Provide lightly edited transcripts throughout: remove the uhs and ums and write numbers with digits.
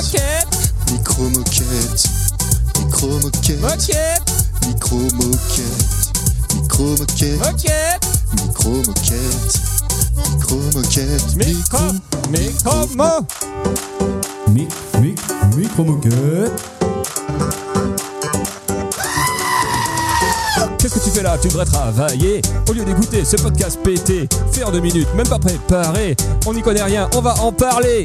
Micro-moquette. Micro-moquette. Micro-moquette. Micro-moquette. Micro-moquette. Micro-moquette. Micro-moquette. Qu'est-ce que tu fais là? Tu devrais travailler. Au lieu d'écouter ce podcast pété, fait en 2 minutes, même pas préparé. On n'y connaît rien, on va en parler.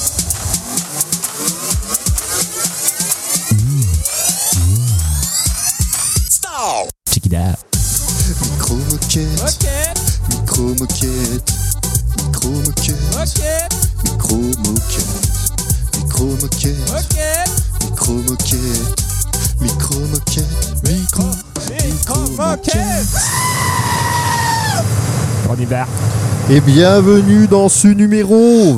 Stop. Check it out. Micro-moquette. Micro-moquette. Micro-moquette. Micro-moquette. Micro-moquette. Micro-moquette. Micro-moquette. On y va. Et bienvenue dans ce numéro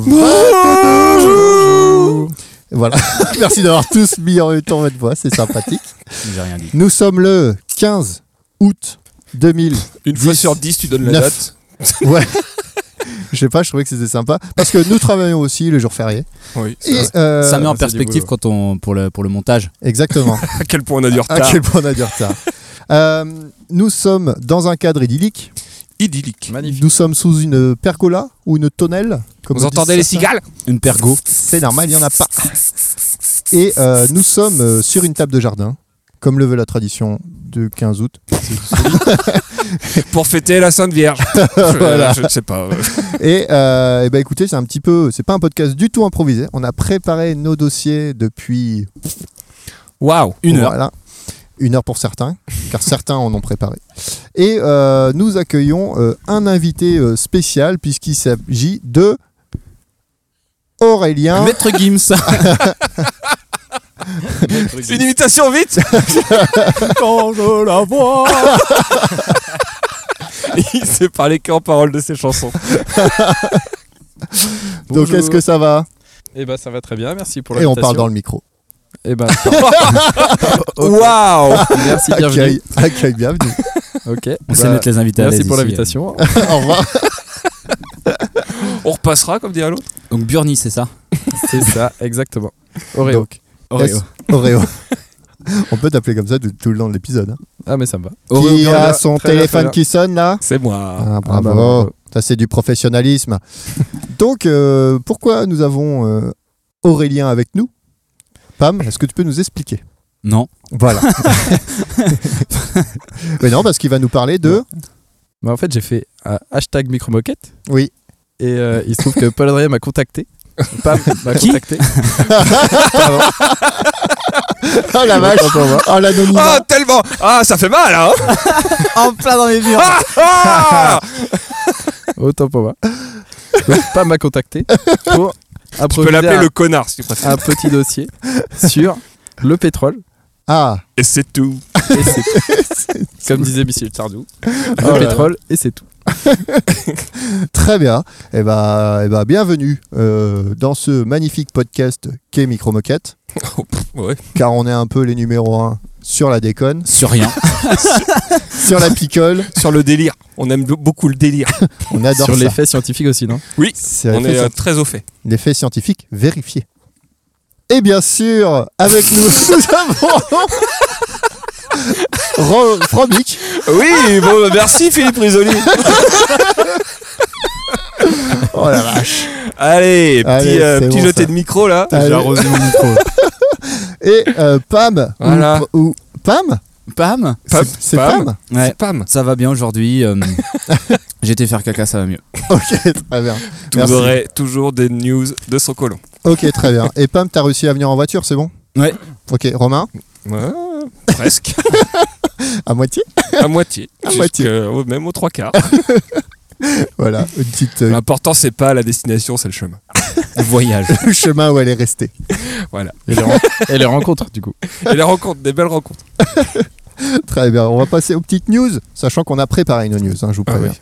22. Voilà, merci d'avoir tous mis en même temps votre voix, c'est sympathique. J'ai rien dit. Nous sommes le 15 août 2010. Une fois sur 10, tu donnes la note. Ouais. Je sais pas, je trouvais que c'était sympa. Parce que nous travaillons aussi les jours fériés. Oui. Et, Ça met en c'est perspective du quand pour le montage. Exactement. À quel point on a du retard. À quel point on a du retard. Nous sommes dans un cadre idyllique. Idyllique. Magnifique. Nous sommes sous une pergola ou une tonnelle. Comme Vous on dit entendez les certains. cigales? Une pergo. C'est normal, il n'y en a pas. Et nous sommes sur une table de jardin, comme le veut la tradition de 15 août. Pour fêter la Sainte Vierge. Voilà. Je ne sais pas. Et ben écoutez, c'est un petit peu, c'est pas un podcast du tout improvisé. On a préparé nos dossiers depuis Waouh. Une heure. Voilà. 1 heure pour certains, car certains en ont préparé. Et nous accueillons un invité spécial, puisqu'il s'agit de Aurélien. Maître Gims. Une imitation vite. Quand je la vois. Il sait parler qu'en paroles de ses chansons. Donc est-ce que ça va? Eh ben ça va très bien, merci pour Et l'invitation. on parle dans le micro. Eh ben Waouh. merci, bienvenue. Accueil, bienvenue. Ok. On sait mettre les invités à l'aise Merci pour ici. l'invitation. Au revoir. On repassera comme dirait l'autre. Donc Burnie, c'est ça? C'est ça, exactement. Oreo. Donc, Oreo. Oreo. On peut t'appeler comme ça tout le long de l'épisode. Hein. Ah mais ça me va. Oreo, Qui Burnie. a son Très bien, téléphone très bien. qui sonne là? C'est moi. Ah, bravo. bah, bravo. Ça c'est du professionnalisme. Donc pourquoi nous avons Aurélien avec nous? Pam, est-ce que tu peux nous expliquer? Non. Voilà. Mais non, parce qu'il va nous parler de... Bah, en fait j'ai fait hashtag micromoquette Oui. et il se trouve que Paul Adrien m'a contacté. Pam m'a Qui contacté. Oh la vache. Oh l'anonymat. Oh tellement. Ah ça fait mal hein. En plein dans les murs. Ah. Autant pour moi. Donc Pam m'a contacté pour Tu peux improviser l'appeler le connard si tu préfères. un petit dossier sur le pétrole. Ah. Et c'est tout. Et c'est tout. Comme disait Michel Sardou. Le pétrole et c'est tout. Très bien. Eh ben, bienvenue dans ce magnifique podcast qu'est Micro-moquette. Ouais. Car on est un peu les numéros 1 sur la déconne, Sur rien. sur la picole. Sur le délire. On aime beaucoup le délire. On adore Sur ça. les faits scientifiques aussi, non? Oui. C'est On les est faits très au fait. les faits scientifiques vérifiés. Et bien sûr, avec nous, nous avons Romic. Oui. Bon merci Philippe Risoli. Oh la vache. Allez, Allez, c'est petit bon, jeté ça. de micro là. Allez. J'ai arrosé mon micro. Et Pam. Voilà. Ou Pam. Pam. C'est Pam. Ouais. Pam. Ça va bien aujourd'hui. J'ai été faire caca, ça va mieux. Ok, très bien. Vous Merci. aurez toujours des news de son colon. Ok, très bien. Et Pam, t'as réussi à venir en voiture, c'est bon? Ouais. Ok, Romain, Ouais, presque. à moitié. À moitié. À moitié. Même aux 3/4. Voilà, une petite L'important c'est pas la destination, c'est le chemin. Le voyage. le chemin où elle est restée. Voilà. Et les rencontres, du coup. Et les rencontres, des belles rencontres. Très bien, on va passer aux petites news, sachant qu'on a préparé une news, hein, je vous Ah préviens. oui.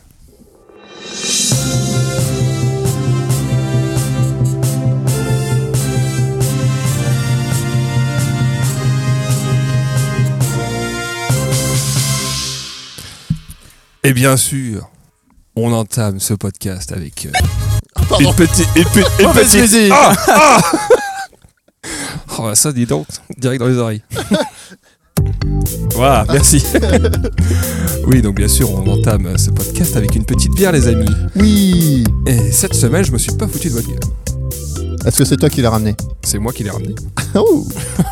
Et bien sûr, on entame ce podcast avec une petite. Vas-y. Oh, ça, dis donc, direct dans les oreilles. Voilà, merci. Oui, donc bien sûr, on entame ce podcast avec une petite bière, les amis. Oui. Et cette semaine, je me suis pas foutu de votre gueule. Est-ce que c'est toi qui l'as ramené? C'est moi qui l'ai ramené. Oh.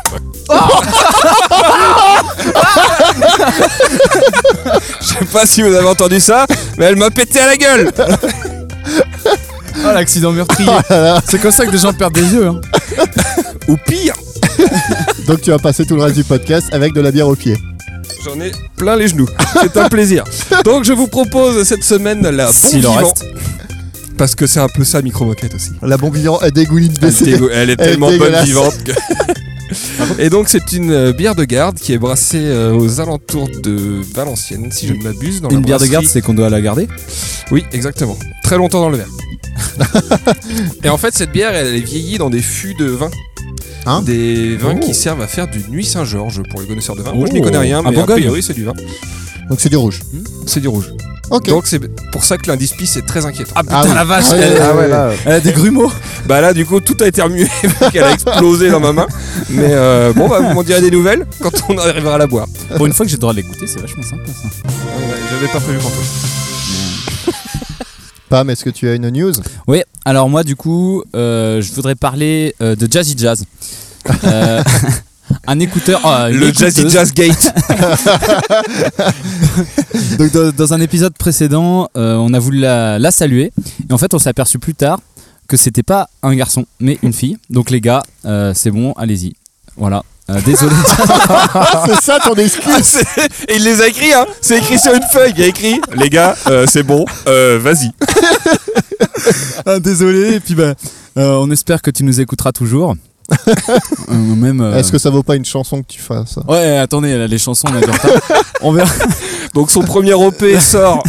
Je sais pas si vous avez entendu ça, mais elle m'a pété à la gueule. Oh, l'accident meurtrier. C'est comme ça que des gens perdent des yeux. Hein. Ou pire, Donc tu vas passer tout le reste du podcast avec de la bière au pied. j'en ai plein les genoux. C'est un plaisir. Donc je vous propose cette semaine la bombe S'il en vivant. reste. Parce que c'est un peu ça, Micro Moquette aussi. La bombe vivante, elle dégouline de baisser. Elle est Elle est tellement bonne dégueulasse. vivante que... Et donc c'est une bière de garde qui est brassée aux alentours de Valenciennes, si je ne m'abuse. Dans Une la bière de garde, brasserie. c'est qu'on doit la garder. Oui, exactement. Très longtemps dans le verre. Et en fait, cette bière, elle est vieillie dans des fûts de vin. Hein Des vins Oh. qui servent à faire du Nuit Saint-Georges pour les connaisseurs de vin. Moi, je Oh. n'y connais rien, À mais a Bourgogne. priori, c'est du vin. Donc c'est du rouge. C'est du rouge. Ok. Donc c'est pour ça que l'indice est très inquiétant. Ah oui. la vache, Ah ouais, Ah ouais, là. Elle a des grumeaux. Bah là, du coup, tout a été remué vu qu'elle a explosé dans ma main. Mais bon, bah, vous m'en direz des nouvelles quand on arrivera à la boire. Pour une fois que j'ai le droit de les goûter, c'est vachement sympa ça. J'avais pas prévu pour toi. Pam, est-ce que tu as une news? Oui, alors moi du coup, je voudrais parler de Jazzy Jazz. Un écouteur. Une Le Jazzy écouteuse. Jazz Gate. Donc dans un épisode précédent, on a voulu la saluer. Et en fait, on s'est aperçu plus tard que c'était pas un garçon, mais une fille. Donc les gars, c'est bon, allez-y. Voilà. Désolé. C'est ça ton excuse? Et il les a écrits, hein. C'est écrit sur une feuille. Il y a écrit, les gars, c'est bon, vas-y. Désolé. Et puis on espère que tu nous écouteras toujours. Même. Est-ce que ça vaut pas une chanson que tu fasses ça? Ouais, attendez, là, les chansons, on a du retard. On verra. Donc son premier OP sort.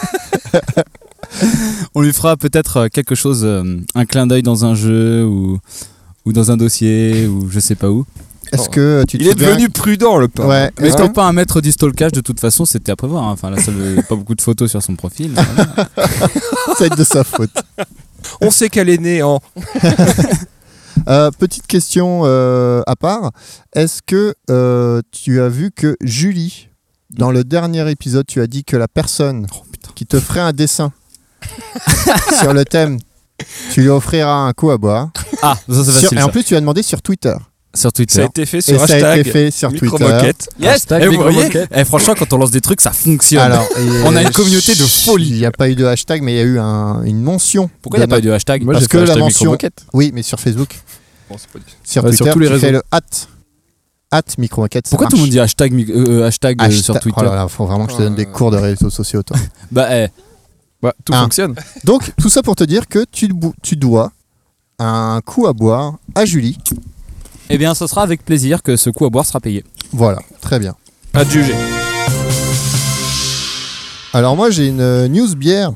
On lui fera peut-être quelque chose, un clin d'œil dans un jeu ou dans un dossier ou je sais pas où. Est-ce que tu te Il est souviens- devenu prudent, le pain. Ouais. Mais Est-ce étant pas un maître du stalkage, de toute façon, c'était à prévoir. Hein. Enfin, là, ça veut pas beaucoup de photos sur son profil. Voilà. que c'est de sa faute? On sait qu'elle est née en. Petite question à part. Est-ce que tu as vu que Julie, dans le dernier épisode, tu as dit que la personne qui te ferait un dessin sur le thème, tu lui offriras un coup à boire. Ah, ça c'est facile. Et en ça. plus, tu as demandé sur Twitter. Sur Ça a Twitter. été fait Et sur ça a hashtag été fait sur Twitter. Micro-Moquette. Hashtag Et vous Micro voyez Moquette. franchement, quand on lance des trucs, ça fonctionne. Alors, On a une communauté de folie. Il n'y a pas eu de hashtag, mais il y a eu une mention. Pourquoi il n'y a pas eu de hashtag Moi, Parce j'ai que fait la hashtag mention- Micro-Moquette. Oui, mais sur Facebook. Bon, c'est pas du- Sur Ouais, sur Twitter, tous les tu fais réseaux. le @micromoquette. ça Pourquoi tout le monde marche. dit hashtag sur Hashtag- Twitter Oh là là, faut vraiment que je te donne des cours de réseaux sociaux, toi. Bah, Ouais, tout Ah. fonctionne. Donc, tout ça pour te dire que tu dois un coup à boire à Julie. eh bien, ce sera avec plaisir que ce coup à boire sera payé. Voilà, très bien. Pas de juger. Alors moi, j'ai une news bière.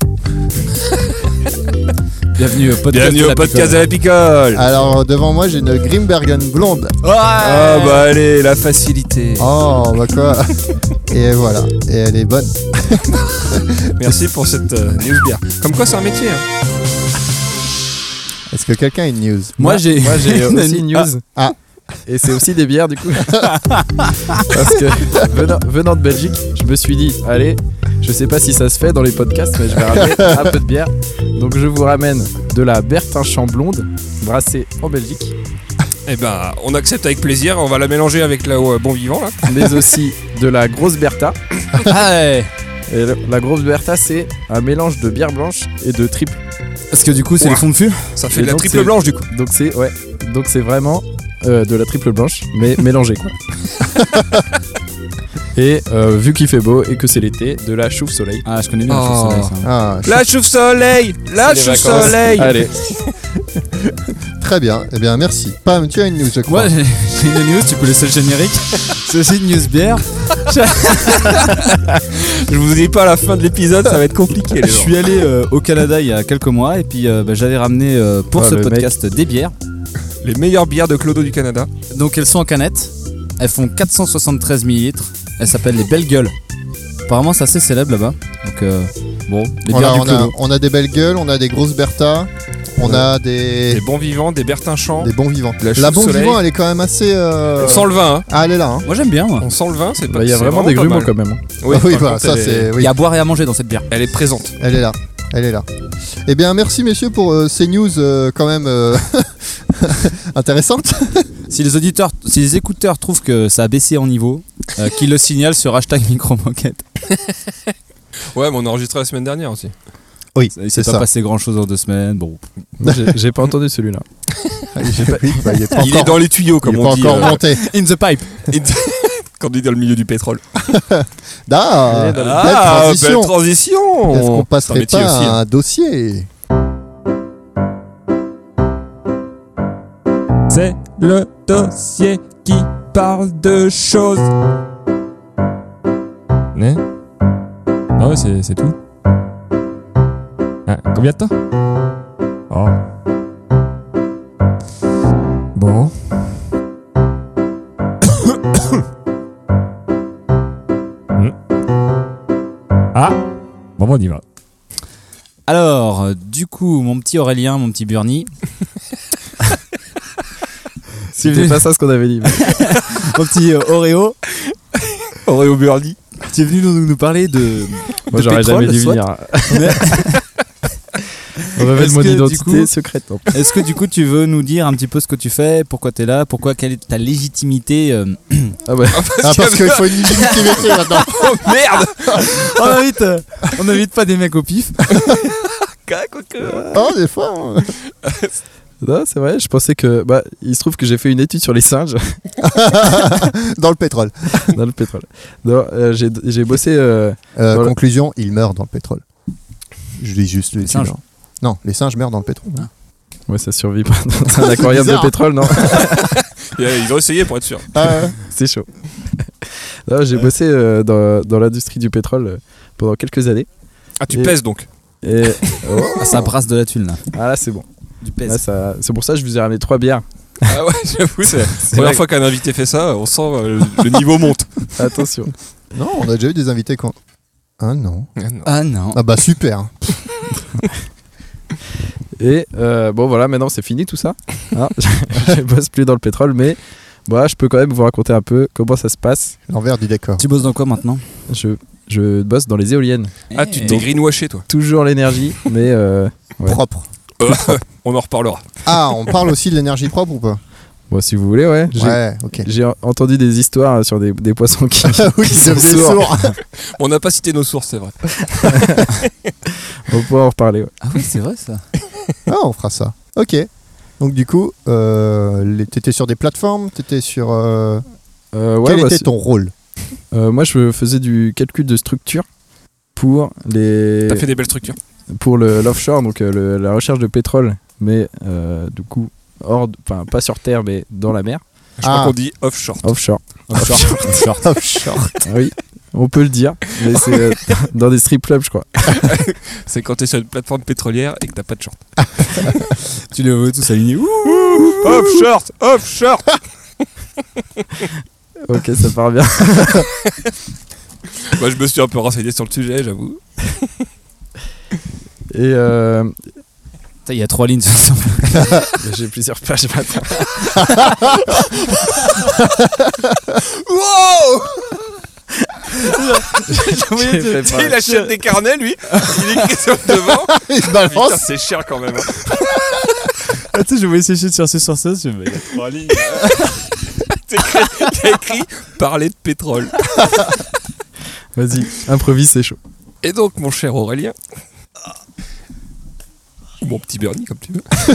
Bienvenue au podcast. Bienvenue de au la podcast de picole. la picole. Alors, devant moi, j'ai une Grimbergen blonde. Ah bah allez, la facilité. Oh, bah quoi. Et voilà, et elle est bonne. Merci pour cette news bière. Comme quoi, c'est un métier. Hein. Est-ce que quelqu'un a une news? Moi, j'ai aussi une news. Ah. Et c'est aussi des bières du coup. Parce que venant de Belgique, je me suis dit, allez, je sais pas si ça se fait dans les podcasts, mais je vais ramener un peu de bière. Donc je vous ramène de la Bertinchamp blonde, brassée en Belgique, Eh ben, on accepte avec plaisir. On va la mélanger avec la Bon Vivant là. mais aussi de la grosse Bertha. Ah ouais. Et la grosse Bertha, c'est un mélange de bière blanche et de triple. Parce que du coup, c'est Ouais. le fond de fût. Ça fait Et de la donc, triple c'est- blanche du coup. Donc c'est vraiment de la triple blanche, mais mélangée quoi. Et vu qu'il fait beau et que c'est l'été, de la chauve-soleil. Ah, je connais bien Oh. le soleil, ça. Ah, La chauve-soleil. La C'est les vacances. chauve-soleil. Allez, très bien. Eh bien, merci. Pam, tu as une news, je crois. Moi, j'ai une news, tu peux laisser le générique. C'est aussi une news bière. Je vous dis pas à la fin de l'épisode, ça va être compliqué. Les Je gens. suis allé au Canada il y a quelques mois et puis j'avais ramené pour Ah, ce le podcast des bières. Les meilleures bières de Clodo du Canada. Donc elles sont en canette. Elles font 473 ml. Elles s'appellent les Belles Gueules. Apparemment c'est assez célèbre là-bas. Donc bon, les bières Voilà, du on, a, Clodo. on a des belles gueules, on a des grosses Bertha, On a Des des bons vivants, des Bertinchamps. bons vivants. La La bon chou-soleil. vivant, elle est quand même assez. On sent le vin, hein. Ah, elle est là. Hein. Moi j'aime bien. Moi. On sent le vin, c'est pas. Il y a c'est vraiment des pas grumeaux mal. quand même. Oui, par bah, contre, ça elle est- c'est. Il Oui, y a à boire et à manger dans cette bière. Elle est présente. elle est là. Elle est là. Eh bien, merci messieurs pour ces news quand même intéressantes. Si les écouteurs trouvent que ça a baissé en niveau, qu'ils le signalent sur hashtag micromoquette. Ouais, mais on a enregistré la semaine dernière aussi. Oui, Il c'est s'est pas ça. passé grand chose en 2 semaines. Bon. Moi, j'ai pas entendu celui-là. Oui, bah, il est pas Il est encore, dans les tuyaux, il comme est on pas dit. encore monté. In the pipe. Quand on est dans le milieu du pétrole. Ah, Belle belle transition. Belle transition. Est-ce qu'on C'est un passerait métier pas aussi, à hein. un dossier? C'est le dossier qui parle de choses. Mais ah ouais, c'est tout. Ah, combien de temps? Oh. Bon. Ah, bon, on y va. Alors, du coup, mon petit Aurélien, mon petit Bernie. C'était pas ça ce qu'on avait dit. Mon petit Oreo. Oreo Burly. Tu es venu nous parler de. Moi, de j'aurais pétrole, jamais dû soit. venir. On révèle Est-ce mon que, du identité coup- secrète. hein. Est-ce que du coup tu veux nous dire un petit peu ce que tu fais, pourquoi tu es là, quelle est ta légitimité Ah ouais. Ah, parce qu'il faut une légitimité maintenant. Oh merde. on invite pas des mecs au pif. Oh, des fois. hein. Non, c'est vrai. Je pensais que. Bah, il se trouve que j'ai fait une étude sur les singes Dans le pétrole. dans le pétrole. Non, j'ai bossé. Voilà. Conclusion, il meurt dans le pétrole. Je dis juste les singes. singes. Non, les singes meurent dans le pétrole. Ouais, ça survit pas dans un aquarium de bizarre. pétrole, non. Ils ont essayé pour être sûr. C'est chaud. Non, j'ai bossé dans l'industrie du pétrole pendant quelques années. Ah, tu Et- pèses donc. Et Ah, ça brasse de la thune là. ah là, c'est bon. Du Là, pèse. c'est pour ça que je vous ai ramené 3 bières. Ah ouais, j'avoue, c'est la vrai. première fois qu'un invité fait ça, on sent le niveau monte. Attention. Non, on a déjà eu des invités quand. Ah non. Ah, non. Ah non. Ah bah super. Et bon, voilà, maintenant c'est fini tout ça. Hein, je bosse plus dans le pétrole, mais voilà, je peux quand même vous raconter un peu comment ça se passe. L'envers du décor. Tu bosses dans quoi maintenant? Je bosse dans les éoliennes. Ah, tu t'es greenwashé, toi. Toujours l'énergie, mais ouais. Propre. On en reparlera. Ah, on parle aussi de l'énergie propre ou pas? Bon, si vous voulez, ouais. Ouais, ok. J'ai entendu des histoires sur des poissons qui, Oui, qui ça sont faisait sourds. sourd. On n'a pas cité nos sources, c'est vrai. On va pouvoir en reparler. Ouais. Ah oui, c'est vrai ça. Ah, on fera ça. Ok. Donc du coup, t'étais sur des plateformes, t'étais sur. Ouais, Quel bah, était ton rôle? moi, je faisais du calcul de structure pour les T'as fait des belles structures. pour l'offshore, donc la recherche de pétrole, mais du coup enfin pas sur terre, mais dans la mer, Je crois qu'on dit offshore. offshore. Offshore. Offshore. Oui, on peut le dire, mais c'est dans des strip clubs, je crois. C'est quand t'es sur une plateforme pétrolière et que t'as pas de short. Tu les vois tous alignés. Ouh. Offshore. Offshore. Ok, ça part bien. Moi, je me suis un peu renseigné sur le sujet, j'avoue. Et Il y a 3 lignes sur ça. j'ai plusieurs pages maintenant. Wow. J'ai préparé. Il achète des carnets, lui. Il écrit sur le devant. Il Putain, balance. c'est cher quand même. Ah, tu sais, je voulais sécher de chercher sur ça. Je me dis, il y a 3 lignes. Il a écrit parler de pétrole. Vas-y, improvise, c'est chaud. Et donc, mon cher Aurélien, mon petit Bernie, comme tu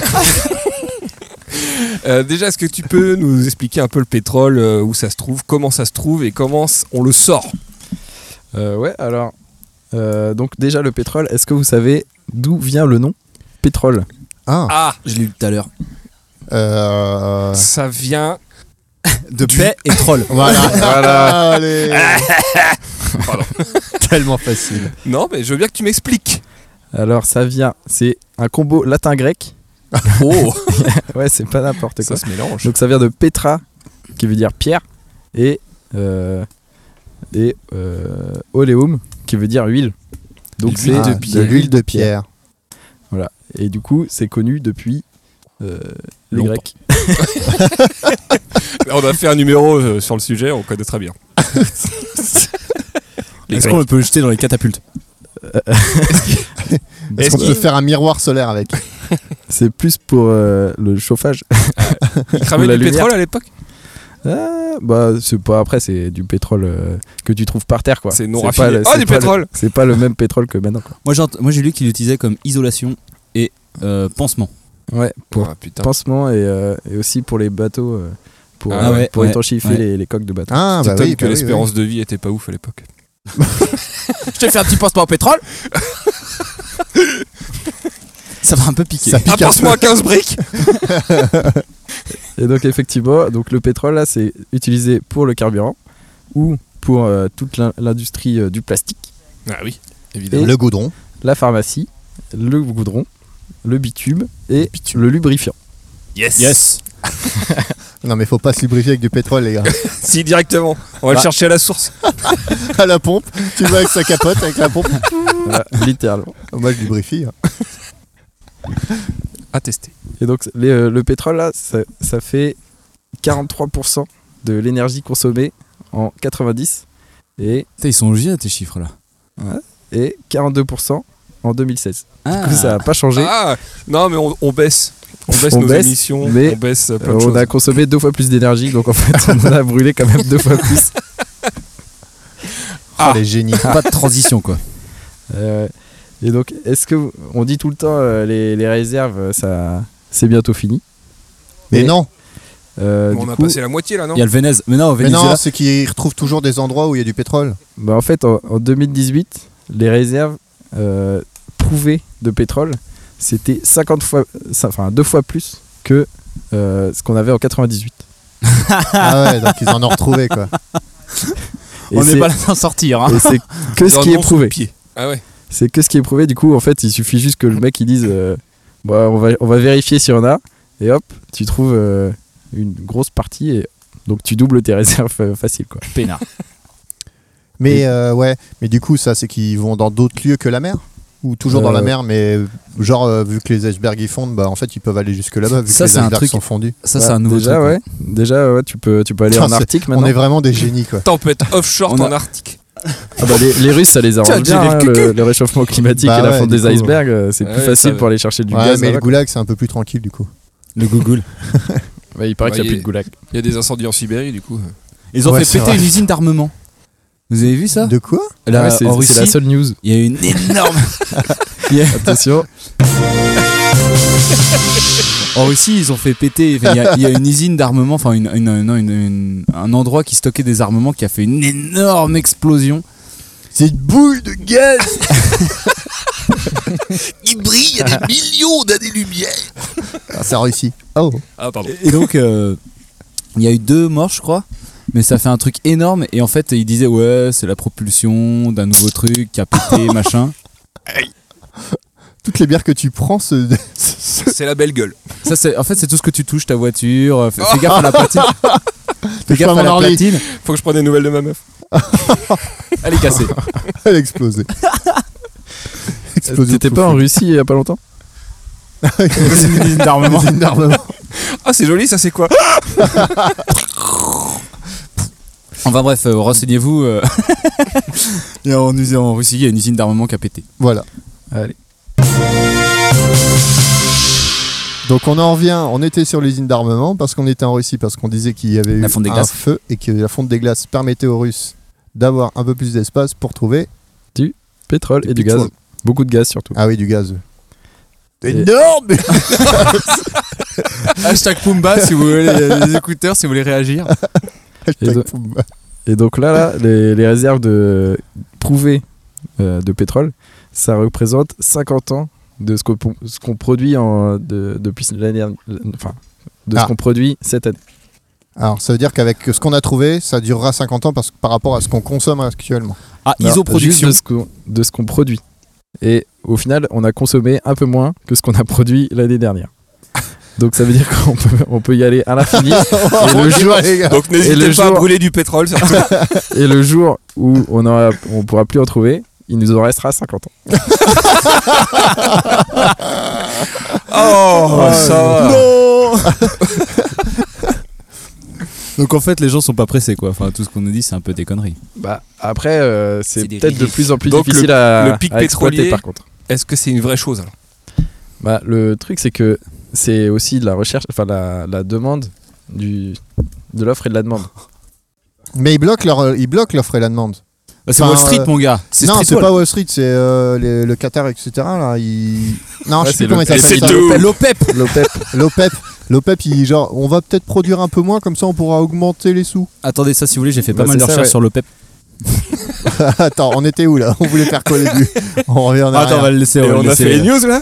veux. Déjà, est-ce que tu peux nous expliquer un peu le pétrole, où ça se trouve, comment ça se trouve et comment on le sort? Ouais, alors donc déjà le pétrole, est-ce que vous savez d'où vient le nom pétrole? Ah. Ah, Je l'ai lu tout à l'heure. ça vient. De paix et troll. Voilà. Voilà. Allez. Pardon. Tellement facile. Non, mais je veux bien que tu m'expliques. Alors ça vient, c'est un combo latin-grec. Oh, Ouais, c'est pas n'importe quoi. ça se mélange. Donc ça vient de Petra, qui veut dire pierre, et oleum, qui veut dire huile. Donc L'huile c'est de Ah, de l'huile de pierre. voilà. Et du coup, c'est connu depuis les Longtemps. Grecs. On a fait un numéro sur le sujet, on connaît très bien. Est-ce qu'on peut le jeter dans les catapultes? Est-ce qu'on peut faire un miroir solaire avec? C'est plus pour le chauffage. Ils cramaient Ou la du lumière. pétrole à l'époque? Bah, c'est pas après, c'est du pétrole que tu trouves par terre, quoi. C'est non pas raffiné. le- Ah, c'est du pas le- pétrole. C'est pas le même pétrole que maintenant, quoi. Moi j'ai lu qu'il l'utilisait comme isolation et pansement. Ouais, pour Ah, putain. pansement et aussi pour les bateaux, pour Ah ouais, pour ouais, étanchifier ouais. les coques de bateau. Ah, bah T'étonnes oui, que bah oui, l'espérance de vie était pas ouf à l'époque. Je t'ai fait un petit pansement au pétrole. Ça va un peu piquer. Ça pique Un un peu. pansement à 15 briques. Et donc effectivement, donc le pétrole là, c'est utilisé pour le carburant ou pour toute l'industrie du plastique, Ah oui, évidemment. Le goudron. la pharmacie, le goudron, le bitume et le lubrifiant. Yes. Non, mais faut pas se lubrifier avec du pétrole, les gars. Si, directement. On va le chercher à la source. À la pompe, tu vas avec sa capote, avec la pompe. Voilà, littéralement. Moi, je lubrifie. À tester. Et donc le pétrole là, ça fait 43% de l'énergie consommée en 90 et Putain, ils sont logés tes chiffres là. 42% en 2016. Ah. Du coup, ça n'a pas changé. Ah, non, mais on baisse. On baisse On nos baisse, émissions, mais, on baisse plein de on choses. a consommé 2 fois plus d'énergie, donc en fait on en a brûlé quand même 2 fois plus. Ah, les génies. Pas de transition quoi. Et donc, est-ce que on dit tout le temps les réserves, ça c'est bientôt fini. Mais Mais- non. On Du a coup, passé la moitié là, non? Il y a le Venez. Mais non, au Mais Venezuela. non, c'est qu'ils retrouvent toujours des endroits où il y a du pétrole. bah, en fait, en 2018, les réserves prouvées de pétrole, c'était 50 fois, enfin 2 fois plus que ce qu'on avait en 98. Ah ouais, donc ils en ont retrouvé, quoi. Et On n'est c'est- pas là d'en sortir. Hein. et c'est que ce qui est prouvé. Ah ouais. C'est que ce qui est prouvé. Du coup, en fait, il suffit juste que le mec il dise bah, on va vérifier s'il y en a, et hop, tu trouves une grosse partie, et donc tu doubles tes réserves facile, quoi. Peinard. Mais ouais, mais du coup, ça, c'est qu'ils vont dans d'autres lieux que la mer? Ou toujours dans la mer, mais genre, vu que les icebergs ils fondent, bah en fait, ils peuvent aller jusque là-bas, vu Ça, que les c'est un icebergs truc- sont fondus. Ça, c'est un nouveau déjà, truc. ouais. Déjà, ouais, tu peux aller Putain, en Arctique On maintenant. est vraiment des génies, quoi. Tempête offshore On a- en Arctique. Ah bah, les Russes, ça les arrange Tiens, bien, j'ai hein, le cucu. le réchauffement climatique Bah et la ouais, fonte du des coup, icebergs, c'est ouais, plus ça facile va. pour aller chercher du Ouais, gaz. mais le là-bas, goulag, c'est un peu plus tranquille, du coup. Le Google. quoi. Ouais, il paraît qu'il n'y a Ouais, plus de goulag. Il y a des incendies en Sibérie, du coup. Ils ont Ouais, fait c'est péter vrai. une usine d'armement. Vous avez vu ça? De quoi? Là, Ouais, en c'est Russie, la seule news. il y a une énorme. Attention. En Russie, ils ont fait péter. Enfin, il y a une usine d'armement, enfin un endroit qui stockait des armements qui a fait une énorme explosion. C'est une boule de gaz. Il brille, il y a des millions d'années-lumière. Ah, c'est réussi. Oh. Ah, pardon. Et donc, il y a eu 2 morts, je crois. Mais ça fait un truc énorme. Et en fait, ils disaient ouais, c'est la propulsion d'un nouveau truc qui a pété, machin. Toutes les bières que tu prends, C'est la belle gueule. Ça, en fait, c'est tout ce que tu touches, ta voiture. Fais gaffe à la platine. Fais Touche pas gaffe à à mon la ordi. platine. Faut que je prenne des nouvelles de ma meuf. Elle est cassée. Elle a explosé. Explosé T'étais de pas en fou. Russie il y a pas longtemps? C'est une usine d'armement. Usine d'armement. Ah, c'est joli, ça c'est quoi? Enfin bref, renseignez-vous. Il y a en Russie, il y a une usine d'armement qui a pété. Voilà. Allez. Donc on en revient, on était sur l'usine d'armement parce qu'on était en Russie, parce qu'on disait qu'il y avait eu La fonte des un glaces. feu et que la fonte des glaces permettait aux Russes d'avoir un peu plus d'espace pour trouver... Pétrole et du gaz. pétrole. Beaucoup de gaz surtout. Ah oui, du gaz. Et- Énorme. Hashtag Pumba si vous voulez les écouteurs, si vous voulez réagir. Hashtag Pumba. Et donc là les réserves prouvées de pétrole, ça représente 50 ans de ce qu'on produit depuis l'année dernière, enfin de ce Ah. qu'on produit cette année. Alors ça veut dire qu'avec ce qu'on a trouvé, ça durera 50 ans par rapport à ce qu'on consomme actuellement. Ah, Non, isoproduction. juste de ce qu'on produit. Et au final, on a consommé un peu moins que ce qu'on a produit l'année dernière. Donc ça veut dire qu'on peut y aller à l'infini. Et le jour, les gars. Donc Et n'hésitez le pas à jour- brûler du pétrole, surtout. et le jour où on pourra plus en trouver, il nous en restera 50 ans. Oh, ça va. Non. Donc en fait, les gens sont pas pressés, quoi. Enfin, tout ce qu'on nous dit, c'est un peu des conneries. Bah, après, c'est C'est des peut-être de rigides. plus en plus Donc, difficile à le pic à exploiter, pétrolier- par contre. Est-ce que c'est une vraie chose alors? Bah, le truc, c'est que c'est aussi de la recherche, enfin la demande de l'offre et de la demande. Mais ils bloquent l'offre et la demande. Bah, c'est Enfin, Wall Street, mon gars. C'est Non, c'est Streetwall. pas Wall Street, c'est le Qatar, etc. Là, Non, Ouais, je sais c'est plus comment il le- s'appelle c'est ça. tout. L'OPEP. L'OPEP. L'OPEP, genre, on va peut-être produire un peu moins, comme ça on pourra augmenter les sous. Attendez, ça, si vous voulez, j'ai fait pas Bah, mal de c'est ça, recherches ouais. sur l'OPEP. Attends, on était où là? On voulait faire quoi au début? On revient en Attends, on arrière. va le laisser. Et va on le a laisser. fait les news là?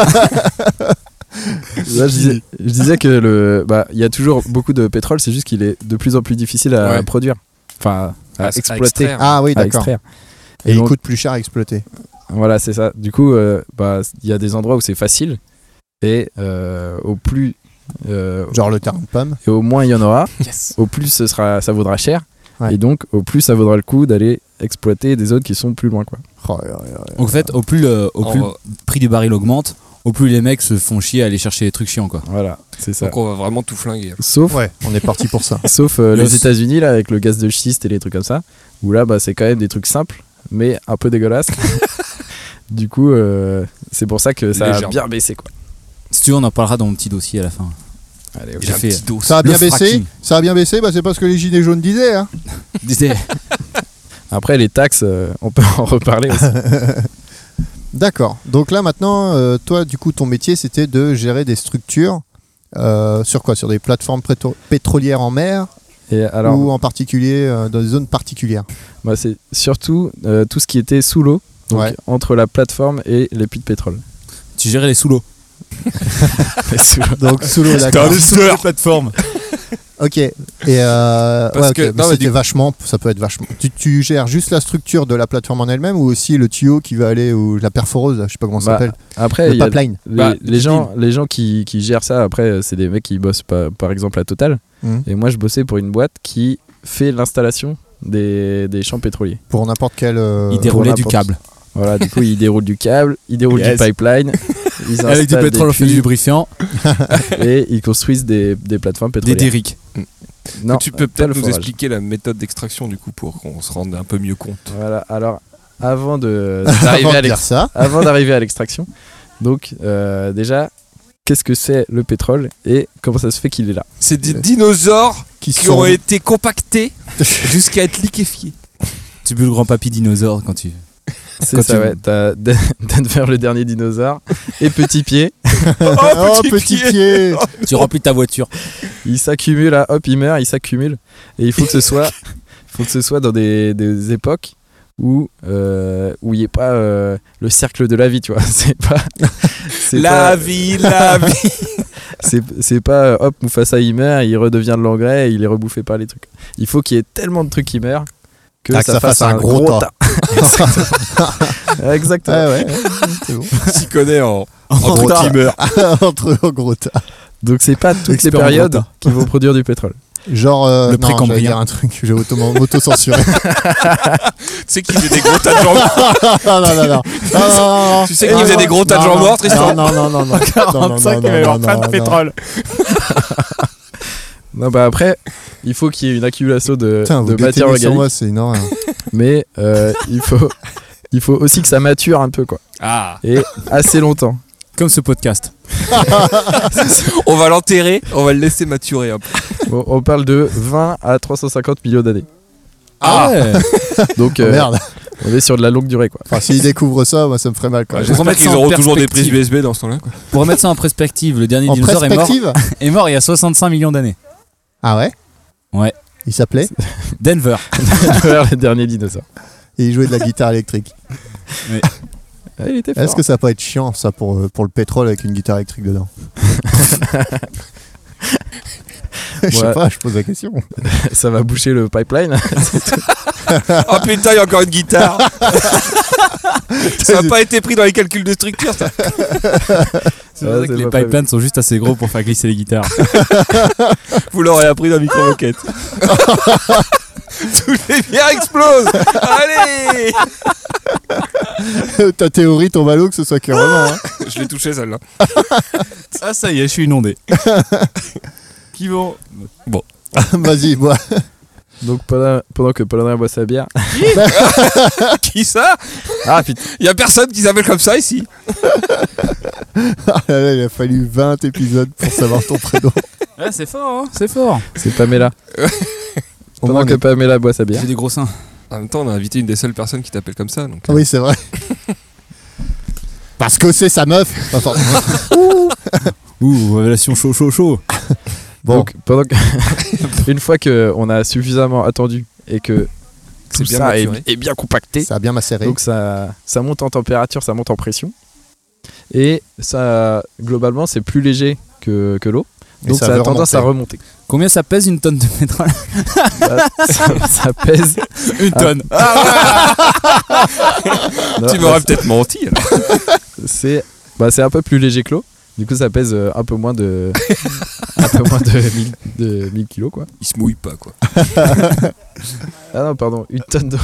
Là, je disais que il y a toujours beaucoup de pétrole, c'est juste qu'il est de plus en plus difficile à Ouais. produire. Enfin, à À exploiter, extraire. Ah oui, à d'accord. extraire. Et il donc, coûte plus cher à exploiter. voilà, c'est ça. Du coup, il y a des endroits où c'est facile et au plus Genre le terrain de pomme. et au moins il y en aura, Yes. au plus ça vaudra cher. Ouais. Et donc, au plus ça vaudra le coup d'aller exploiter des zones qui sont plus loin, quoi. Oh, ouais, ouais, ouais. Donc en fait, au plus le On- prix du baril augmente, au plus les mecs se font chier à aller chercher des trucs chiants, quoi. Voilà, c'est ça. Donc on va vraiment tout flinguer. Sauf, Ouais, on est parti pour ça. sauf Le- les États-Unis là, avec le gaz de schiste et les trucs comme ça, où là, c'est quand même des trucs simples, mais un peu dégueulasses. Du coup, c'est pour ça que ça a Légèrement. bien baissé, quoi. Si tu veux, on en parlera dans mon petit dossier à la fin. Allez, ok. J'ai un fait petit dos. Ça a bien Le baissé. fracking. Ça a bien baissé, bah c'est parce que les gilets jaunes disaient. Hein. disais Après, les taxes, on peut en reparler aussi. D'accord. Donc là maintenant, toi, du coup, ton métier, c'était de gérer des structures sur quoi? Sur des plateformes pétrolières en mer Et alors, ou en particulier dans des zones particulières? c'est surtout tout ce qui était sous l'eau, donc Ouais. entre la plateforme et les puits de pétrole. tu gérais les sous l'eau. Sous l'eau. Donc sous l'eau, d'accord. plateforme. Ok. Et Parce ouais, ok. que- Mais non, mais c'était du- vachement. Ça peut être vachement. Tu gères juste la structure de la plateforme en elle-même ou aussi le tuyau qui va aller ou la perforeuse, je sais pas comment ça Bah, s'appelle. Après, Le il y a pipeline. les gens qui gèrent ça, après, c'est des mecs qui bossent par exemple à Total. Mhm. Et moi, je bossais pour une boîte qui fait l'installation des champs pétroliers. Pour n'importe quel. Il déroulait du n'importe- câble. Voilà, du coup, ils déroulent du câble, ils déroulent Yes. du pipeline, ils Avec du installent pétrole, on des fait du puits lubrifiant, et ils construisent des plateformes des pétrolières. dériques. Non, Tu peux pas peut-être le nous forage. expliquer la méthode d'extraction du coup pour qu'on se rende un peu mieux compte. Voilà, alors avant d'arriver Avant à de dire ça. avant d'arriver à l'extraction, donc déjà, qu'est-ce que c'est le pétrole et comment ça se fait qu'il est là? C'est des dinosaures Qui qui sont. ont été compactés jusqu'à être liquéfiés. Tu bus le grand papy dinosaure quand tu. C'est Quand ça, tu- ouais. T'as Denver le dernier dinosaure et Petit Pied. Oh, petit pied. Tu remplis ta voiture. Il s'accumule là, hop, il meurt, il s'accumule. Et il faut que ce soit dans des époques où il n'y ait pas le cercle de la vie, tu vois. La vie. C'est pas hop, Mufasa il meurt, il redevient de l'engrais et il est rebouffé par les trucs. Il faut qu'il y ait tellement de trucs qui meurent que Ah, ça fasse un gros tas. Exactement. Ouais, ouais. C'est bon. S'y connaît en gros tas. trucs qui meurent. Entre gros tas. Donc c'est pas toutes les Expert en périodes gros tas. qui vont produire du pétrole. Genre. Le non, précambrien. j'allais dire un truc, je vais m'auto-censurer. Tu sais qu'ils faisaient des gros tas de gens morts. non, non, non, non. Non, Tu sais qu'ils faisaient des gros tas de gens morts, Tristan. Non, non, non, non. 45, il va y avoir plein de pétrole. Non, bah après, il faut qu'il y ait une accumulation de Putain, vous matière déteignez sur organique, moi, c'est une horreur. mais il faut aussi que ça mature un peu, quoi. Ah, Et assez longtemps. Comme ce podcast. on va l'enterrer, on va le laisser maturer un peu. Bon, on parle de 20 à 350 millions d'années. Ah, ouais. Donc Oh, merde. on est sur de la longue durée, quoi. Enfin, s'ils découvrent ça, moi, ça me ferait mal, quoi. Ouais, Pour j'espère remettre qu'ils ça en auront toujours des prises perspective. USB dans ce temps-là. quoi. Pour remettre ça en perspective, le dernier En dinosaure perspective. est mort il y a 65 millions d'années. Ah ouais. Ouais. Il s'appelait Denver. Vers les derniers dinosaures. et il jouait de la guitare électrique. Ah, il était fort. Est-ce que ça va pas être chiant, ça, pour le pétrole avec une guitare électrique dedans? Je sais Ouais. pas, je pose la question. ça va boucher le pipeline? Oh putain, il y a encore une guitare. Ça n'a pas été pris dans les calculs de structure, ça. C'est vrai que les pas pipelines sont juste assez gros pour faire glisser les guitares. Vous l'aurez appris dans Micro-Moquette. Tous les bières explosent. Allez. Ta théorie tombe à l'eau que ce soit que vraiment. Hein. Je l'ai touché celle-là. Ah, ça y est, je suis inondé. Qui vont. Vas-y, bois. Donc pendant que Paul André boit sa bière. Qui ça? Ah putain. Il y a personne qui s'appelle comme ça ici. Ah là là, il a fallu 20 épisodes pour savoir ton prénom. Ouais, c'est fort, hein, c'est fort. C'est Pamela. Au moins, Pendant que Pamela boit sa bière. J'ai des gros seins. En même temps, on a invité une des seules personnes qui t'appelle comme ça. Donc... Oui, c'est vrai. Parce que c'est sa meuf. Enfin, Ouh, révélation chaud. bon, Donc pendant que une fois que on a suffisamment attendu et que tout bien ça maturé. est bien compacté, ça a bien macéré. donc ça monte en température, ça monte en pression et ça globalement c'est plus léger que l'eau. Et Donc ça a veut tendance à remonter. Combien ça pèse une tonne de pétrole? Ça pèse. Une tonne. Non, Tu m'aurais peut-être menti. Alors. c'est un peu plus léger que l'eau. Du coup, ça pèse un peu moins de 1000 kilos, quoi. Il se mouille pas, quoi. Ah non, pardon, une tonne d'eau.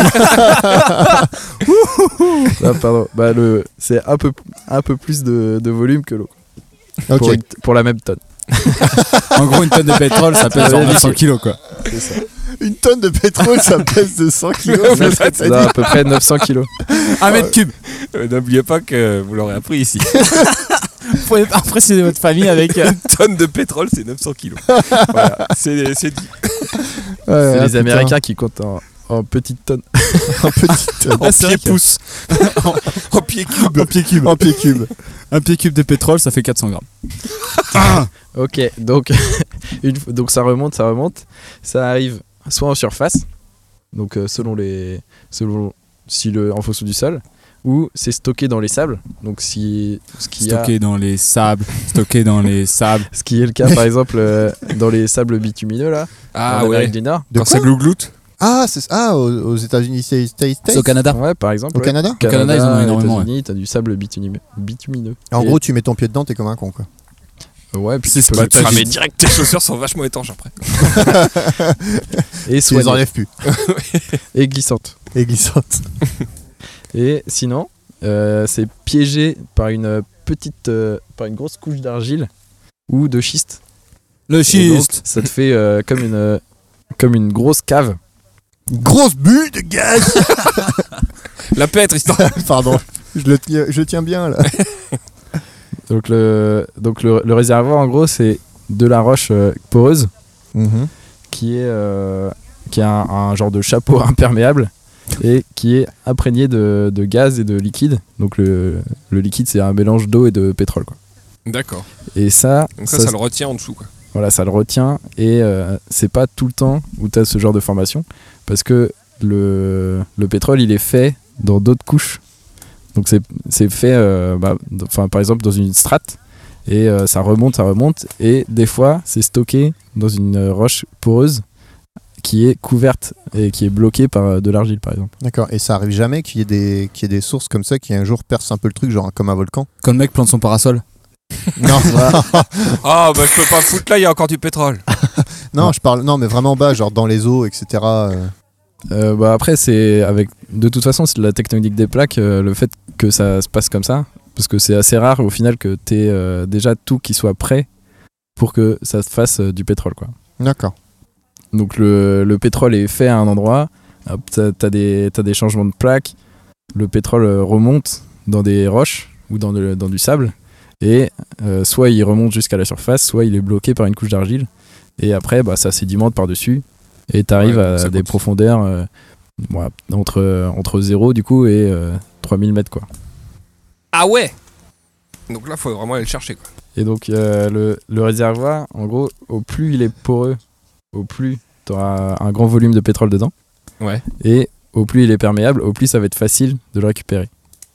Non, pardon. C'est un peu plus de volume que l'eau. Ok. Pour la même tonne. En gros, une tonne de pétrole, ça pèse genre 900 kilos, quoi. C'est ça. Une tonne de pétrole, ça pèse de 100 kilos. Ouais, c'est ce que t'as Non, dit. à peu près 900 kilos. 1 mètre cube. N'oubliez pas que vous l'aurez appris ici. Vous pouvez impressionner votre famille avec. Une tonne de pétrole, c'est 900 kilos. Voilà, c'est dit. C'est Ouais, les putain. Américains qui comptent en petites tonnes. En petite tonne. En c'est vrai pied pouce. En pied cube. Un pied cube. En pied cube. Un pied cube de pétrole, ça fait 400 grammes. Ok, donc, donc ça remonte, ça arrive soit en surface, donc en fonction du sol, ou c'est stocké dans les sables, donc ce qui Stocké dans les sables. ce qui est le cas par exemple dans les sables bitumineux là, Ah en ouais. Amérique du Nord. De Quand quoi ça glougloute. Ah, aux États-Unis, c'est States. C'est au Canada. Ouais, par exemple. Au Canada Au Canada, ils en ont énormément, États-Unis, t'as du sable bitumineux. En Et- gros, tu mets ton pied dedans, t'es comme un con, quoi. ouais, puis c'est tu ce peux qui le te cramer Mais direct, tes chaussures sont vachement étanches après. et Tu les soigner enlèves plus. et glissante. Et glissantes. Et sinon, c'est piégé par une grosse couche d'argile ou de schiste. Le Et donc, schiste. ça te fait comme une grosse cave. Grosse bulle de gaz. La paix, Tristan. Pardon. Je le tiens bien, là. Donc le réservoir, en gros, c'est de la roche poreuse Mhm. qui a un genre de chapeau imperméable et qui est imprégné de gaz et de liquide. Donc le liquide, c'est un mélange d'eau et de pétrole, quoi. D'accord. Et ça, Donc ça le retient en dessous, quoi. voilà, ça le retient et c'est pas tout le temps où tu as ce genre de formation parce que le pétrole, il est fait dans d'autres couches. Donc c'est fait par exemple dans une strate et ça remonte et des fois c'est stocké dans une roche poreuse qui est couverte et qui est bloquée par de l'argile, par exemple. D'accord. Et ça arrive jamais qu'il y ait des sources comme ça qui un jour percent un peu le truc, genre comme un volcan. Quand le mec plante son parasol. Non, Ah, bah je peux pas foutre là, il y a encore du pétrole. non, je parle. Non, mais vraiment bas, genre dans les eaux, etc. Après, c'est avec de toute façon, c'est de la tectonique des plaques, le fait que ça se passe comme ça, parce que c'est assez rare au final que tu aies déjà tout qui soit prêt pour que ça se fasse du pétrole, quoi. D'accord. Donc le pétrole est fait à un endroit, hop, t'as des changements de plaques, le pétrole remonte dans des roches ou dans du sable, et soit il remonte jusqu'à la surface, soit il est bloqué par une couche d'argile, et après ça sédimente par-dessus, et t'arrives Ouais, à ça des continue. profondeurs entre 0 du coup et 3000 mètres, quoi. Ah ouais. Donc là, faut vraiment aller le chercher, quoi. Et donc le réservoir, en gros, au plus il est poreux, au plus tu auras un grand volume de pétrole dedans. Ouais. Et au plus il est perméable, au plus ça va être facile de le récupérer.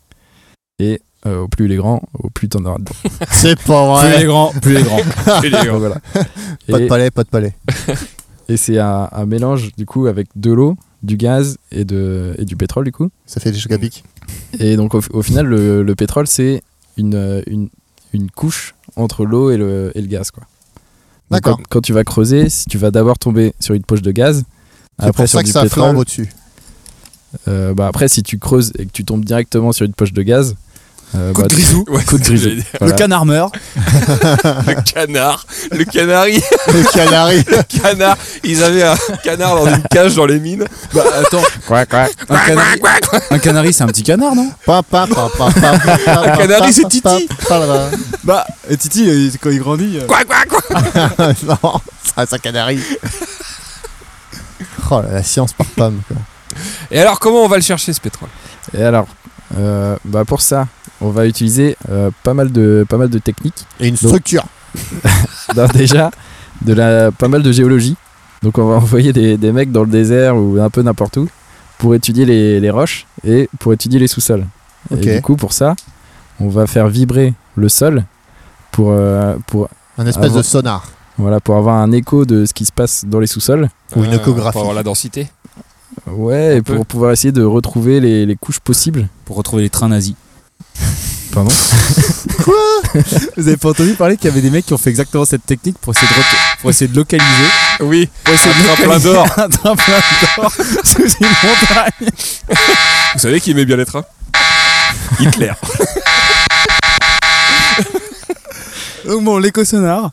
Et au plus il est grand, au plus tu en auras dedans. C'est pas Plus les vrai. grands, plus les grands. Donc, voilà. Pas de palais, pas de palais. Et c'est un mélange du coup avec de l'eau, du gaz et du pétrole du coup. Ça fait des chocs à pic. Et donc au final le pétrole c'est une couche entre l'eau et le gaz, quoi. Donc, D'accord. quand tu vas creuser, si tu vas d'abord tomber sur une poche de gaz, C'est après pour sur ça que du ça pétrole. flambe au-dessus. Après, si tu creuses et que tu tombes directement sur une poche de gaz, Coup de grisou. Ouais, coup de c'est ce que grisou. j'allais dire. Voilà. Le canard meurt. Le canard, le canari, Le canari. canard. Ils avaient un canard dans une cage dans les mines. Bah attends, un canari c'est un petit canard, non? Un canari, c'est Titi. Bah, Titi, quand il grandit. Quoi, quoi, quoi. Non, c'est un canari. Oh, la science par pomme. Quoi. Et alors, comment on va le chercher ce pétrole? Et alors, pour ça, on va utiliser pas mal de techniques. Et une structure. Donc, déjà, pas mal de géologie. Donc on va envoyer des mecs dans le désert ou un peu n'importe où pour étudier les roches et pour étudier les sous-sols. Ok. Et du coup, pour ça, on va faire vibrer le sol pour Un espèce de sonar. pour avoir un écho de ce qui se passe dans les sous-sols. Ou une échographie. Pour avoir la densité. Ouais, et peu. pour pouvoir essayer de retrouver les couches possibles. Pour retrouver les trains nazis. Pardon. Vous avez pas entendu parler qu'il y avait des mecs qui ont fait exactement cette technique pour essayer de localiser. Oui, Pour essayer un train plein d'or. un train plein d'or sous une montagne. Vous savez qui aimait bien les trains? Hitler. Donc bon, l'éco-sonar.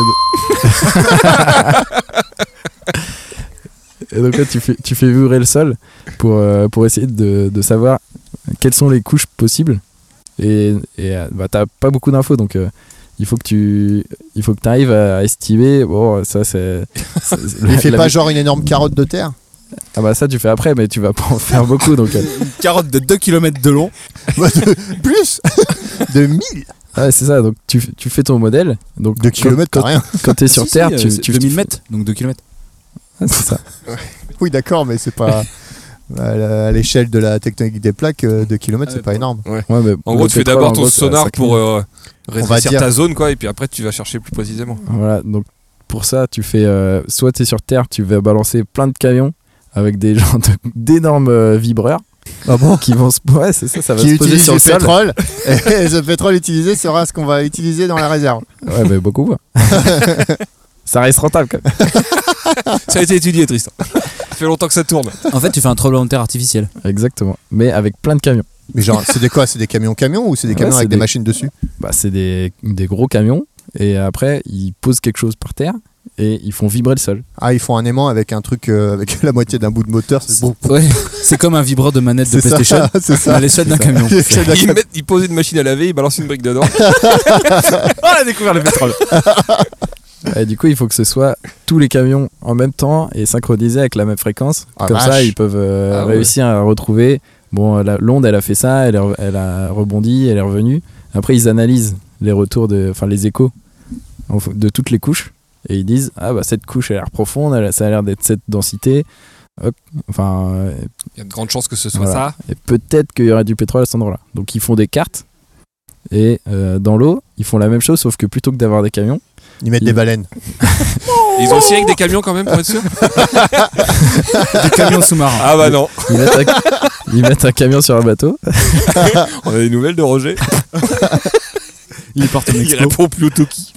Et donc là, tu fais vibrer le sol pour essayer de savoir quelles sont les couches possibles. Et t'as pas beaucoup d'infos, donc il faut que tu arrives à estimer. Bon, ça c'est. Il fait pas genre une énorme carotte de terre. Ah bah ça tu fais après, mais tu vas pas en faire beaucoup, donc. Une carotte de 2 km de long. Plus de 1000 Ouais, c'est ça. Donc tu fais ton modèle. Donc 2 km, t'as rien. quand t'es sur Si, Terre, si, tu 2000 mètres, donc 2 km. Ah, c'est ça. Oui, d'accord, mais c'est pas. À l'échelle de la tectonique des plaques, 2 km, c'est pas énorme. Ouais, mais En le gros, tu fais pétrole, d'abord en ton gros, c'est à sonar 5 pour minutes. rétrécir dire- ta zone, quoi, et puis après, tu vas chercher plus précisément. Voilà, donc pour ça, tu fais. Soit t'es sur Terre, tu vas balancer plein de camions avec des genres d'énormes vibreurs. Ah bon? Qui vont se. Ouais, c'est ça, ça va Qui se poser utilise sur du le sol. pétrole. Et ce pétrole utilisé sera ce qu'on va utiliser dans la réserve. Ouais, mais beaucoup. Ça reste rentable quand même. Ça a été étudié, Tristan. Ça fait longtemps que ça tourne. En fait, tu fais un tremblement de terre artificiel. Exactement. Mais avec plein de camions. Mais genre, c'est des quoi? C'est des camions ou c'est des Ouais, camions c'est avec des des- machines dessus? Bah, c'est des gros camions. Et après, ils posent quelque chose par terre et ils font vibrer le sol. Ah, ils font un aimant avec un truc avec la moitié d'un bout de moteur. C'est bon. Ouais, c'est comme un vibreur de manette de C'est ça, PlayStation. c'est ça. À l'échelle d'un camion. Ils posent une machine à laver, ils balancent une brique dedans. Oh, on a découvert le pétrole. Et du coup, il faut que ce soit tous les camions en même temps et synchronisés avec la même fréquence. Ah, Comme ça, vache. ils peuvent Ah ouais. réussir à retrouver. Bon, l'onde, elle a fait ça, elle a rebondi, elle est revenue. Après, ils analysent les retours, les échos de toutes les couches. Et ils disent, ah bah cette couche, elle a l'air profonde, ça a l'air d'être cette densité. Hop. Enfin, Il y a de grandes chances que ce soit Voilà. ça. et peut-être qu'il y aurait du pétrole à cet endroit-là. Donc, ils font des cartes. Et dans l'eau, ils font la même chose, sauf que plutôt que d'avoir des camions, Ils mettent des baleines. Ils ont aussi avec des camions quand même, pour être sûr. Des camions sous-marins. Ah bah non. ils mettent un camion sur un bateau. On a des nouvelles de Roger. Il est parti en Il expo. répond plus au Toki.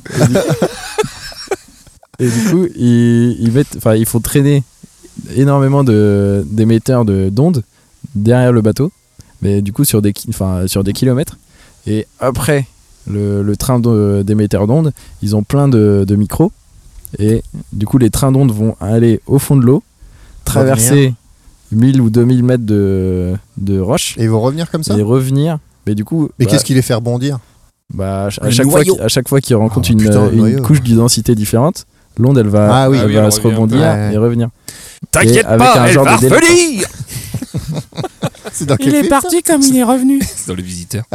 Et du coup, ils font traîner énormément d'émetteurs d'ondes derrière le bateau, mais du coup sur des kilomètres. Et après le train d'émetteurs d'ondes, ils ont plein de micros. Et du coup, les trains d'ondes vont aller au fond de l'eau, traverser 1000 ou 2000 mètres de roches Et ils vont revenir comme ça? et revenir. Mais du coup, Mais qu'est-ce qui les fait rebondir? à Le chaque fois qu'ils rencontrent Oh, putain, le une noyau. couche de densité différente, l'onde elle va, Ah oui. elle Oui, va elle se revient. rebondir Ouais. et revenir. T'inquiète avec pas, un elle genre va de délai. revenir. C'est dans quel film, ça? comme il est revenu. C'est dans les visiteurs.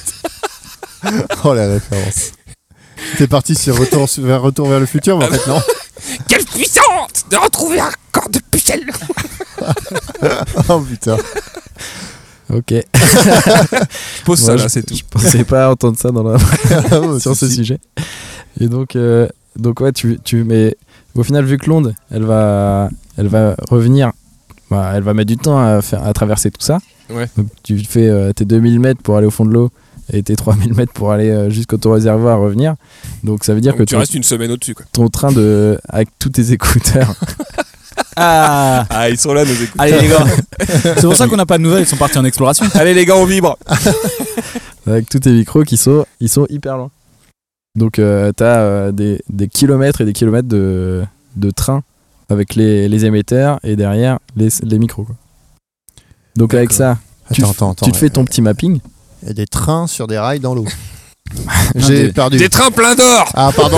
Oh la référence. T'es parti sur Retour vers le futur, mais en fait non. Quelle puissance de retrouver un corps de pucelle. Oh putain. Ok. Je pose ça Moi, là, c'est tout. Je pensais pas entendre ça Oh, sur ce si. sujet. Et donc ouais, mais au final, vu que l'onde, elle va revenir, elle va mettre du temps à traverser tout ça. Ouais. Donc tu fais tes 2000 mètres pour aller au fond de l'eau et tes 3000 mètres pour aller jusqu'au ton réservoir revenir. Donc ça veut dire Donc que tu restes une semaine au-dessus, quoi. ton train avec tous tes écouteurs Ah, Ah, ils sont là, nos écoutes. allez les gars. C'est pour ça qu'on n'a pas de nouvelles, ils sont partis en exploration. Allez les gars, on vibre. Avec tous tes micros qui sont hyper loin. Donc t'as des kilomètres et des kilomètres de train avec les émetteurs et derrière les micros, quoi. Donc avec ça, tu te fais ton petit mapping. Il y a des trains sur des rails dans l'eau. Non, J'ai perdu. Des trains pleins d'or. Ah, pardon.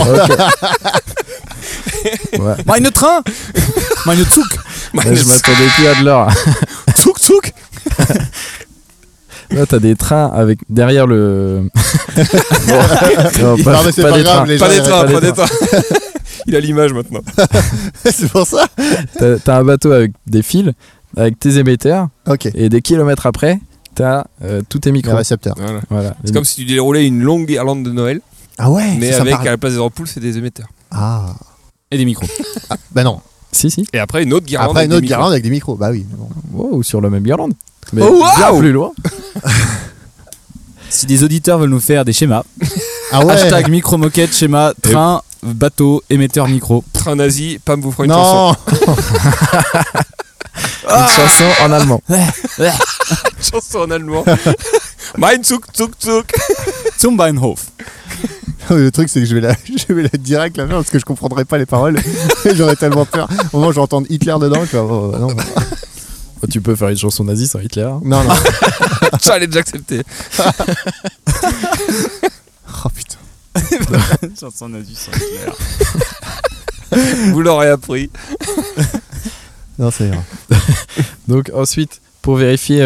Ouais. Meine train. Meine Zug. Là, je m'attendais plus à de l'or. Tsouk tsouk. Là, t'as des trains avec derrière le. Non, Non, mais c'est pas des grave, trains. les Pas gens des arrêtent trains, pas pas des des trains. Il a l'image maintenant. C'est pour ça. T'as un bateau avec des fils, avec tes émetteurs, Ok. et des kilomètres après, t'as tous tes Les micros. récepteurs. Voilà. Voilà. C'est comme si tu déroulais une longue guirlande de Noël, Ah ouais. mais ça avec parle. à la place des ampoules, c'est des émetteurs. Ah. Et des micros. Bah non. Si. Et après une autre guirlande. Après avec une autre des micros. guirlande avec des micros. Bah oui. Bon. Wow, sur la même guirlande. Mais Oh, wow. bien plus loin. Si des auditeurs veulent nous faire des schémas, Ah ouais. hashtag micro moquette, schéma, train, bateau, émetteur, micro. Train nazi, Pam vous fera une chanson. Non. Une chanson en allemand. Chanson en allemand. Mein Zug Zug Zug. Zum Bahnhof. Le truc, c'est que je vais la direct la faire parce que je comprendrai pas les paroles. Et j'aurais tellement peur. Au moment où j'entends Hitler dedans, je vais non. Oh, tu peux faire une chanson nazie sans Hitler. Hein. Non. Challenge accepté. Oh putain. Chanson nazie sans Vous l'aurez appris. Non, ça ira. Donc ensuite, pour vérifier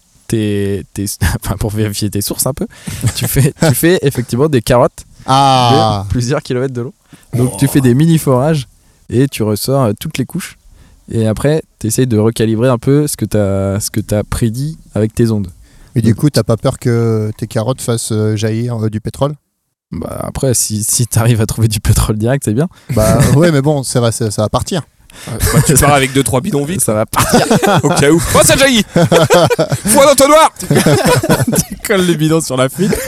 pour vérifier tes sources un peu, tu fais effectivement des carottes Ah. de plusieurs kilomètres de long. Donc tu fais des mini forages et tu ressors toutes les couches. Et après, tu essayes de recalibrer un peu ce que t'as prédit avec tes ondes. Et du coup, t'as pas peur que tes carottes fassent jaillir du pétrole? Bah après, si t'arrives à trouver du pétrole direct, c'est bien. Bah ouais, mais bon, ça va partir. Bah, tu pars avec 2-3 bidons vides Ça va pas. au cas où. Oh, ça jaillit. Foi d'entonnoir. Tu colles les bidons sur la fuite.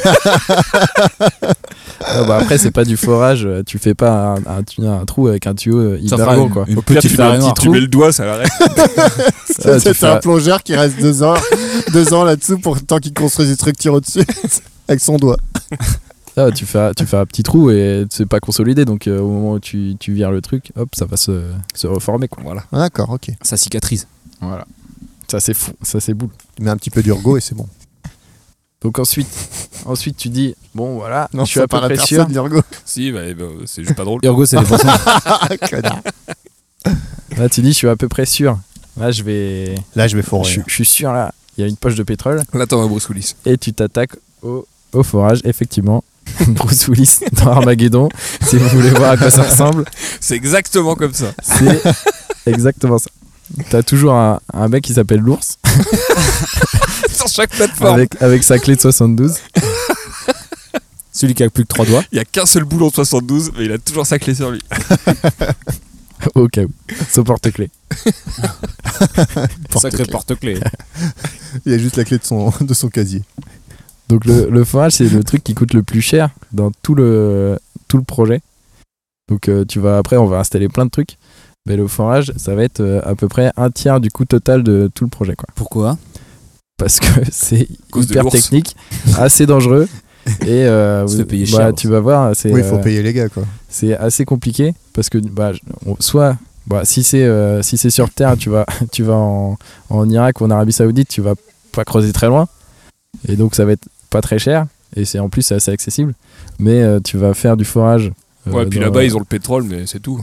Ah bah après, c'est pas du forage. Tu fais pas un trou avec un tuyau hyper fera gros, quoi. une Au pire, petite tu mets un farine petit noire. trou. Tu mets le doigt, ça l'arrête. Ah, tu C'est fais un un- plongeur qui reste 2 ans là-dessous pour tant qu'il construit des structures au-dessus avec son doigt. Ah, tu fais un petit trou et c'est pas consolidé, donc au moment où tu vires le truc, hop, ça va se reformer, quoi. Voilà. Ah, d'accord, ok. Ça cicatrise. Voilà. Ça c'est fou, ça c'est boule. Tu mets un petit peu d'urgo et c'est bon. Donc ensuite tu dis bon voilà, Non, je suis à peu pas près la sûr. personne d'urgo. Si, bah, c'est juste pas drôle. Ergo, c'est des poissons. Connard. Là tu dis je suis à peu près sûr. Là je vais, Là, je vais fourrer. je suis sûr là. Il y a une poche de pétrole Là, t'en vas Bruce Willis. et tu t'attaques au forage effectivement. Bruce Willis dans Armageddon. Si vous voulez voir à quoi ça ressemble, C'est exactement comme ça. c'est exactement ça. T'as toujours un mec qui s'appelle l'ours Sur chaque plateforme. avec sa clé de 72. Celui qui a plus que 3 doigts. Il y a qu'un seul boulon de 72, mais il a toujours sa clé sur lui. Au cas où. Son porte-clés. Sacré porte-clés. Il y a juste la clé de son casier. Donc le forage, c'est le truc qui coûte le plus cher dans tout le projet. Donc après, on va installer plein de trucs. Mais le forage, ça va être à peu près un tiers du coût total de tout le projet, quoi. Pourquoi? Parce que c'est Cause de hyper l'ours. technique, assez dangereux. Et Se fait payer cher tu vas voir, c'est Oui, il faut payer les gars, quoi. c'est assez compliqué parce que si c'est sur terre, tu vas en Irak ou en Arabie Saoudite, tu vas pas creuser très loin. Et donc ça va être pas très cher et en plus c'est assez accessible. Mais tu vas faire du forage. Ouais, puis là-bas, ils ont le pétrole, mais c'est tout.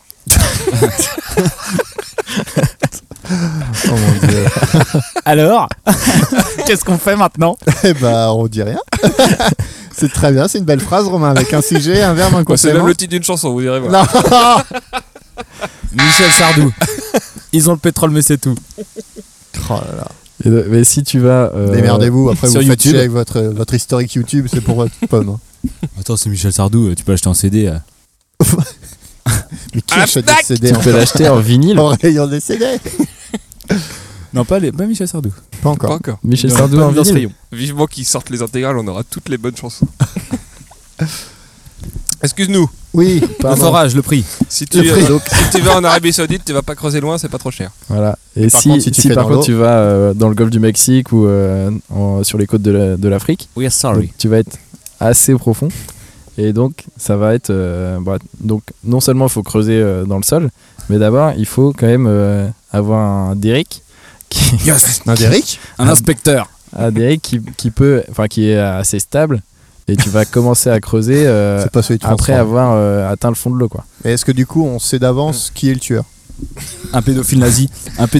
Oh mon dieu. Alors, qu'est-ce qu'on fait maintenant? Eh bah, on dit rien. C'est très bien, c'est une belle phrase, Romain, avec un sujet, un verbe, un Moi, c'est même complément. le titre d'une chanson, vous direz. Non. Michel Sardou. Ils ont le pétrole, mais c'est tout. Oh là là. Mais si tu vas Démerdez-vous, après sur vous faites YouTube. chier avec votre historique YouTube, c'est pour votre pomme. Hein. Attends, c'est Michel Sardou, tu peux acheter en CD. Mais qui À la achète des Fnac CD tu peux l'acheter en vinyle. en rayon des CD? Non, pas Michel Sardou. Pas Pas encore. encore. Michel Non, Sardou pas en dans ce vinyle. rayon. Vivement qu'ils sortent les intégrales, on aura toutes les bonnes chansons. Excuse-nous. Oui, Le Pardon. forage, le prix. Si tu vas en Arabie Saoudite, tu vas pas creuser loin, c'est pas trop cher. Voilà. Et par si, contre, si tu fais par dans contre l'eau- tu vas dans le golfe du Mexique ou sur les côtes de l'Afrique, We are sorry. donc tu vas être assez profond. Et donc, ça va être. Donc, non seulement il faut creuser dans le sol, mais d'abord, il faut quand même avoir un derrick qui, Un Derrick Un inspecteur. un derrick qui est assez stable. Et tu vas commencer à creuser C'est pas celui de après France, avoir atteint le fond de l'eau, quoi. Et est-ce que du coup, on sait d'avance qui est le tueur? Un pédophile nazi.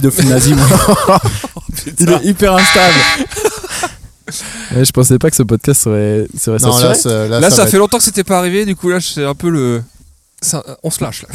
Il est hyper instable. Ouais, je pensais pas que ce podcast serait Non, censuré. Là, ça va fait longtemps que c'était pas arrivé, du coup, là, c'est un peu le. On se lâche, là.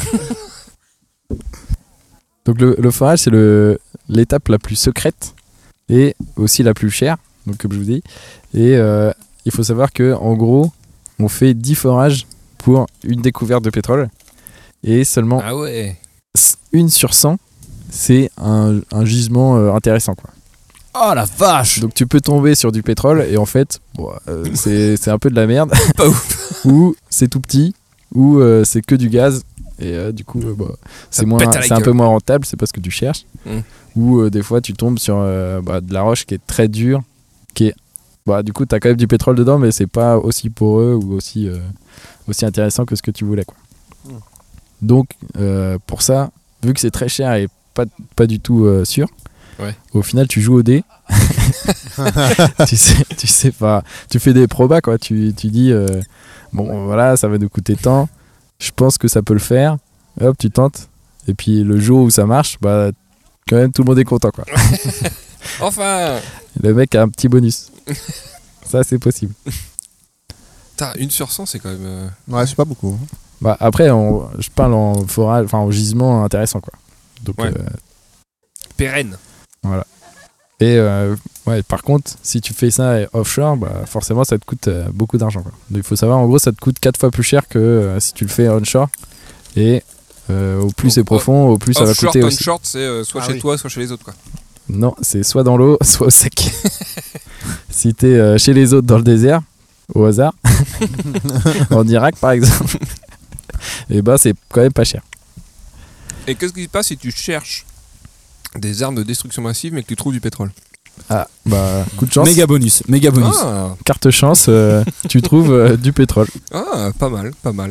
Donc le forage, c'est l'étape la plus secrète et aussi la plus chère, donc comme je vous dis. Et il faut savoir que en gros, on fait 10 forages pour une découverte de pétrole. Et seulement Ah ouais. 1 sur 100, c'est un gisement intéressant, quoi. Oh la vache. Donc tu peux tomber sur du pétrole et en fait, c'est un peu de la merde. Pas ouf. Ou c'est tout petit, ou c'est que du gaz. Et du coup, c'est pète à la un peu gueule. moins rentable, c'est pas ce que tu cherches. Mm. Ou des fois, tu tombes sur de la roche qui est très dure, qui est. Du coup, t'as quand même du pétrole dedans, mais c'est pas aussi poreux ou aussi intéressant que ce que tu voulais, quoi. Mm. Donc, pour ça, vu que c'est très cher et pas du tout sûr, Ouais. au final, tu joues au dé. tu sais pas. Tu fais des probas, quoi. Tu dis, bon, voilà, ça va nous coûter tant. Je pense que ça peut le faire. Hop, tu tentes. Et puis le jour où ça marche, quand même, tout le monde est content, quoi. Enfin. Le mec a un petit bonus. Ça, c'est possible. Putain, 1 sur 100, c'est quand même. Ouais, c'est pas beaucoup. Après, je parle en forage, enfin en gisement intéressant, quoi. Donc, Ouais. Pérenne. et par contre, si tu fais ça offshore, forcément, ça te coûte beaucoup d'argent, quoi. Donc, il faut savoir, en gros, ça te coûte 4 fois plus cher que si tu le fais onshore. Et au plus Donc, c'est profond, au plus ça va Offshore, coûter aussi. onshore, c'est soit Ah chez oui. toi, soit chez les autres, quoi. Non, c'est soit dans l'eau, soit au sec. Si t'es chez les autres dans le désert, au hasard, en Irak par exemple, et c'est quand même pas cher. Et qu'est-ce qui se passe si tu cherches des armes de destruction massive mais que tu trouves du pétrole? Ah, coup de chance, Méga bonus. Ah, carte chance, tu trouves du pétrole. pas mal, pas mal.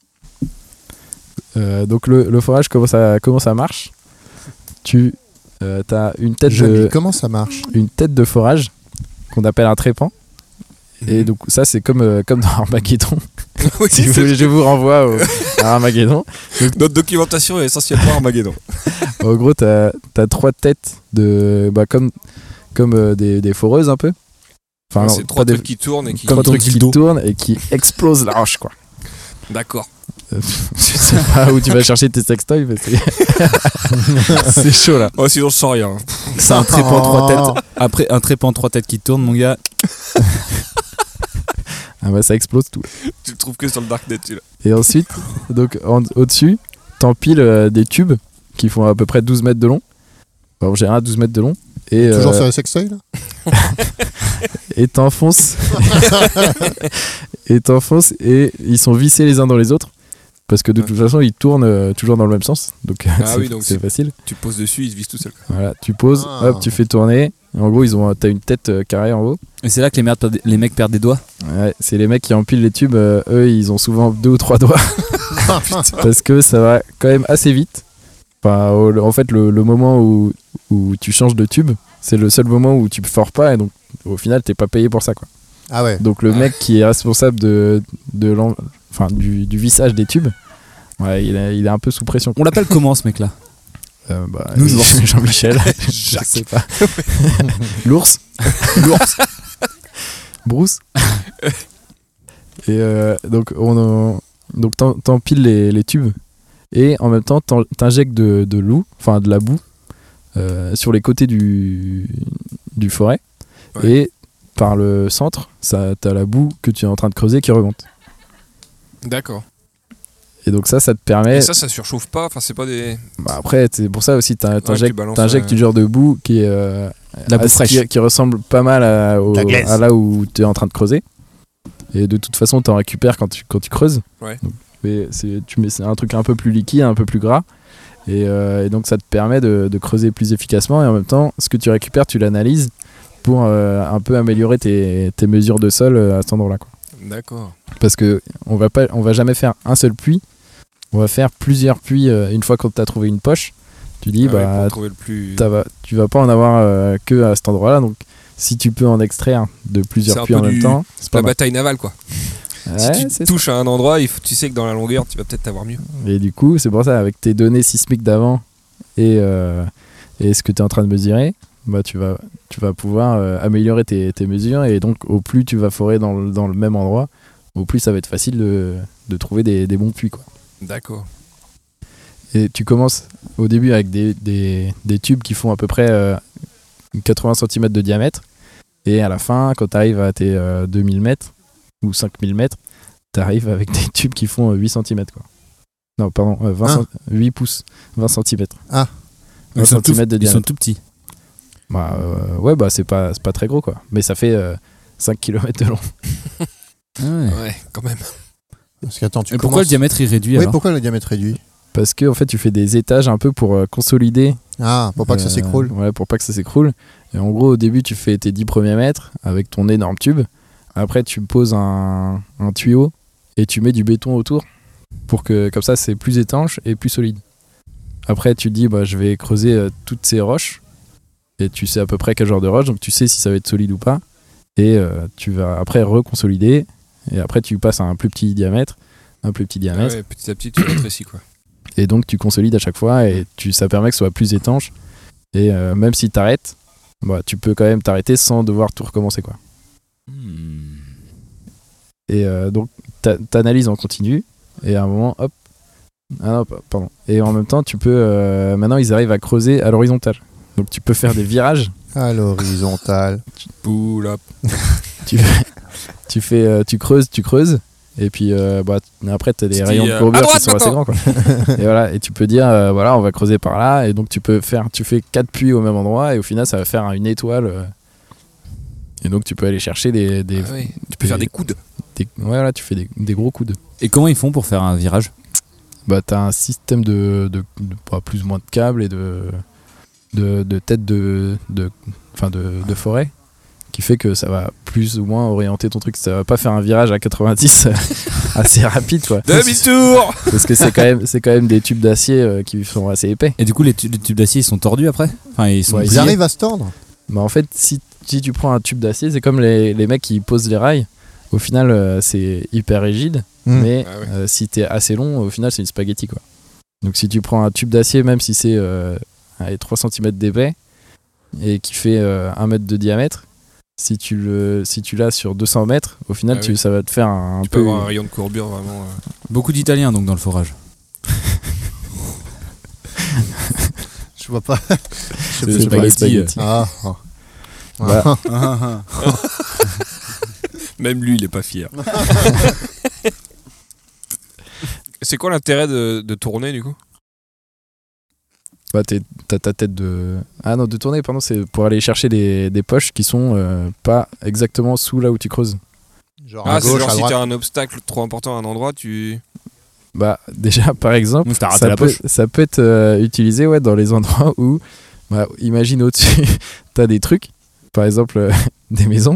Donc le forage, comment ça marche? Tu as une tête Comment ça marche? de forage qu'on appelle un trépan. Et Mhm. donc ça c'est comme dans Armageddon. Oui, Si vous voulez, je vous renvoie à Armageddon. Notre documentation est essentiellement Armageddon. En gros, t'as 3 têtes comme des foreuses un peu. Enfin, non, C'est 3 pas des- trucs qui tournent et qui. comme ton trucs qui dildo. tournent et qui explosent la roche, quoi. D'accord. Je sais pas où tu vas chercher tes sextoys, mais c'est chaud là. Oh, sinon je sens rien. C'est un trépan 3 têtes. Après un trépan 3 têtes qui tourne, mon gars. Ça explose tout. Tu le trouves que sur le Darknet, tu là. Et ensuite, donc au-dessus, t'empiles des tubes qui font à peu près 12 mètres de long. Enfin, en général, 12 mètres de long. Et Toujours sur les sextoys là? et t'enfonces et ils sont vissés les uns dans les autres parce que de toute façon ils tournent toujours dans le même sens, donc Donc c'est facile. tu poses dessus, il se vise tout seul. Quoi. Voilà, tu poses, Ah. hop, tu fais tourner. Et en gros, t'as une tête carrée en haut. Et c'est là que les mecs perdent des doigts. Ouais, c'est les mecs qui empilent les tubes. Eux, ils ont souvent 2 ou 3 doigts parce que ça va quand même assez vite. Enfin, en fait, le moment où tu changes de tube, c'est le seul moment où tu ne fores pas et donc au final, t'es pas payé pour ça, quoi. Ah ouais. Donc le mec qui est responsable du vissage des tubes, ouais, il est un peu sous pression. On l'appelle comment ce mec-là? Nous, Jean-Michel, je sais pas. L'ours. Bruce. Et donc t'empiles les tubes et en même temps t'injectes de l'eau, enfin de la boue sur les côtés du forêt. Ouais. Et par le centre, t'as la boue que tu es en train de creuser qui remonte. D'accord. Et donc ça te permet. Et ça surchauffe pas. Enfin, c'est pas des. Après, c'est pour ça aussi, tu balances, t'injectes du genre de boue qui est La boue fraîche. qui ressemble pas mal à glaise. là où tu es en train de creuser. Et de toute façon, tu en récupères quand tu creuses. Ouais. Donc, c'est un truc un peu plus liquide, un peu plus gras. Et donc ça te permet de creuser plus efficacement. Et en même temps, ce que tu récupères, tu l'analyses pour un peu améliorer tes mesures de sol à cet endroit-là, quoi. D'accord. Parce que on va jamais faire un seul puits. On va faire plusieurs puits une fois que tu as trouvé une poche. Tu dis, Ah ouais, pour trouver le plus... tu vas pas en avoir que à cet endroit-là. Donc, si tu peux en extraire de plusieurs puits en même temps, c'est pas la mal. bataille navale, quoi. Ouais, Si tu touches à un endroit, tu sais que dans la longueur, tu vas peut-être avoir mieux. Et du coup, c'est pour ça, avec tes données sismiques d'avant et ce que tu es en train de mesurer, bah, tu vas pouvoir améliorer tes mesures. Et donc, au plus tu vas forer dans le même endroit, au plus ça va être facile de trouver des bons puits, quoi. D'accord. Et tu commences au début avec des tubes qui font à peu près 80 cm de diamètre. Et à la fin, quand tu arrives à tes 2000 mètres ou 5000 mètres, tu arrives avec des tubes qui font 8 cm, quoi. Non, pardon, 8 pouces, 20 cm. Ah. 20 cm de Ils diamètre. sont tout petits. Bah, ouais, bah c'est pas très gros, quoi. Mais ça fait 5 km de long. Ah ouais. Ouais, quand même. Parce qu'attends, Et pourquoi le diamètre est réduit Oui, alors pourquoi le diamètre réduit? Parce que en fait, tu fais des étages un peu pour consolider. Ah, pour pas que ça s'écroule. Ouais, pour pas que ça s'écroule. Et en gros, au début, tu fais tes 10 premiers mètres avec ton énorme tube. Après, tu poses un tuyau et tu mets du béton autour pour que, comme ça, c'est plus étanche et plus solide. Après, tu te dis, bah, je vais creuser toutes ces roches et tu sais à peu près quel genre de roche, donc tu sais si ça va être solide ou pas. Et tu vas après reconsolider et après, tu passes à un plus petit diamètre. Ah ouais, petit à petit, tu rétrécis, quoi. Et donc tu consolides à chaque fois et ça permet que ce soit plus étanche. Et même si t'arrêtes, bah, tu peux quand même t'arrêter sans devoir tout recommencer, quoi. Et donc t'analyses en continu et à un moment, hop. Ah non, pardon. Et en même temps, tu peux. Maintenant, ils arrivent à creuser à l'horizontale. Donc tu peux faire des virages. À l'horizontale. Pull up. Tu creuses. Et puis bah, après tu as des rayons de courbure qui sont assez grands, quoi. Et voilà, et tu peux dire voilà, on va creuser par là et donc tu fais 4 puits au même endroit et au final ça va faire une étoile. Et donc tu peux aller chercher tu peux faire des coudes. Voilà, tu fais des gros coudes. Et comment ils font pour faire un virage? Bah tu as un système de plus ou moins de câbles et de têtes de forêt qui fait que ça va plus ou moins orienter ton truc. Ça va pas faire un virage à 90 assez rapide, quoi. Demi-tour. Parce que c'est quand même des tubes d'acier qui sont assez épais. Et du coup, les tubes d'acier, ils sont tordus après? Enfin, Ils arrivent à se tordre. Bah en fait, si tu prends un tube d'acier, c'est comme les mecs qui posent les rails. Au final, c'est hyper rigide, mais si t'es assez long, au final, c'est une spaghetti, quoi. Donc si tu prends un tube d'acier, même si c'est 3 cm d'épais et qui fait 1 mètre de diamètre, si tu l'as sur 200 mètres, au final, ça va te faire tu peux avoir un rayon de courbure vraiment. Beaucoup d'Italiens donc dans le forage. Je vois pas. C'est spaghetti. Ah. Bah. Même lui, il est pas fier. C'est quoi l'intérêt de tourner, du coup? Bah, t'as ta tête de... Ah non, de tourner, pardon, c'est pour aller chercher des poches qui sont pas exactement sous là où tu creuses. Genre à c'est gauche, genre à si droite. t'as un obstacle trop important à un endroit, tu... Bah, déjà, par exemple, T'as raté la poche. ça peut être utilisé dans les endroits où, bah, imagine au-dessus, t'as des trucs, par exemple, des maisons.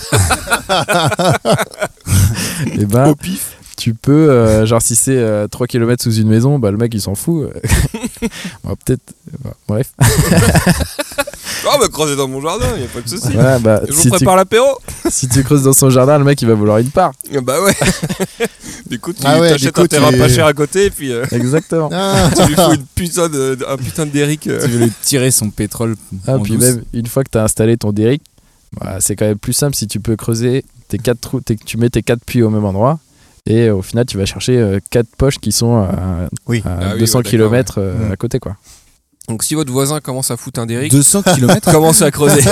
Et bah, Au pif. tu peux, genre si c'est 3 km sous une maison, bah le mec il s'en fout. Bah, peut-être. Bah, bref. Oh, bah creuser dans mon jardin, y a pas de soucis. Voilà, bah, Je vous prépare l'apéro. si tu creuses dans son jardin, le mec il va vouloir une part. Bah ouais. Du coup, tu Ah ouais, t'achètes du coup, un terrain pas cher à côté et puis Exactement. Ah. tu lui fous un putain de derrick. Tu veux lui tirer son pétrole Ah, en puis douce. même une fois que tu as installé ton derrick, bah, c'est quand même plus simple si tu peux creuser tes 4 trous, tu mets tes 4 puits au même endroit et au final tu vas chercher 4 poches qui sont à Ah 200 ouais, km ouais. à côté, quoi. Donc si votre voisin commence à foutre un derrick, 200 km. commencez à creuser.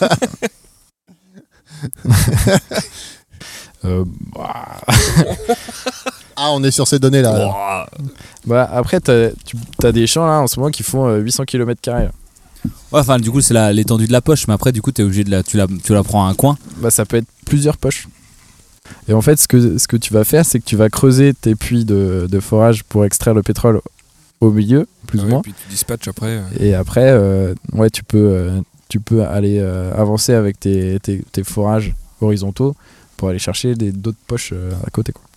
Ah, on est sur ces données là. alors. Bah, après t'as des champs là en ce moment qui font 800 km². Ouais, enfin, du coup, c'est l'étendue de la poche, mais après, du coup, t'es obligé tu la prends à un coin. Bah, ça peut être plusieurs poches. Et en fait, ce que tu vas faire, c'est que tu vas creuser tes puits de forage pour extraire le pétrole au milieu, plus ou moins. Et puis tu dispatches après. Et après, tu peux aller avancer avec tes forages horizontaux pour aller chercher d'autres poches à côté, quoi.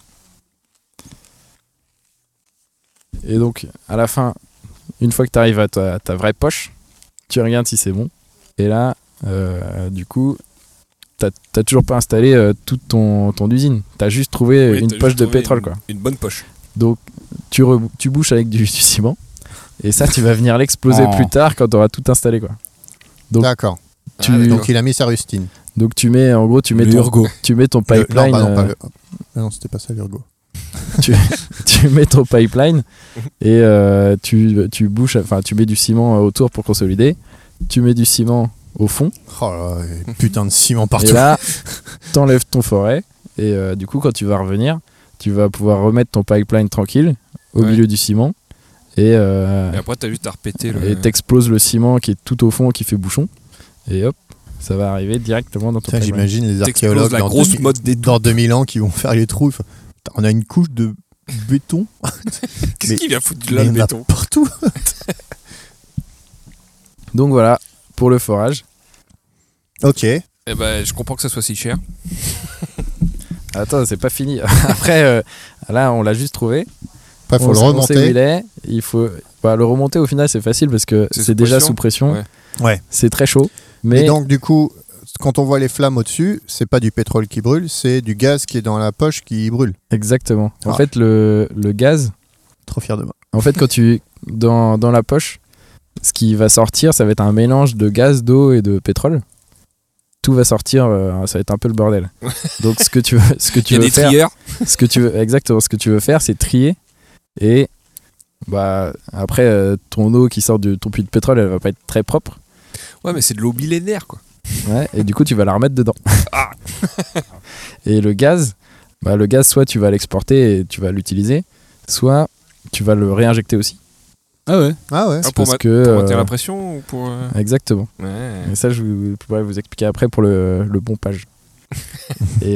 Et donc, à la fin, une fois que tu arrives à ta vraie poche, tu regardes si c'est bon. Et là, du coup, t'as toujours pas installé toute ton usine. T'as juste trouvé une poche de pétrole, quoi. Une bonne poche. Donc, tu bouches avec du ciment. Et ça, tu vas venir l'exploser plus tard quand tu auras tout installé, quoi. Donc, d'accord. Tu- Donc il a mis sa rustine. Donc, tu mets ton pipeline. Non, c'était pas ça l'urgo. tu mets ton pipeline et tu bouches, enfin, tu mets du ciment autour pour consolider. Tu mets du ciment au fond. Oh là là, putain de ciment partout. Et là, t'enlèves ton forêt. Et du coup, quand tu vas revenir, tu vas pouvoir remettre ton pipeline tranquille au milieu du ciment. Et après, t'as juste à repéter et t'exploses le ciment qui est tout au fond, qui fait bouchon. Et hop, ça va arriver directement dans ton pipeline. J'imagine les T'exploses archéologues la grosse mode des dans 2000 ans qui vont faire les trous. Enfin, on a une couche de béton. Qu'est-ce qui vient foutre Mais là, le il y en a béton? partout. Donc voilà, pour le forage. Ok. Eh ben, je comprends que ça soit si cher. Attends, c'est pas fini. Après, là, on l'a juste trouvé. Après, il faut le On sait où il remonter. est. Il faut le remonter. Au final, c'est facile parce que C'est c'est sous déjà pression. sous pression. Ouais. Ouais. C'est très chaud. Et Mais donc, du coup, quand on voit les flammes au-dessus, c'est pas du pétrole qui brûle, c'est du gaz qui est dans la poche qui brûle. exactement. En Ah. fait, le gaz, Trop fier de moi. en fait, quand tu dans la poche, ce qui va sortir, ça va être un mélange de gaz, d'eau et de pétrole. Tout va sortir, ça va être un peu le bordel. Donc, ce que tu Il y a veux des faire, trieurs. ce que tu veux faire, c'est trier. Et après, ton eau qui sort de ton puits de pétrole, elle va pas être très propre. Ouais, mais c'est de l'eau millénaire, quoi. Ouais, et du coup, tu vas la remettre dedans. Ah. Et le gaz, soit tu vas l'exporter et tu vas l'utiliser, soit tu vas le réinjecter aussi. Ah ouais. Ah ouais. Pour Parce que maintenir la pression ou pour. exactement. Ouais. Et ça, je pourrais vous expliquer après pour le pompage. et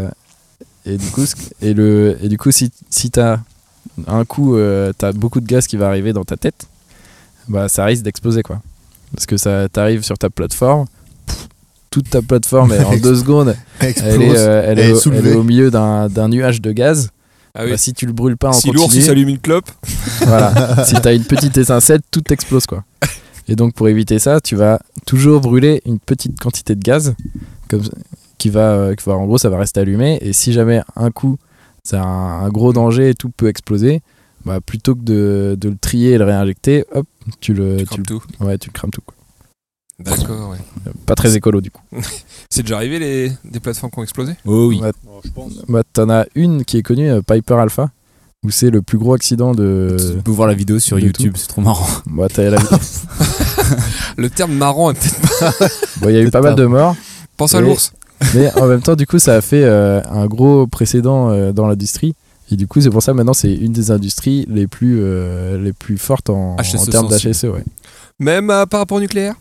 du coup, si t'as un coup, t'as beaucoup de gaz qui va arriver dans ta tête, bah ça risque d'exploser, quoi. Parce que ça t'arrive sur ta plateforme, toute ta plateforme en 2 secondes, elle est soulevée. au milieu d'un nuage de gaz. Ah oui. Bah, si tu le brûles pas en Si continu, l'ours il s'allume une clope. voilà. Si t'as une petite étincelle, tout explose, quoi. Et donc pour éviter ça, tu vas toujours brûler une petite quantité de gaz, qui va en gros, ça va rester allumé. Et si jamais un coup, c'est un gros danger et tout peut exploser, bah plutôt que de le trier et le réinjecter, hop, tu le crames tout, quoi. D'accord, ouais. Pas très écolo du coup. C'est déjà arrivé des plateformes qui ont explosé? Oh oui. Ouais. Bah, t'en as une qui est connue, Piper Alpha, où c'est le plus gros accident de. Tu peux voir la vidéo sur de YouTube, c'est trop marrant. Bah, t'as Le terme marrant est peut-être. bon, il y a eu pas mal de morts, Pense à Et- l'ours. mais en même temps, du coup, ça a fait un gros précédent dans l'industrie. Et du coup, c'est pour ça maintenant, c'est une des industries les plus fortes en HSE termes sensible. d'HSE. Ouais. Même par rapport au nucléaire?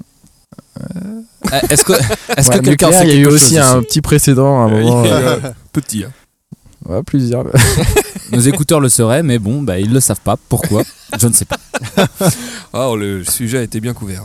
Est-ce que Ouais, quelqu'un nucléaire, fait il y a eu quelque aussi chose un petit précédent à un moment. Petit. Hein. Ouais, plusieurs. Nos écouteurs le sauraient, mais bon, bah, ils le savent pas. Pourquoi? Je ne sais pas. Ah, le sujet a été bien couvert.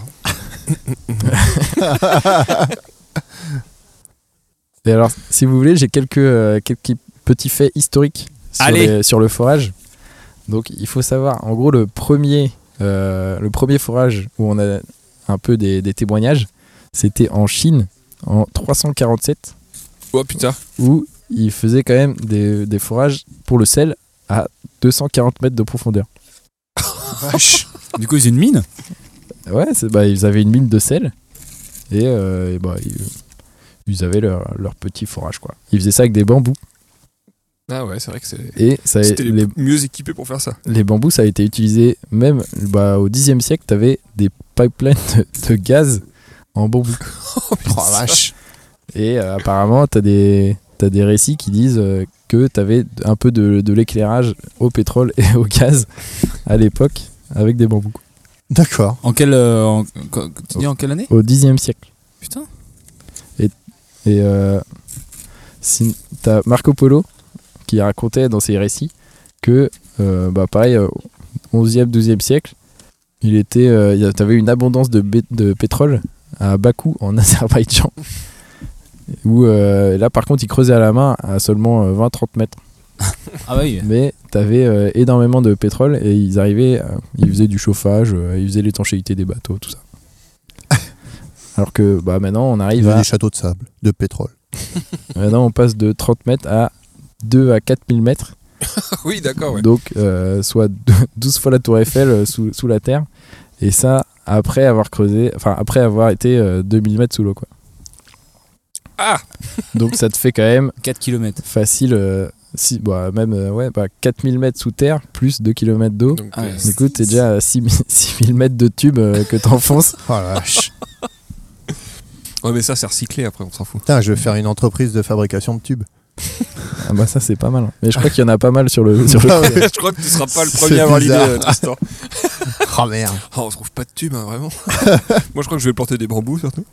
Et alors, si vous voulez, j'ai quelques petits faits historiques sur le forage. Donc, il faut savoir, en gros, le premier forage où on a un peu des témoignages, c'était en Chine, en 347, Oh putain. où ils faisaient quand même des forages pour le sel à 240 mètres de profondeur. Vache. Du coup, ils ont une mine. Ouais, ils avaient une mine de sel et ils avaient leur petit forage, quoi. Ils faisaient ça avec des bambous. Ah ouais, c'est vrai que Et c'était les mieux équipés pour faire ça. les bambous, ça a été utilisé même au Xe siècle. Tu avais des pipelines de gaz en bambou. Oh vache. Et apparemment, tu as des récits qui disent que tu avais un peu de l'éclairage au pétrole et au gaz à l'époque avec des bambous. D'accord. En quelle, tu dis en quelle année? Au Xe siècle. Putain. Et T'as Marco Polo qui racontait dans ses récits que, pareil, 11e, 12e siècle, t'avais une abondance de pétrole à Bakou, en Azerbaïdjan. Où là, par contre, ils creusaient à la main à seulement 20-30 mètres. Ah bah oui. Mais t'avais énormément de pétrole et ils arrivaient, ils faisaient du chauffage, ils faisaient l'étanchéité des bateaux, tout ça. Alors que maintenant, on arrive à. Des châteaux de sable, de pétrole. Maintenant, on passe de 30 mètres à 2 à 4000 mètres. Oui, d'accord. Ouais. Donc, soit 12 fois la Tour Eiffel sous la terre. Et ça, après avoir été 2000 mètres sous l'eau, quoi. Ah. Donc, ça te fait quand même 4 km. facile. 4000 mètres sous terre, plus 2 km d'eau. Donc, Ah ouais. Du coup, t'es déjà à 6000 mètres de tube que t'enfonces. Oh la vache. Ouais, mais ça, c'est recyclé après, on s'en fout. Putain, je vais faire une entreprise de fabrication de tubes. Ah bah ça, c'est pas mal. Mais je crois qu'il y en a pas mal sur le Ah ouais. Je crois que tu seras pas le C'est premier à avoir l'idée, bizarre. Tristan. Oh merde. Oh, on trouve pas de tube, hein, vraiment. Moi, je crois que je vais planter des bambous, surtout.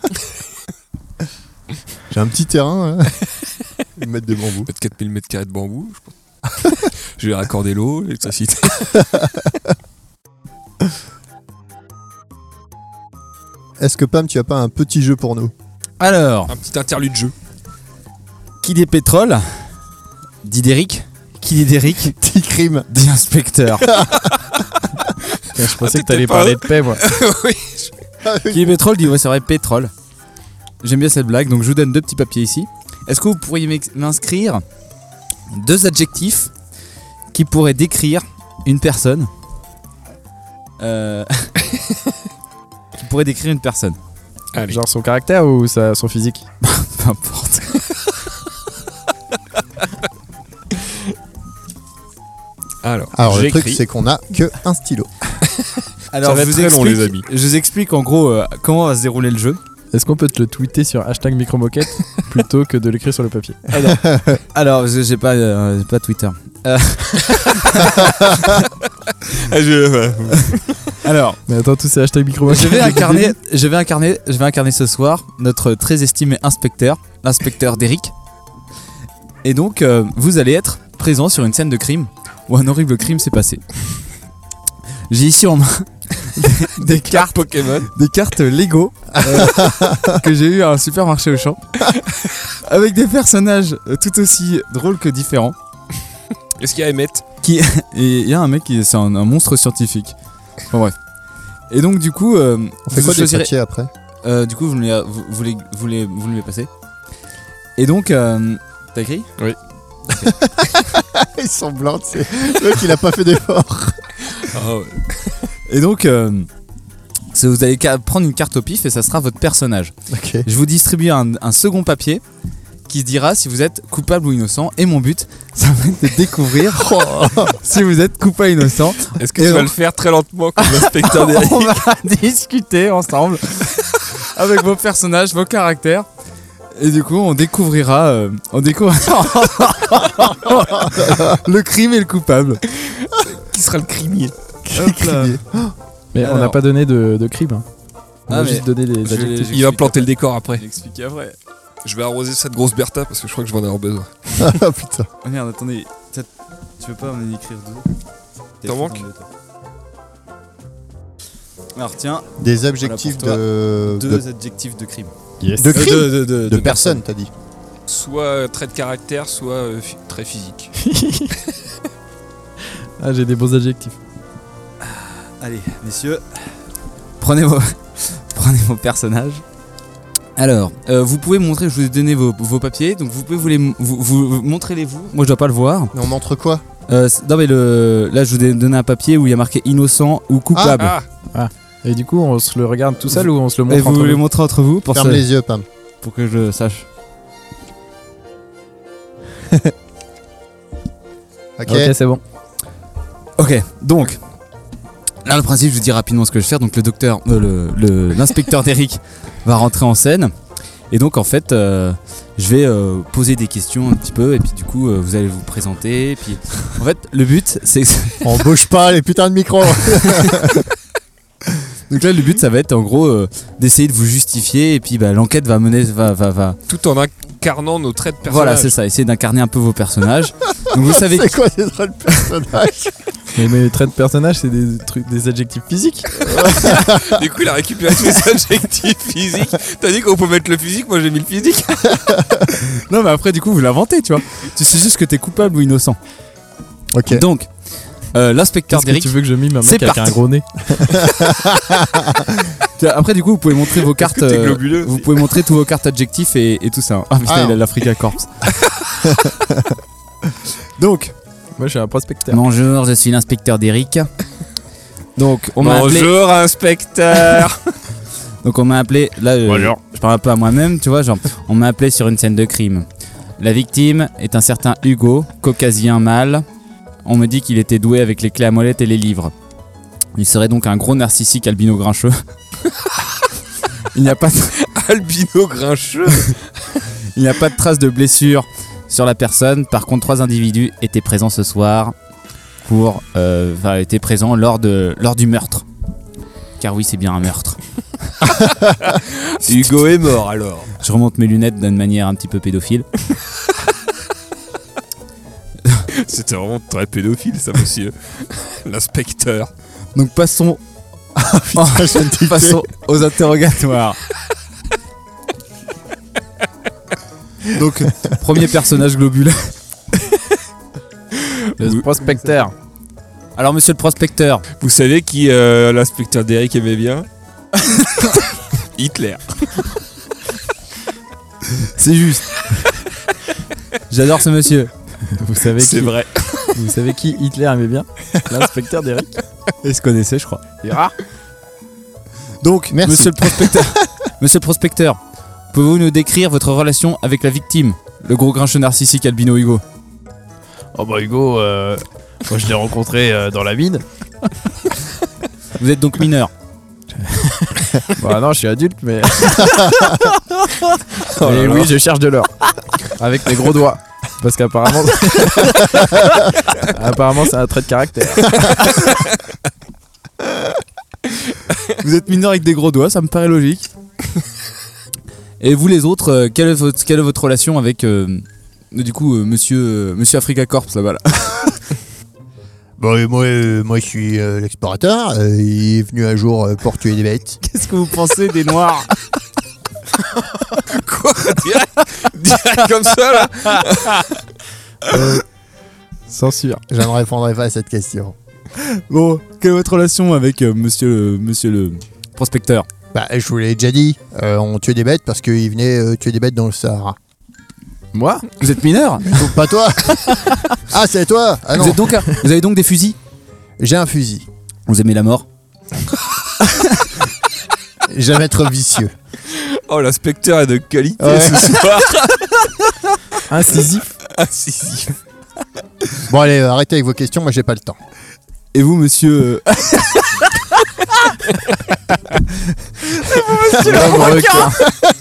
J'ai un petit terrain. Hein. Mettre des bambous. Mettre 4000 mètres carrés de bambous, je pense. Je vais raccorder l'eau, l'électricité. Est-ce que Pam, tu as pas un petit jeu pour nous? Alors, Un petit interlude jeu. qui dit pétrole dit Derrick. Qui dit Derrick Petit crime. dit inspecteur. Je pensais que t'allais pas parler de paix, moi. Oui. Qui dit pétrole dit, ouais, c'est vrai, pétrole. J'aime bien cette blague, donc je vous donne 2 petits papiers ici. Est-ce que vous pourriez m'inscrire 2 adjectifs qui pourraient décrire une personne qui pourraient décrire une personne. Allez. Genre son caractère ou son physique? Peu importe. Alors le j'écris. truc, c'est qu'on a que un stylo. Alors, va je être vous très long, explique- les amis. Je vous explique en gros comment va se dérouler le jeu. Est-ce qu'on peut te le tweeter sur #micromoquette plutôt que de l'écrire sur le papier? Alors, j'ai pas Twitter. Alors, Mais attends, tout c'est #micromoquette. je vais incarner ce soir notre très estimé l'inspecteur Derrick. Et donc, vous allez être présent sur une scène de crime où un horrible crime s'est passé. J'ai ici en main des cartes Pokémon. des cartes Lego que j'ai eu à un supermarché Auchan avec des personnages tout aussi drôles que différents. Est-ce qu'il y a Emmett? Et il y a un mec c'est un monstre scientifique. Bon bref. Et donc du coup, On fait vous quoi des choisirez- papiers après? du coup vous me les passez. Et donc t'as écrit? Ils sont blancs, tu sais. Le mec, il a pas fait d'effort. Ah ouais. Et donc vous allez prendre une carte au pif et ça sera votre personnage. Ok. Je vous distribue un second papier qui se dira si vous êtes coupable ou innocent. Et mon but, ça va être de découvrir si vous êtes coupable ou innocent. Est-ce que Et tu vas on- le faire très lentement comme l'inspecteur Derrick? On va discuter ensemble avec vos personnages, vos caractères. Et du coup, on découvrira le crime et le coupable. Qui sera le crimier? Hop là. Mais on n'a Alors. pas donné de crime. Hein. On Ah, a mais juste donné des je vais- adjectifs. Il va planter le décor après. J'explique après. Je vais arroser cette grosse Bertha parce que je crois que je vais en avoir besoin. Ah putain. Oh merde, attendez. Tu veux pas m'en écrire 2? T'en manques? Alors tiens, Des objectifs Voilà pour toi. de, 2 adjectifs de crime. Yes. de crime, de de personne, t'as dit. Soit trait de caractère, soit trait physique. Ah, j'ai des bons adjectifs. Allez, messieurs, prenez vos personnages. Alors, vous pouvez montrer, je vous ai donné vos papiers, donc vous pouvez vous montrez-les vous. Moi, je dois pas le voir. Mais on montre quoi? Non mais là, je vous ai donné un papier où il y a marqué innocent ou coupable. Ah, Et du coup, on se le regarde tout seul ou on se le Et montre vous entre les nous? montrez entre vous pour, Ferme les yeux, Pam. pour que je sache. Ok. Ok, c'est bon. Ok, donc là le principe, je vous dis rapidement ce que je vais faire. Donc le docteur, l'inspecteur Derrick va rentrer en scène. Et donc en fait, je vais poser des questions un petit peu. Et puis du coup, vous allez vous présenter. Et puis en fait, le but, c'est On bouge pas les putains de micros. donc là le but, ça va être en gros d'essayer de vous justifier. Et puis l'enquête va mener, va. tout en incarnant nos traits de personnage. Voilà, c'est ça, essayez d'incarner un peu vos personnages. Donc vous savez C'est quoi ces traits de personnage? Mais les traits de personnage, c'est des adjectifs physiques. Du coup, il a récupéré tous les adjectifs physiques. T'as dit qu'on peut mettre le physique, moi j'ai mis le physique. Non, mais après, du coup, vous l'inventez, tu vois. Tu sais juste que t'es coupable ou innocent. Ok. Donc, l'inspecteur Qu'est-ce que d'Eric. tu veux que je mime un c'est mec avec parti. un gros nez? Après, du coup, vous pouvez montrer vos cartes. t'es globuleux Vous aussi pouvez montrer tous vos cartes adjectifs et tout ça. Ah, putain, Ah. il a l'Africa Corps. Donc, Moi, je suis un prospecteur. bonjour, je suis l'inspecteur d'Eric. Donc, on m'a appelé. Bonjour, inspecteur. Donc, on m'a appelé. Là, Bonjour. je parle un peu à moi-même, tu vois. Genre, on m'a appelé sur une scène de crime. La victime est un certain Hugo, caucasien mâle. On me dit qu'il était doué avec les clés à molette et les livres. Il serait donc un gros narcissique albino grincheux. Il n'y a pas de... Albino grincheux. Il n'y a pas de traces de blessures sur la personne. Par contre, 3 individus étaient présents ce soir étaient présents lors du meurtre. Car oui, c'est bien un meurtre. Hugo est mort alors. Je remonte mes lunettes d'une manière un petit peu pédophile. C'était vraiment très pédophile ça, monsieur. L'inspecteur. Donc passons aux interrogatoires. Donc, premier personnage globulaire. Le prospecteur. Alors, monsieur le prospecteur, Vous savez qui l'inspecteur d'Eric aimait bien? Hitler. c'est juste. J'adore ce monsieur. Vous savez C'est qui vrai. Vous savez qui Hitler aimait bien? L'inspecteur d'Eric. Il se connaissait, je crois. C'est rare. Donc, Merci. monsieur le prospecteur, monsieur le prospecteur, pouvez-vous nous décrire votre relation avec la victime, le gros grincheux narcissique albino Hugo? Oh bah Hugo, moi je l'ai rencontré dans la mine. Vous êtes donc mineur. Bah non, je suis adulte, mais. Oh là Mais là. oui, je cherche de l'or. Avec mes gros doigts. Parce qu'apparemment. Apparemment, c'est un trait de caractère. Vous êtes mineur avec des gros doigts, ça me paraît logique. Et vous les autres, quelle est votre relation avec monsieur Africa Corps là-bas là? Bon, moi, je suis l'explorateur. Il est venu un jour pour tuer des bêtes. Qu'est-ce que vous pensez des noirs? Quoi? Direct comme ça là? Censure. Je ne répondrai pas à cette question. Bon, quelle est votre relation avec monsieur le prospecteur? Bah, je vous l'ai déjà dit. On tuait des bêtes parce qu'il venait tuer des bêtes dans le Sahara. Moi? Vous êtes mineur? Donc pas toi. Ah, c'est toi. Ah non. Vous avez donc des fusils? J'ai un fusil. Vous aimez la mort? J'aime être vicieux. Oh, l'inspecteur est de qualité Ouais. ce soir. Incisif. Incisif. Bon, allez, arrêtez avec vos questions. Moi, j'ai pas le temps. Et vous, monsieur L'homme requin.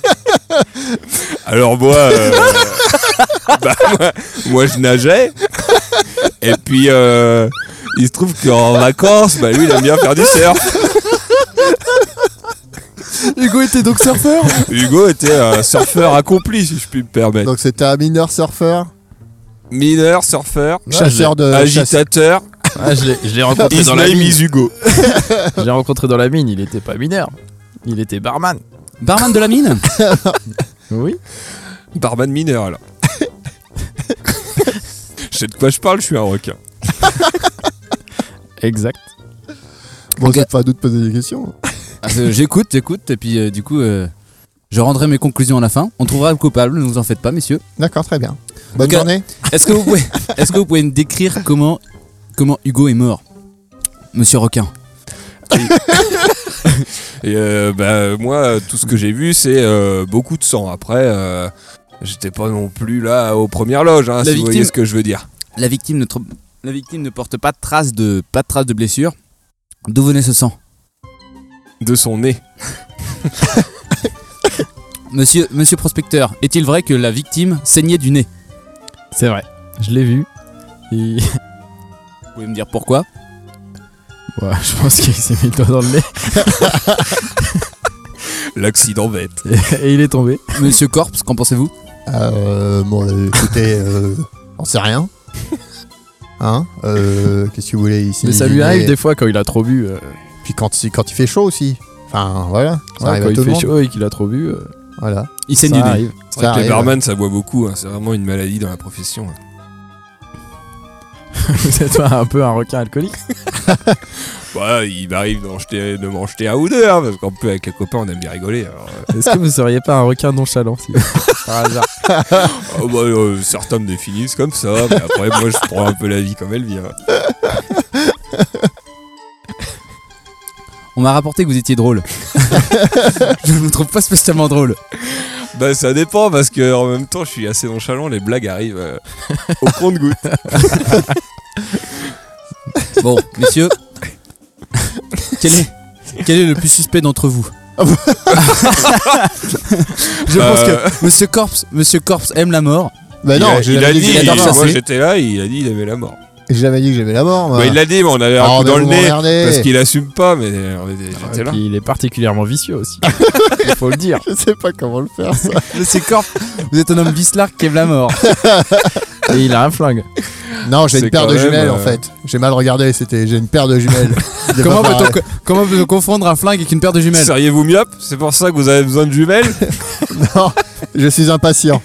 Alors moi je nageais. Et puis il se trouve qu'en vacances, lui il aime bien faire du surf. Hugo était donc surfeur? Hugo était un surfeur accompli, si je puis me permettre. Donc, c'était un mineur surfeur, Mineur, surfeur, chasseur de agitateur. Ah, je l'ai rencontré His dans la name mine. is Hugo. Je l'ai rencontré dans la mine, il était pas mineur. Il était barman. Barman de la mine? Oui. Barman mineur alors. Je sais de quoi je parle, je suis un requin. Exact. Bon, Ok. c'est pas à nous de poser des questions. J'écoute, et puis du coup, je rendrai mes conclusions à la fin. On trouvera le coupable, ne vous en faites pas, messieurs. D'accord, très bien. Bonne Ok. journée. Est-ce que vous pouvez me décrire comment Hugo est mort, monsieur requin? Et moi, tout ce que j'ai vu, c'est beaucoup de sang. Après, j'étais pas non plus là aux premières loges, hein, si vous voyez ce que je veux dire. La victime ne porte pas de traces de blessure. D'où venait ce sang? De son nez. Monsieur prospecteur, est-il vrai que la victime saignait du nez? C'est vrai. Je l'ai vu. Et... Vous pouvez me dire pourquoi? Ouais, je pense qu'il s'est mis le doigt dans le nez. L'accident bête. Et il est tombé. Monsieur Corps, qu'en pensez-vous? Bon, écoutez, on sait rien. Hein qu'est-ce que vous voulez ici? Mais ça lui arrive des fois quand il a trop bu. Puis quand il fait chaud aussi. Enfin, voilà. Ça arrive quand à il tout le fait monde. chaud et qu'il a trop bu, Voilà. Il saigne ça du nez. arrive. C'est vrai Ça que les arrive, barman, ça boit beaucoup. Hein. C'est vraiment une maladie dans la profession. Vous êtes un peu un requin alcoolique. Ouais, il m'arrive de m'en jeter un ou deux, hein, parce qu'en plus, avec les copains, on aime bien rigoler. Alors, Est-ce que vous seriez pas un requin nonchalant si par hasard? certains me définissent comme ça, mais après, moi, je prends un peu la vie comme elle vient. On m'a rapporté que vous étiez drôle. Je ne vous trouve pas spécialement drôle. Bah, ça dépend, parce que en même temps, je suis assez nonchalant, les blagues arrivent au compte-goutte. Bon, messieurs, quel est le plus suspect d'entre vous? Je pense que Monsieur Corpse aime la mort. Bah non, il a dit, adore chasser. moi j'étais là, il a dit il aimait la mort. j'ai jamais dit que j'aimais la mort. Moi. Bah, il l'a dit, mais on avait un coup mais dans le vous nez, m'emmerdez. parce qu'il assume pas, mais j'étais Et là. puis il est particulièrement vicieux aussi. Il faut le dire. Je sais pas comment le faire, ça. Monsieur Corpse, vous êtes un homme Bislark qui aime la mort. Et il a un flingue. Non, j'ai C'est une paire quand de même, jumelles en fait. J'ai mal regardé, j'ai une paire de jumelles. C'est Comment pas pareil. peut-on confondre un flingue avec une paire de jumelles? Seriez-vous myope? C'est pour ça que vous avez besoin de jumelles? Non, je suis impatient.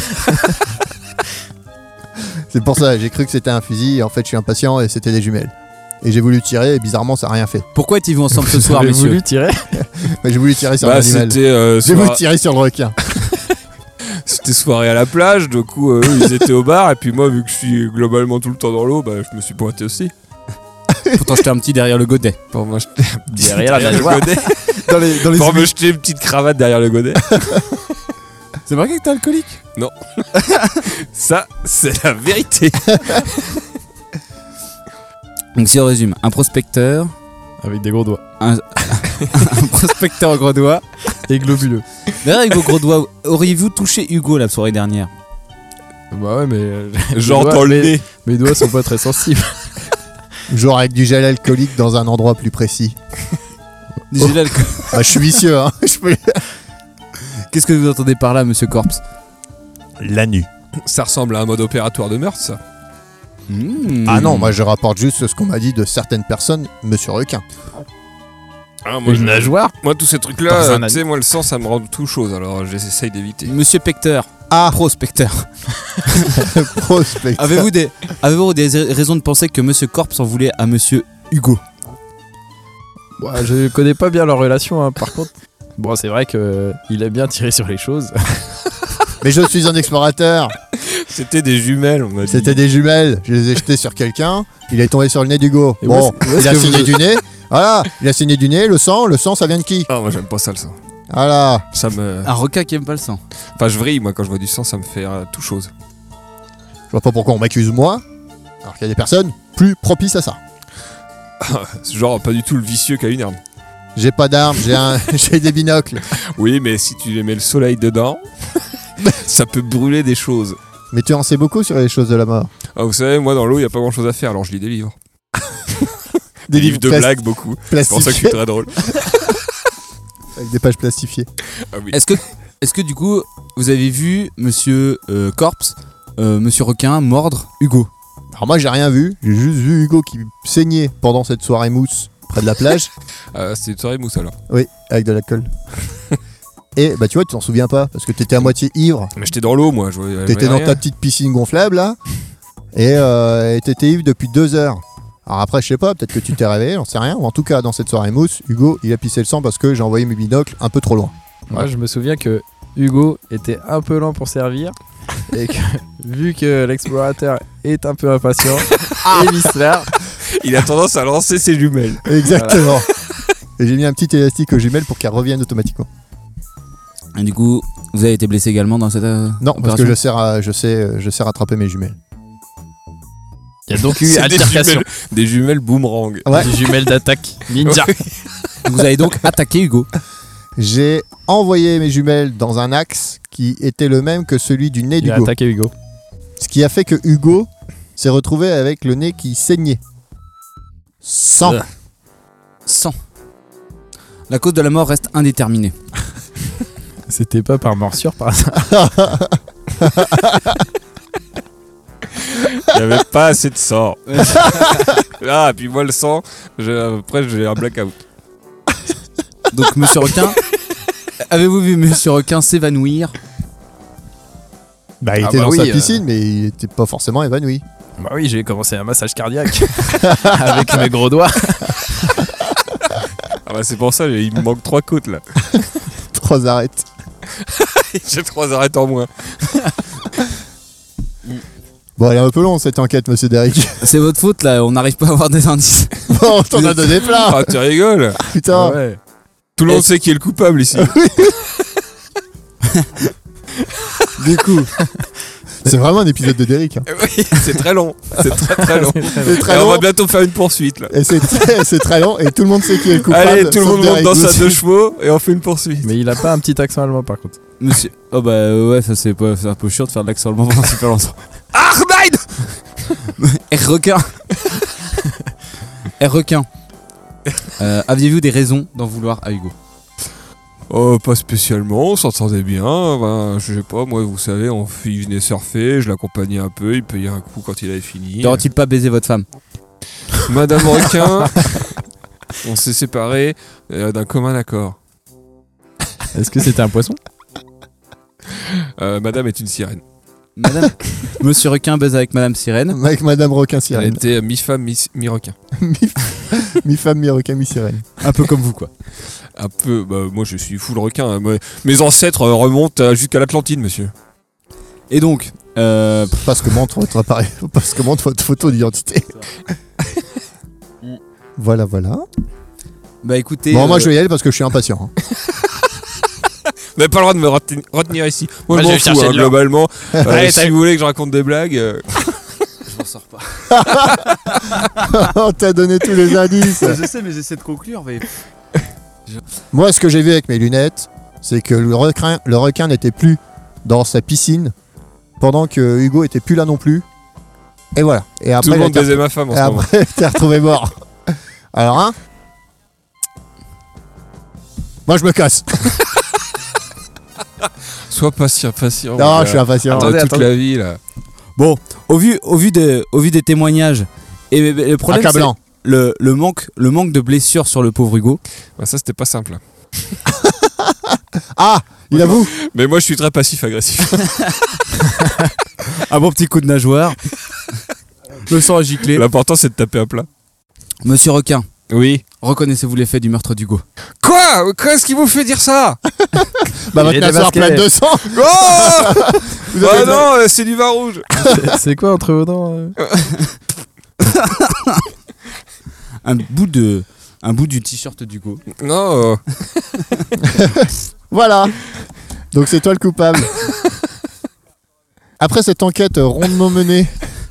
C'est pour ça, j'ai cru que c'était un fusil et en fait je suis impatient et c'était des jumelles. Et j'ai voulu tirer et bizarrement ça n'a rien fait. Pourquoi étiez-vous ensemble ce soir, Vous avez messieurs? voulu tirer. Mais j'ai voulu tirer sur Bah, l'animal. c'était J'ai voulu tirer sur le requin. C'était soirée à la plage, du coup eux ils étaient au bar, et puis moi vu que je suis globalement tout le temps dans l'eau, bah je me suis pointé aussi. Pourtant, j'étais un petit derrière le godet. Pour me jeter un petit Derrière la le nageoire. godet. Dans les Pour me jeter une petite cravate derrière le godet. C'est vrai que t'es alcoolique? Ça, c'est la vérité. Donc, si on résume, un prospecteur, Avec des gros doigts. un prospecteur au gros doigt. Et globuleux. D'ailleurs, avec vos gros doigts, auriez-vous touché Hugo la soirée dernière? Bah ouais, mais. Genre mes dans doigts- le nez. Mes doigts sont pas très sensibles. Genre avec du gel alcoolique dans un endroit plus précis. Déjà, l'alcool. Ah, je suis vicieux, hein. Je peux... Qu'est-ce que vous entendez par là, monsieur Corpse? La nuit. Ça ressemble à un mode opératoire de meurtre, ça. Ah non, moi je rapporte juste ce qu'on m'a dit de certaines personnes, monsieur requin. Ah, Une nageoire. moi, tous ces Dans trucs-là, un tu sais, moi, le sang, ça me rend tout chose, alors j'essaye d'éviter. Monsieur Pecteur. Ah, Prospecteur. prospect. Avez-vous des raisons de penser que monsieur Corpse en voulait à monsieur Hugo? Bah, je connais pas bien leur relation, hein. Par contre. Bon, c'est vrai que il aime bien tirer sur les choses. Mais je suis un explorateur. C'était des jumelles, on m'a dit. C'était des jumelles. Je les ai jetées sur quelqu'un. Il est tombé sur le nez d'Hugo. Et Bon, où est-ce il a que saigné vous- du nez. Voilà, il a saigné du nez. Le sang, ça vient de qui? Ah, moi, j'aime pas ça, le sang. Voilà. Ça me... Un requin qui aime pas le sang. Enfin, je vrille, moi, quand je vois du sang, ça me fait tout chose. Je vois pas pourquoi on m'accuse moi, alors qu'il y a des personnes plus propices à ça. C'est genre pas du tout le vicieux qui a une arme. J'ai pas d'armes, j'ai des binocles. Oui, mais si tu mets le soleil dedans, ça peut brûler des choses. Mais tu en sais beaucoup sur les choses de la mort. Ah, vous savez, moi, dans l'eau, il y a pas grand-chose à faire, alors je lis des livres. Des livres de blagues, beaucoup. C'est pour ça que je suis plastifiés, très drôle. avec des pages plastifiées. Ah oui. Est-ce que du coup, vous avez vu monsieur Corpse, monsieur requin mordre Hugo? Alors moi j'ai rien vu, j'ai juste vu Hugo qui saignait pendant cette soirée mousse près de la plage. C'était une soirée mousse, alors. Oui, avec de l'alcool. Et bah tu vois, tu t'en souviens pas parce que t'étais à moitié ivre. Mais j'étais dans l'eau, moi. Je voyais T'étais dans rien. ta petite piscine gonflable là. Et t'étais ivre depuis 2 heures. Alors après, je sais pas, peut-être que tu t'es réveillé, j'en sais rien. Ou en tout cas, dans cette soirée mousse, Hugo, il a pissé le sang parce que j'ai envoyé mes binocles un peu trop loin. Moi, je me souviens que Hugo était un peu lent pour servir. Et que, vu que l'explorateur est un peu impatient, et vice-versa, Il a tendance à lancer ses jumelles. Exactement. Et j'ai mis un petit élastique aux jumelles pour qu'elles reviennent automatiquement. Et du coup, vous avez été blessé également dans cette Non, parce opération? que je sais rattraper mes jumelles. il y a donc eu C'est altercation. des jumelles boomerang. Ouais. Des jumelles d'attaque ninja. Vous avez donc attaqué Hugo. J'ai envoyé mes jumelles dans un axe qui était le même que celui du nez Il a d'Hugo. attaqué Hugo. Ce qui a fait que Hugo s'est retrouvé avec le nez qui saignait. Sang. Sang. La cause de la mort reste indéterminée. C'était pas par morsure par hasard. Il n'y avait pas assez de sang. Ah, puis moi, le sang, après, j'ai un blackout. Donc, Monsieur Requin, avez-vous vu Monsieur Requin s'évanouir? Bah, il Ah était bah dans oui, sa piscine, mais il était pas forcément évanoui. Bah oui, j'ai commencé un massage cardiaque avec mes gros doigts. Ah bah c'est pour ça, il me manque 3 côtes là. 3 arêtes. J'ai 3 arêtes en moins. Bon, elle est un peu longue cette enquête, monsieur Derrick. C'est votre faute là, on n'arrive pas à avoir des indices. Bon, on t'en a donné plein. Ah, tu rigoles. Putain. Ouais. Tout le monde sait qui est le coupable ici. Du coup, c'est vraiment un épisode de Derrick. Hein. Oui, c'est très long. C'est très très long. C'est très Et on long. va bientôt faire une poursuite là. Et c'est très long et tout le monde sait qui est le coupable. Allez, tout le sauf monde monte Derrick. dans sa 2 chevaux et on fait une poursuite. Mais il a pas un petit accent allemand par contre. Monsieur. Oh bah ouais, ça c'est un peu chiant de faire de l'accent allemand pendant super longtemps. Arneid. R requin. R requin. Aviez-vous des raisons d'en vouloir à Hugo? Oh, pas spécialement, on s'entendait bien. Ben, je sais pas, moi, vous savez, il venait surfer, je l'accompagnais un peu, il payait un coup quand il avait fini. N'aurait-il pas baisé votre femme? Madame Requin, on s'est séparés d'un commun accord. Est-ce que c'était un poisson? Madame est une sirène. Madame. Monsieur Requin baise avec Madame Sirène. Avec Madame Requin Elle Sirène. était mi-femme, mi-requin. Mi-femme, mi-requin, mi-sirène. Un peu comme vous quoi. Un peu, bah, moi je suis full requin. Hein. Mes ancêtres remontent jusqu'à l'Atlantide, monsieur. Et donc, Parce que montre votre photo d'identité. Voilà. bah écoutez. Bon, moi je vais y aller parce que je suis impatient. Hein. Vous n'avez pas le droit de me retenir ici. Moi, Moi, je je m'en vais fous, chercher hein, de l'or. globalement. Allez, Si vous voulez que je raconte des blagues. Je m'en sors pas. On t'a donné tous les indices. Je sais, mais j'essaie de conclure. Mais... Moi, ce que j'ai vu avec mes lunettes, c'est que le requin n'était plus dans sa piscine pendant que Hugo était plus là non plus. Et voilà. Et après, Tout le il a monde été- baisait ma femme en et ce moment. après, il s'est retrouvé mort. Alors, hein? Moi, je me casse. Sois patient. Non, je suis impatient. Attendez, toute la vie là. Bon, au vu des témoignages et le problème c'est Accablant. le manque de blessures sur le pauvre Hugo. Bah, ça, c'était pas simple. Ah, il avoue. Mais moi, je suis très passif-agressif. Un bon petit coup de nageoire. Le sang a giclé. L'important, c'est de taper un plat. Monsieur Requin, Oui. reconnaissez-vous les faits du meurtre d'Hugo? Quoi? Qu'est-ce qui vous fait dire ça? Bah, Il votre est nageoire démasqué. pleine de sang. Oh! Vous avez Ah non, c'est du vin rouge. C'est quoi entre vos dents Un bout du t-shirt d'Hugo. Non. Voilà. Donc c'est toi le coupable. Après cette enquête rondement menée.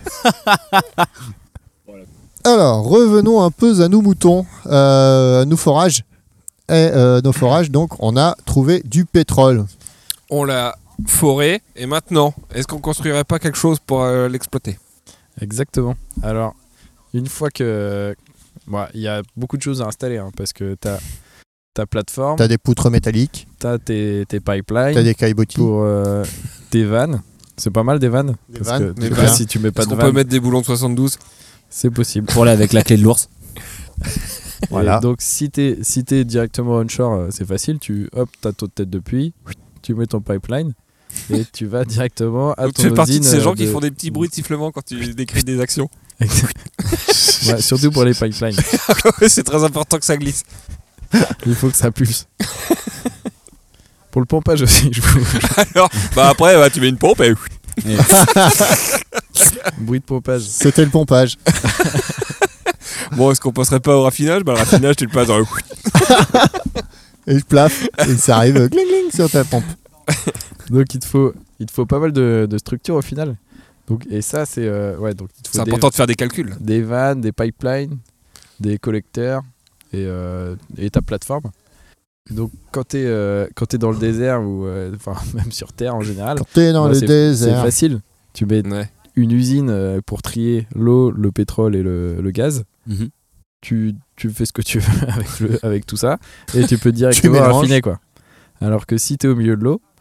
Alors, revenons un peu à nos moutons, nos forages. Et nos forages, donc, on a trouvé du pétrole. On l'a foré. Et maintenant, est-ce qu'on construirait pas quelque chose pour l'exploiter? Exactement. Alors, une fois que... Bon, il y a beaucoup de choses à installer, hein, parce que t'as ta plateforme, T'as des poutres métalliques, t'as tes pipelines, t'as des caillebotis. pour tes vannes. C'est pas mal des vannes. Des Parce vannes, que des tu vois, vannes. si tu mets pas Est-ce de qu'on peut vannes, mettre des boulons de 72? c'est possible. Pour aller avec la clé de l'ours. Voilà. Et donc si t'es directement onshore, c'est facile. T'as ton tête de puits, tu mets ton pipeline et tu vas directement à Donc, ton tu fais partie de usine, ces gens qui font des petits bruits de sifflement quand tu décris des actions. Ouais, surtout pour les pipelines. C'est très important que ça glisse. Il faut que ça pulse. Pour le pompage aussi, je vous... Alors, bah après, bah, tu mets une pompe et... Et- bruit de pompage. C'était le pompage. Bon, est-ce qu'on passerait pas au raffinage? Bah, le raffinage, tu le passes dans le... Et je plaf. Et ça arrive gling gling sur ta pompe. Donc il te faut pas mal de structures au final. Donc, et ça c'est ouais, donc il te faut C'est important de faire des calculs. des vannes, des pipelines, des collecteurs et ta plateforme. Donc quand t'es dans le désert ou enfin même sur Terre en général, Quand t'es dans bah, le c'est désert. facile. Tu mets Ouais. une usine pour trier l'eau, le pétrole et le gaz. Mhm. Tu fais ce que tu veux avec tout ça et tu peux directement mélanges. raffiner quoi. Alors que si t'es au milieu de l'eau,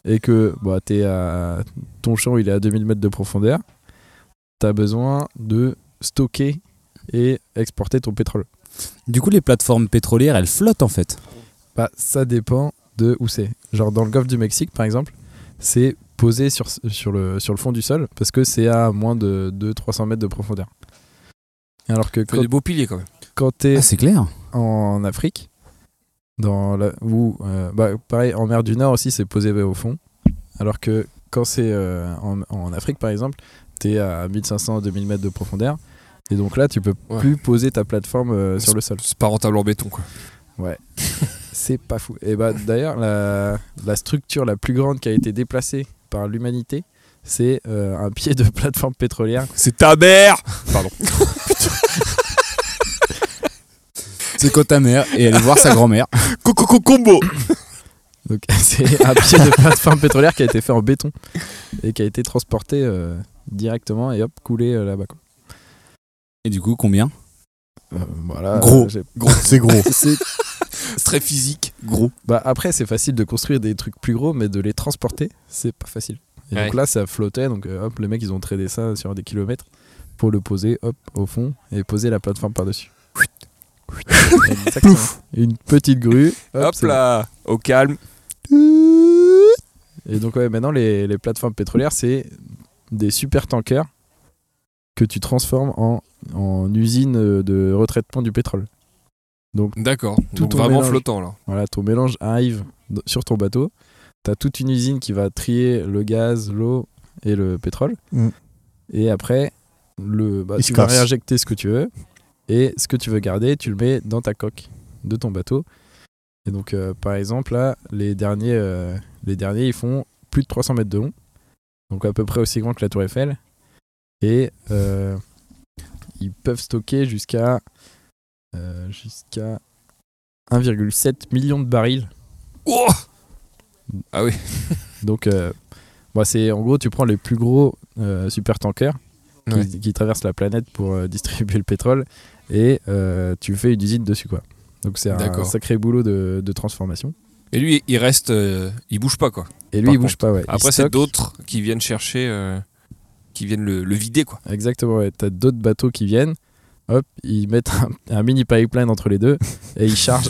et que ton champ il est à 2000 mètres de profondeur, tu as besoin de stocker et exporter ton pétrole. Du coup, les plateformes pétrolières, elles flottent en fait. Bah, ça dépend de où c'est. Genre dans le golfe du Mexique, par exemple, c'est posé sur le fond du sol parce que c'est à moins de 200-300 mètres de profondeur. Alors que Fait des beaux piliers quand même. quand t'es C'est clair. en Afrique, pareil, en mer du Nord aussi, c'est posé au fond. Alors que quand c'est en Afrique, par exemple, t'es à 1500-2000 mètres de profondeur. Et donc là, tu peux plus poser ta plateforme sur le sol. C'est pas rentable en béton quoi. Ouais, c'est pas fou. Et bah d'ailleurs, la structure la plus grande qui a été déplacée par l'humanité, c'est un pied de plateforme pétrolière. C'est ta mère. Pardon. C'est quand ta mère et elle est voir sa grand-mère. Combo. Donc c'est un pied de plateforme pétrolière qui a été fait en béton et qui a été transporté directement et hop, coulé là-bas, quoi. Et du coup, combien? Voilà. Gros. C'est gros. C'est très physique. Gros. Bah après, c'est facile de construire des trucs plus gros, mais de les transporter, c'est pas facile. Et donc là, ça flottait, donc hop, les mecs, ils ont tradé ça sur des kilomètres pour le poser, hop, au fond, et poser la plateforme par-dessus. Exactement. Une petite grue. Hop là, au calme. Et donc maintenant, les plateformes pétrolières, c'est des super tankers que tu transformes en usine de retraitement du pétrole. Donc D'accord. Tout Donc ton vraiment mélange. flottant là. voilà, ton mélange arrive sur ton bateau. Tu as toute une usine qui va trier le gaz, l'eau et le pétrole. Mm. Et après, Il se tu vas casse. réinjecter ce que tu veux. Et ce que tu veux garder, tu le mets dans ta coque de ton bateau. Et donc, par exemple, là, les derniers, ils font plus de 300 mètres de long. Donc à peu près aussi grand que la Tour Eiffel. Et ils peuvent stocker jusqu'à 1,7 million de barils. Oh ah oui. Donc, c'est en gros, tu prends les plus gros super tankers Ouais. qui traversent la planète pour distribuer le pétrole et tu fais une usine dessus, quoi. Donc c'est un D'accord. sacré boulot de transformation. Et lui, il reste, il bouge pas quoi. Et lui, Par il bouge pas, ouais. Il Après, c'est stocke. d'autres qui viennent chercher, qui viennent le vider quoi. Exactement, ouais. T'as d'autres bateaux qui viennent, hop, ils mettent un mini pipeline entre les deux et ils chargent.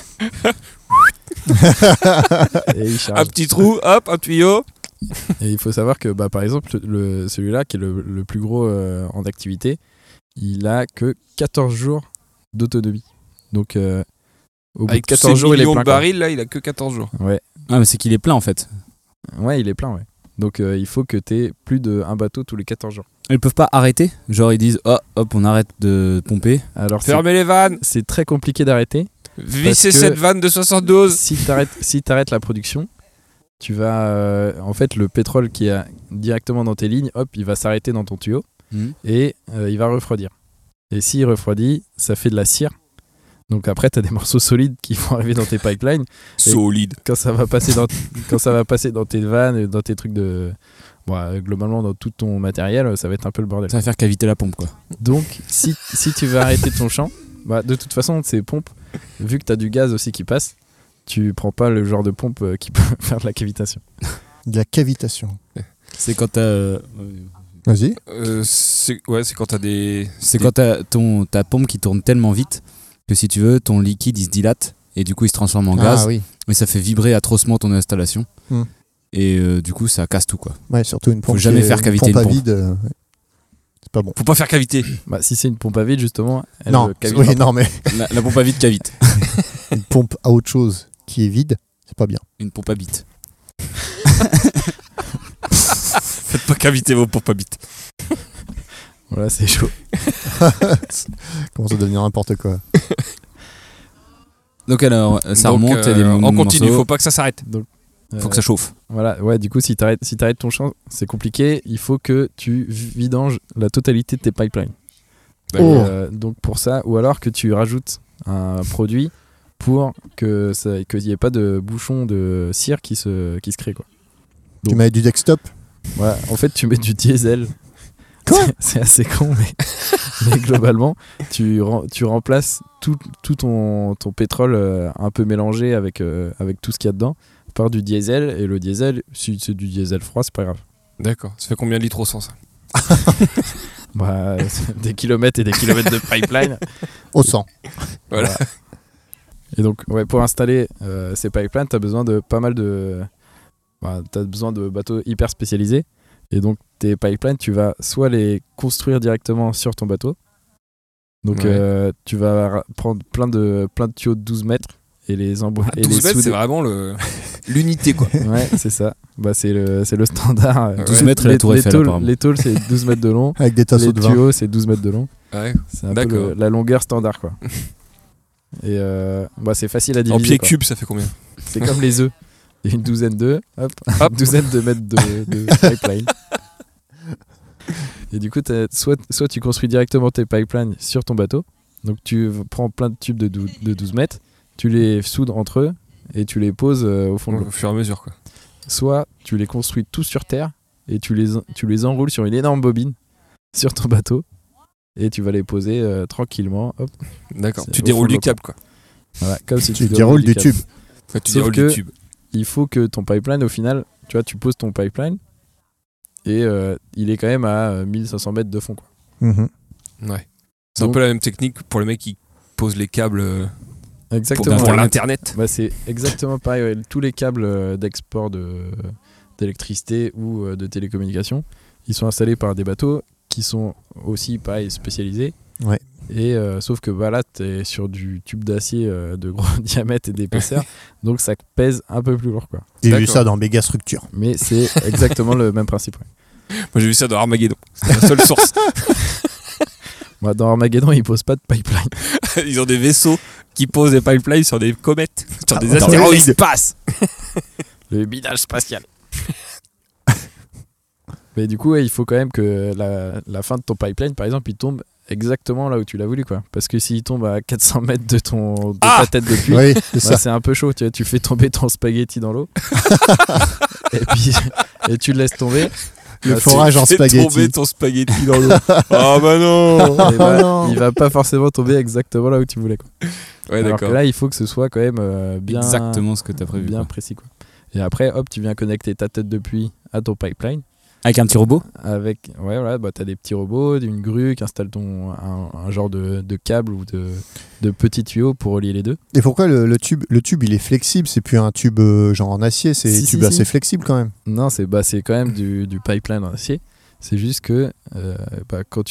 Et ils chargent. Un petit trou, hop, un tuyau. Et il faut savoir que, par exemple, celui-là, qui est le plus gros en activité, il a que 14 jours d'autonomie. Donc, au bout Avec de 14 tous ces jours, il est millions plein, de quoi. barils là, il a que 14 jours. Ouais, Ah, mais c'est qu'il est plein en fait. ouais, il est plein, ouais. Donc, il faut que tu aies plus d'un bateau tous les 14 jours. Ils peuvent pas arrêter. Genre ils disent oh hop on arrête de pomper. Alors, Fermez les vannes, c'est très compliqué d'arrêter. vissez que- cette vanne de 72. Si t'arrêtes la production, tu vas en fait le pétrole qui est directement dans tes lignes, hop, il va s'arrêter dans ton tuyau et il va refroidir. Et s'il refroidit, ça fait de la cire. Donc après, tu as des morceaux solides qui vont arriver dans tes pipelines. Solide. Quand ça va passer dans tes vannes, dans tes trucs de globalement dans tout ton matériel, ça va être un peu le bordel. Ça va faire caviter la pompe quoi. Donc si tu veux arrêter ton champ, de toute façon ces pompes, vu que tu as du gaz aussi qui passe, tu prends pas le genre de pompe qui peut faire de la cavitation. De la cavitation. C'est quand t'as Vas-y. C'est quand t'as des. c'est quand t'as ta pompe qui tourne tellement vite que si tu veux ton liquide il se dilate et du coup il se transforme en gaz. Ah oui. Mais ça fait vibrer atrocement ton installation. Et du coup ça casse tout quoi. Ouais, surtout une pompe. Faut jamais qui est faire caviter pompe une à pompe. vide. C'est pas bon. Faut pas faire cavité. Si c'est une pompe à vide justement, elle Non, cavite oui, pas. non, mais La pompe à vide cavite. une pompe à autre chose qui est vide, c'est pas bien. Une pompe à bite. Faites pas caviter vos pompes à bite. Voilà, c'est chaud. Commence à devenir n'importe quoi. Donc alors ça Donc, remonte et des on continue, morceaux. faut pas que ça s'arrête. Faut que ça chauffe. Voilà, ouais, du coup, si t'arrêtes ton champ, c'est compliqué. Il faut que tu vidanges la totalité de tes pipelines. Oh. Donc pour ça, ou alors que tu rajoutes un produit pour qu'il n'y ait pas de bouchon de cire qui se crée, quoi. Tu mets du desktop. Voilà, en fait, tu mets du diesel. Quoi ? C'est assez con, mais globalement, tu remplaces tout ton pétrole un peu mélangé avec tout ce qu'il y a dedans par du diesel, et le diesel, si c'est du diesel froid, c'est pas grave. D'accord. Ça fait combien de litres au 100 ça? Bah, des kilomètres et des kilomètres de pipeline. Au 100. Voilà. Et donc, ouais, pour installer ces pipelines, tu as besoin de pas mal de. T'as besoin de bateaux hyper spécialisés. Et donc, tes pipelines, tu vas soit les construire directement sur ton bateau. Donc, tu vas prendre plein de tuyaux de 12 mètres et les embouer. 12 mètres, c'est vraiment l'unité, quoi. Ouais, c'est ça. Bah, c'est le standard. 12 mètres et la tour Eiffel, apparemment. Les tôles, c'est 12 mètres de long. Avec des tasseaux Les de vin. tuyaux, c'est 12 mètres de long. Ouais. C'est un D'accord. peu la longueur standard, quoi. Et c'est facile à diviser. En pied quoi. cube, ça fait combien? C'est comme les œufs. Il y a une douzaine d'œufs, hop, une douzaine de mètres de pipeline. Et du coup, soit tu construis directement tes pipelines sur ton bateau. Donc tu prends plein de tubes de 12 mètres, tu les soudes entre eux et tu les poses au fond de l'eau. Au fur et à mesure, quoi. Soit tu les construis tous sur terre et tu les enroules sur une énorme bobine sur ton bateau et tu vas les poser tranquillement. Hop. D'accord. C'est Tu au déroules fond de du l'eau, câble, quoi. Voilà, comme si Tu déroules du câble. tube. Enfin, tu Sauf déroules que- du tube. Il faut que ton pipeline, au final, tu vois, tu poses ton pipeline et il est quand même à 1500 mètres de fond, quoi. Mhm. Ouais. C'est un Donc- peu la même technique pour les mecs qui posent les câbles Exactement. pour l'internet. Bah, c'est exactement pareil. Ouais. Tous les câbles d'export d'électricité ou de télécommunications, ils sont installés par des bateaux qui sont aussi pareil spécialisés. Ouais. Et sauf que bah, là, t'es sur du tube d'acier de gros diamètre et d'épaisseur, donc ça pèse un peu plus lourd, quoi. J'ai vu D'accord. ça dans Méga Structure. Mais c'est exactement le même principe. Ouais. Moi, j'ai vu ça dans Armageddon. C'est la seule source. Moi, dans Armageddon, ils posent pas de pipeline. Ils ont des vaisseaux qui posent des pipelines sur des comètes, sur des dans astéroïdes. l'espace. Le bidage spatial. Mais du coup, ouais, il faut quand même que la fin de ton pipeline, par exemple, il tombe exactement là où tu l'as voulu, quoi. Parce que s'il tombe à 400 mètres de ta tête de puits, Oui, c'est bah, ça. c'est un peu chaud. Tu fais tomber ton spaghetti dans l'eau et tu le laisses tomber. Le Bah, forage en Fais spaghetti. tomber ton spaghetti dans l'eau. Ah bah non. Et bah, non. il va pas forcément tomber exactement là où tu voulais, quoi. Ouais, Alors d'accord. que là, il faut que ce soit quand même bien, Exactement ce que t'as prévu. bien quoi. précis, quoi. Et après, hop, tu viens connecter ta tête de puits à ton pipeline. Avec un petit robot. Avec, ouais, voilà, bah, t'as des petits robots, une grue qui installe un genre de câble ou de petits tuyaux pour relier les deux. Et pourquoi le tube, il est flexible? C'est plus un tube genre en acier, c'est Si, un tube si, assez si. flexible quand même. Non, c'est quand même du pipeline en acier. C'est juste que quand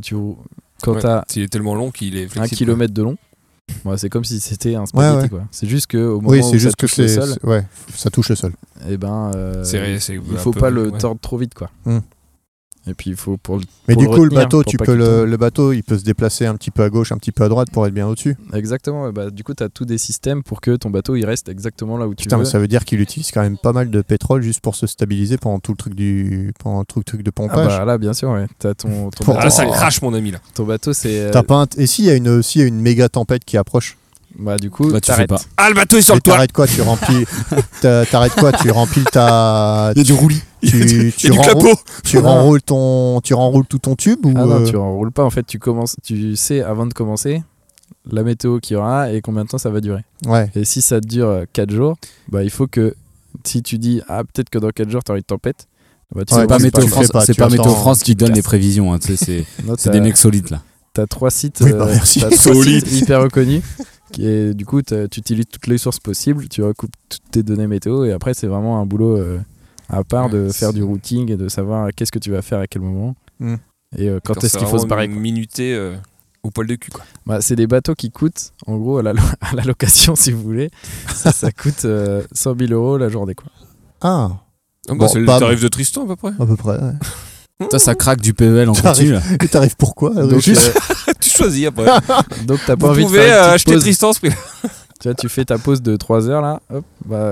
Ouais, t'as il est tellement long qu'il est flexible. 1 kilomètre de long, c'est comme si c'était un spaghetti, ouais. quoi. C'est juste qu'au moment Oui, où c'est ça juste que touche le sol, ouais, ça touche le sol. et ben, C'est il un faut peu- pas le ouais. tordre trop vite, quoi. Hmm. Et puis il faut Mais pour du coup, le retenir, bateau, pour tu pas peux qu'il tombe. le bateau, il peut se déplacer un petit peu à gauche, un petit peu à droite pour être bien au-dessus. Exactement, ouais, bah, du coup, tu as tous des systèmes pour que ton bateau il reste exactement là où tu Putain, veux. mais ça veut dire qu'il utilise quand même pas mal de pétrole juste pour se stabiliser pendant tout le truc de Ah pompage. bah là, bien sûr, ouais. T'as ton Oh. Ah, là, ça c'est- crache, mon ami, là. ton bateau, c'est. T'as pas et s'il y a une méga tempête qui approche, Bah, du coup, Bah, tu fais t'arrêtes. pas. Ah, le bateau est sur et le toit. t'arrêtes quoi? Tu remplis, t'arrêtes quoi? Tu remplis ta, Il y a du roulis. tu Il y a du renroules- clapot. tu renroules tout ton tube ou Ah non, tu enroules pas. En fait, tu sais avant de commencer la météo qu'il y aura et combien de temps ça va durer. ouais. Et si ça dure 4 jours, bah, il faut que si tu dis peut-être que dans 4 jours, tu auras une tempête, bah, tu Ouais, sais C'est pas tu Météo le fais France, pas, c'est tu pas Météo attends, France qui donne casses. les prévisions. Hein, tu sais, Non, c'est des mecs solides là. T'as 3 sites, Oui, bah, merci. t'as 3 Solide. sites hyper reconnus. Du coup, tu utilises toutes les sources possibles, tu recoupes toutes tes données météo et après, c'est vraiment un boulot à part de Ouais, faire c'est- du routing et de savoir qu'est-ce que tu vas faire à quel moment. Mm. Et quand est-ce qu'il faut se barrer, quoi. Minuter au poil de cul, quoi. Bah, c'est des bateaux qui coûtent, en gros, à la location, si vous voulez. Ça coûte 100 000 € la journée, quoi. Ah, Ah, bah, Bon, c'est le bam. tarif de Tristan, à peu près. à peu près. Ouais. Toi, ça craque du PEL en continu là. Et t'arrives pourquoi? Donc, Juste Tu choisis après. donc t'as pas Vous envie de pouvez faire une petite acheter pause. Tristan ce prix. Tu vois, tu fais ta pause de 3 heures, là, hop, bah,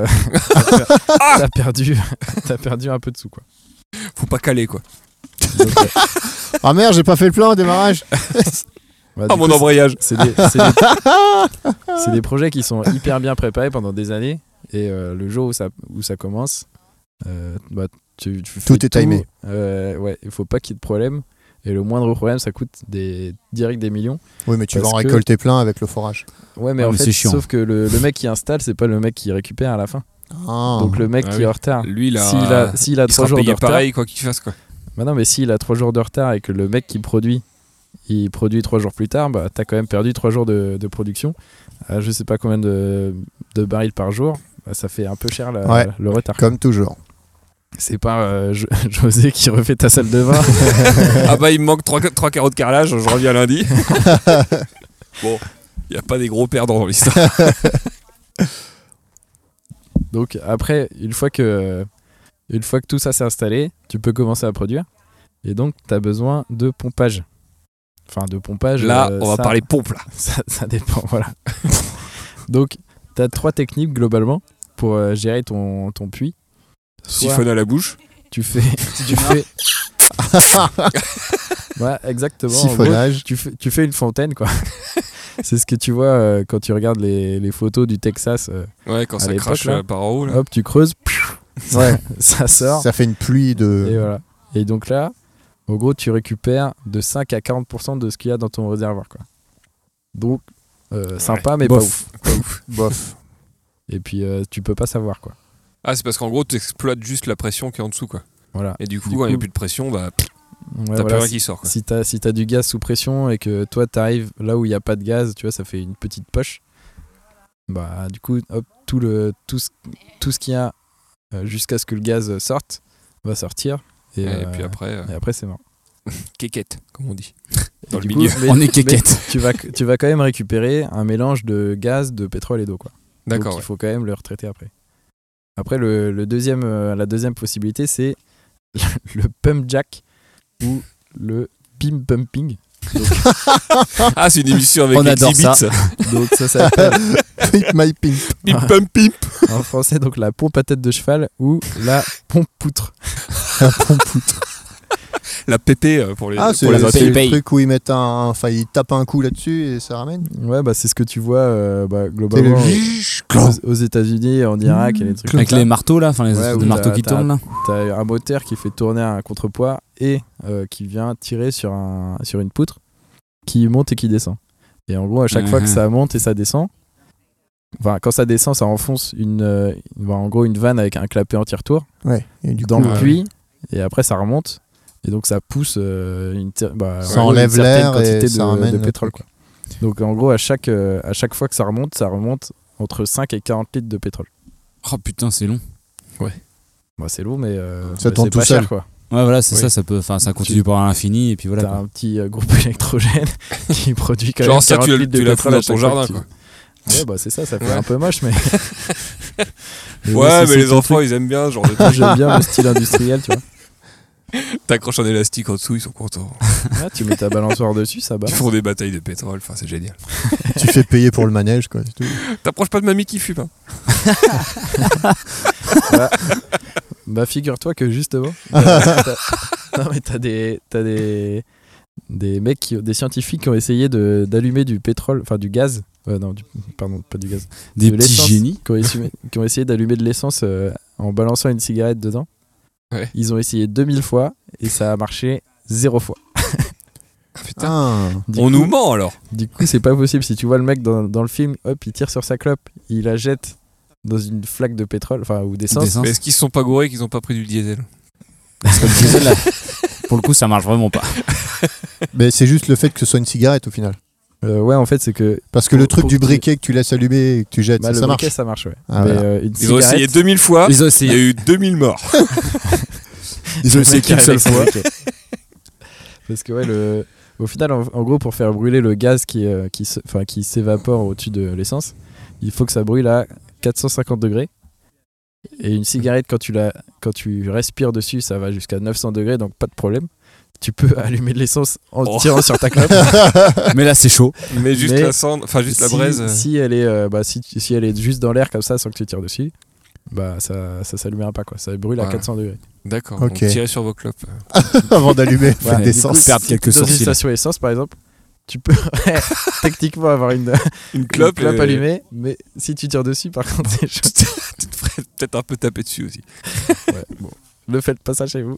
t'as perdu un peu de sous, quoi. Faut pas caler, quoi. Donc, ah merde, j'ai pas fait le plein au démarrage. bah, Ah, du mon coup, embrayage. c'est des projets qui sont hyper bien préparés pendant des années et le jour où ça commence, bah, tu fais Tout est timé. Ouais, il faut pas qu'il y ait de problème et le moindre problème ça coûte direct des millions. Oui, mais tu vas Parce en que- récolter plein avec le forage. Ouais, mais Ah, en mais fait, c'est chiant. sauf que le mec qui installe, c'est pas le mec qui récupère à la fin. Ah. Donc le mec Ah qui oui. est en retard, Lui, il s'il a il 3 sera jours de payé retard, pareil, quoi qu'il fasse, quoi. bah non, mais s'il a 3 jours de retard et que le mec qui produit, il produit 3 jours plus tard, bah t'as quand même perdu 3 jours de production. Je sais pas combien de barils par jour, bah, ça fait un peu cher Ouais. le retard. Comme toujours. C'est pas José qui refait ta salle de bain. Ah bah, il me manque 3 carreaux de carrelage, je reviens lundi. Bon, il n'y a pas des gros perdants dans l'histoire. Donc après, une fois que tout ça s'est installé, tu peux commencer à produire. Et donc, tu as besoin de pompage. Enfin, de pompage. Là, on va ça- parler pompe, là. Ça dépend, voilà. Donc, tu as 3 techniques globalement pour gérer ton puits. Soit Siphonne à la bouche. tu fais. Ouais, exactement. En gros, Siphonnage. tu fais une fontaine, quoi. C'est ce que tu vois quand tu regardes les photos du Texas. Ouais, quand À ça l'époque, crache là. par en haut, là. Hop, tu creuses, Ouais. ça sort. Ça fait une pluie Et de. voilà. Et donc là, en gros, tu récupères de 5 à 40% de ce qu'il y a dans ton réservoir, quoi. Donc, sympa, mais Bof. pas ouf. Bof. Et puis, tu peux pas savoir, quoi. Ah, c'est parce qu'en gros, tu exploites juste la pression qui est en dessous, quoi. Voilà. Et du coup, Du quand il n'y a coup, plus de pression, bah, Ouais, t'as plus voilà, rien qui sort, quoi. Si t'as du gaz sous pression et que toi, t'arrives là où il n'y a pas de gaz, tu vois, ça fait une petite poche. Bah, du coup, hop, tout ce qu'il y a jusqu'à ce que le gaz sorte va sortir. Et puis après, et après, c'est mort. quéquette, comme on dit. Dans Du le coup, milieu. mais- On est mais quéquette. tu vas quand même récupérer un mélange de gaz, de pétrole et d'eau, quoi. D'accord, Donc ouais. il faut quand même le retraiter après. Après, la deuxième possibilité, c'est le pump jack ou le pim pumping. Ah, c'est une émission avec On adore Exhibit, ça. Donc ça s'appelle Pimp my pimp. Pimp, pump, pimp. en français donc la pompe à tête de cheval ou la pompe poutre. Un pompoutre. La pépé pour les, Ah, pour les c'est intimes. le paye. truc où ils mettent enfin, ils tapent un coup là-dessus et ça ramène. Ouais, bah c'est ce que tu vois C'est le globalement clan. aux États-Unis, en Irak et les trucs Avec comme ça. les marteaux là, enfin les Ouais, espèces où de marteaux t'as- qui tournent là. T'as un moteur qui fait tourner un contrepoids et qui vient tirer sur une poutre qui monte et qui descend. Et en gros, à chaque fois que ça monte et ça descend, enfin, quand ça descend, ça enfonce en gros une vanne avec un clapet anti-retour Ouais. Et du dans coup, le puits, et après ça remonte, et donc ça pousse Ça une enlève certaine l'air quantité et ça ramène de le pétrole, truc. quoi. Donc en gros, à chaque fois que ça remonte entre 5 et 40 litres de pétrole. Oh putain, c'est long. Bah, c'est lourd, mais Ça tourne c'est tout pas seul. cher, quoi. Ouais, voilà, c'est Oui. ça peut, enfin, ça continue pendant l'infini et puis voilà. T'as quoi. un petit groupe électrogène qui produit quand Genre même ça, 40 litres de tu l'as pétrole fous à dans ton chaque fois jardin, que quoi. Ouais, bah c'est ça fait Ouais. un peu moche, mais. Ouais, c'est- mais c'est les ton enfants, truc. ils aiment bien, genre, Moi, j'aime bien le style industriel, tu vois. t'accroches un élastique en dessous, ils sont contents. Ouais, tu mets ta balançoire dessus, ça Ils balance. font des batailles de pétrole, enfin, c'est génial. tu fais payer pour le manège, quoi. C'est tout. T'approches pas de mamie qui fume, hein. Bah, figure-toi que justement. Non, mais t'as des mecs, des scientifiques qui ont essayé d'allumer du pétrole, enfin du gaz. Pardon, pas du gaz. Des de petits l'essence, génies. qui ont essayé d'allumer de l'essence en balançant une cigarette dedans. Ouais. Ils ont essayé 2000 fois et ça a marché 0 fois. Ah, putain. Ah. Du On coup- nous ment, alors. Du coup, c'est pas possible. Si tu vois le mec dans le film, hop, il tire sur sa clope, il la jette dans une flaque de pétrole, enfin, ou d'essence. D'essence. Mais est-ce qu'ils se sont pas gourés, qu'ils ont pas pris du diesel? Parce que le diesel, là, pour le coup, ça marche vraiment pas. Mais c'est juste le fait que ce soit une cigarette au final. Ouais, en fait, c'est que Parce que le Pour- truc pour du que tu- briquet que tu laisses allumer et que tu jettes, bah, le ça marche. briquet, ça marche, ouais. Ah, Mais voilà. une Ils ont cigarette, essayé 2000 fois, Ils ont il y essayé. a eu 2000 morts. Ils ont essayé le mec qu'une seule avec son fois. briquet. Parce que ouais, au final, en gros, pour faire brûler le gaz qui s'évapore au-dessus de l'essence, il faut que ça brûle à 450 degrés. Et une cigarette, quand tu respires dessus, ça va jusqu'à 900 degrés, donc pas de problème. Tu peux allumer de l'essence en Oh. tirant sur ta clope. Mais là, c'est chaud. Mais juste Mais la cendre, enfin juste la si, braise. si elle est, si elle est juste dans l'air comme ça, sans que tu tires dessus, bah ça s'allumera pas, quoi. Ça brûle à Ouais. 400 degrés. D'accord, Ok. donc tirez sur vos clopes. Avant d'allumer, Ouais, faites du d'essence. coup, perdre quelques dans une sourcils. station essence, par exemple, tu peux techniquement avoir une Une clope clope, et- allumée, mais si tu tires dessus, par contre, c'est chaud. Tu te ferais peut-être un peu taper dessus aussi. Ouais, bon. Ne faites pas ça chez vous.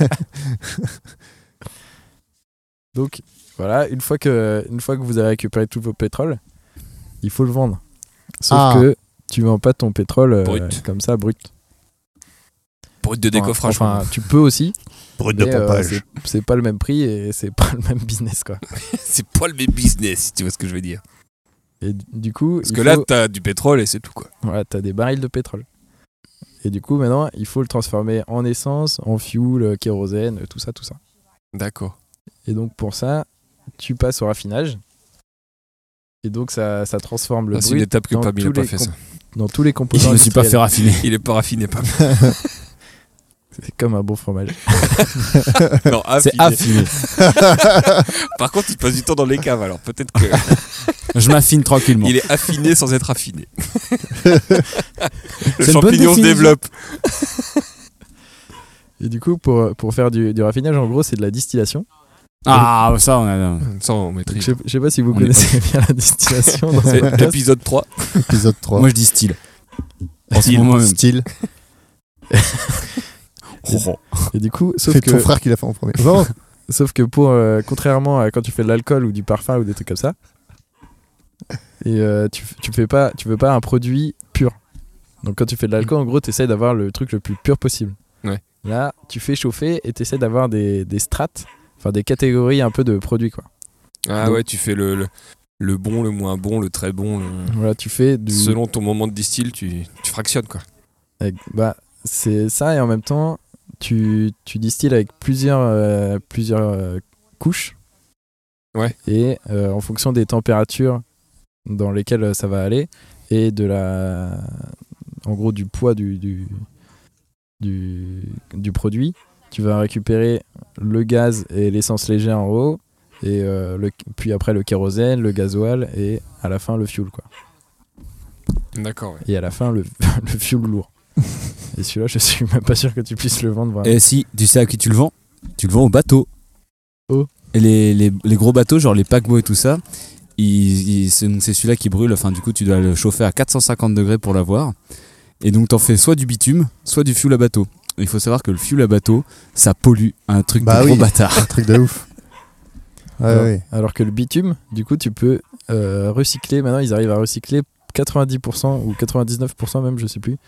Donc voilà, une fois que vous avez récupéré tout vos pétroles, il faut le vendre. Sauf Ah. que tu vends pas ton pétrole Brut. comme ça brut. Brut de décoffrage. Enfin, tu peux aussi. Brut de mais, pompage. c'est pas le même prix et c'est pas le même business quoi. C'est pas le même business, si tu vois ce que je veux dire. Et du coup, Parce que là, t'as du pétrole et c'est tout, quoi. voilà, t'as des barils de pétrole. Et du coup, maintenant, il faut le transformer en essence, en fuel, kérosène, tout ça. D'accord. Et donc pour ça, tu passes au raffinage. Et donc ça transforme le C'est brut une étape que dans Pam il a tous pas les fait, ça. dans tous les Je composants me suis pas fait industriels. raffiner. Il est pas raffiné, Pam. C'est comme un bon fromage. Non, C'est affiné. affiné. Par contre, il passe du temps dans les caves, alors peut-être que Je m'affine tranquillement. il est affiné sans être affiné. C'est Le une bonne champignon se définition. développe. Et du coup, pour faire du raffinage, en gros, c'est de la distillation. Ah, ça, on a. Ça, on Donc, maîtrise. je sais pas si vous On est connaissez bien la distillation dans ce C'est podcast. l'épisode 3. Épisode 3. Moi, je dis style. En ce moment même. Style. Et du coup, sauf C'est ton que, frère qui l'a fait en premier. Bon. sauf que pour, contrairement à quand tu fais de l'alcool ou du parfum ou des trucs comme ça, et tu veux pas un produit pur. Donc quand tu fais de l'alcool, en gros, tu essaies d'avoir le truc le plus pur possible. Ouais. Là, tu fais chauffer et tu essaies d'avoir des strates, enfin des catégories un peu de produits, quoi. Ah Donc- ouais, tu fais le bon, le moins bon, le très bon. Voilà, tu fais du... Selon ton moment de distill, tu fractionnes, quoi. Bah, c'est ça, et en même temps, tu distilles avec plusieurs couches. Ouais. Et en fonction des températures dans lesquelles ça va aller, et en gros du poids du produit, tu vas récupérer le gaz et l'essence légère en haut, et puis après le kérosène, le gasoil, et à la fin le fuel, quoi. D'accord, ouais. Et à la fin le fuel lourd. Et celui-là, je suis même pas sûr que tu puisses le vendre vraiment. Et si, tu sais à qui tu le vends au bateau. Oh. Et les gros bateaux, genre les paquebots et tout ça, c'est celui-là qui brûle. Enfin, du coup, tu dois le chauffer à 450 degrés pour l'avoir. Et donc, t'en fais soit du bitume, soit du fuel à bateau. Il faut savoir que le fuel à bateau, ça pollue un truc Bah de gros oui. bâtard. Un truc de ouf. Ouais. Alors que le bitume, du coup, tu peux recycler. Maintenant, ils arrivent à recycler 90% ou 99% même, je sais plus,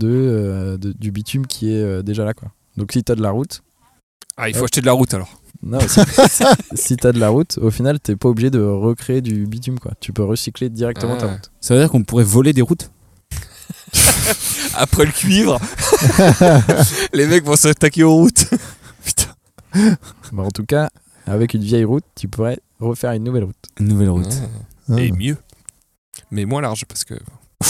du bitume qui est déjà là, quoi. Donc si t'as de la route, Ah, il faut acheter de la route, alors. non, si t'as de la route, au final, t'es pas obligé de recréer du bitume, quoi. Tu peux recycler directement ta Ah. route. Ça veut dire qu'on pourrait voler des routes. Après le cuivre, les mecs vont s'attaquer aux routes. Putain. Bah, en tout cas, avec une vieille route, tu pourrais refaire une nouvelle route. Une nouvelle route. Ah. Et mieux. Mais moins large, parce que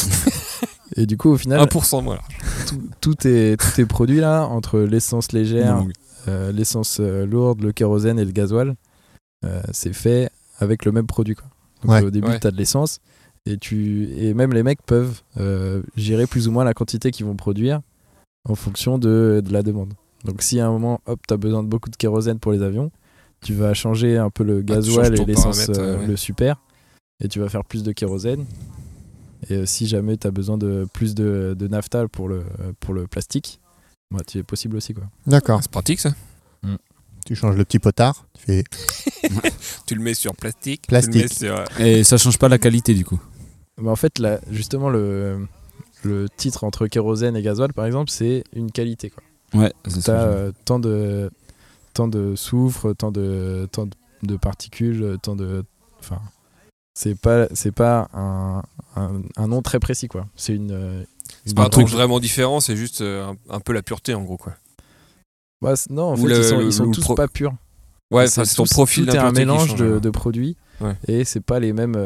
Et du coup, au final, 1% moins large. tout est produit là, entre l'essence légère, Non, l'essence lourde, le kérosène et le gasoil, c'est fait avec le même produit, quoi. Donc Ouais. au début, Ouais. tu as de l'essence et même les mecs peuvent gérer plus ou moins la quantité qu'ils vont produire en fonction de la demande. Donc si à un moment, hop, tu as besoin de beaucoup de kérosène pour les avions, tu vas changer un peu le tu gasoil changes ton et l'essence, paramètre, ouais. le super, et tu vas faire plus de kérosène. Et si jamais tu as besoin de plus de nafta pour le plastique, bah, c'est possible aussi, quoi. D'accord. C'est pratique, ça. Tu changes le petit potard. Tu fais. Tu le mets sur plastique. Plastique. Tu le mets sur... Et ça change pas la qualité du coup. Mais en fait, là, justement, le titre entre kérosène et gasoil, par exemple, c'est une qualité, quoi. Ouais, c'est T'as ça. tant de soufre, tant de particules, tant de... Enfin, c'est pas un nom très précis, quoi. C'est C'est pas un truc truc vraiment différent, c'est juste un peu la pureté, en gros, quoi. Ouais, non, en Ou fait, le- ils sont le tous pro- pas purs. Ouais, c'est ton profil Tout est un d'impureté qui mélange change, de, alors. de produits, Ouais. et c'est pas les mêmes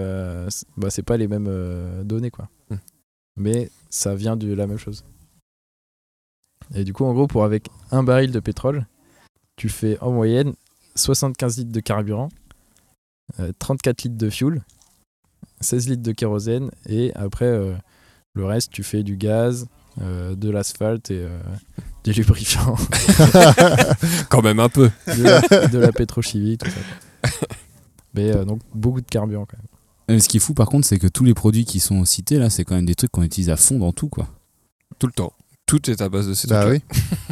données, quoi. Mais ça vient de la même chose. Et du coup, en gros, avec un baril de pétrole, tu fais en moyenne 75 litres de carburant, 34 litres de fuel, 16 litres de kérosène, et après le reste, tu fais du gaz, de l'asphalte et du lubrifiant, Quand même un peu. de la pétrochimie, tout ça, quoi. Mais donc beaucoup de carburant, quand même. Mais ce qui est fou par contre, c'est que tous les produits qui sont cités là, c'est quand même des trucs qu'on utilise à fond dans tout quoi. Tout le temps. Tout est à base de ces Bah trucs-là.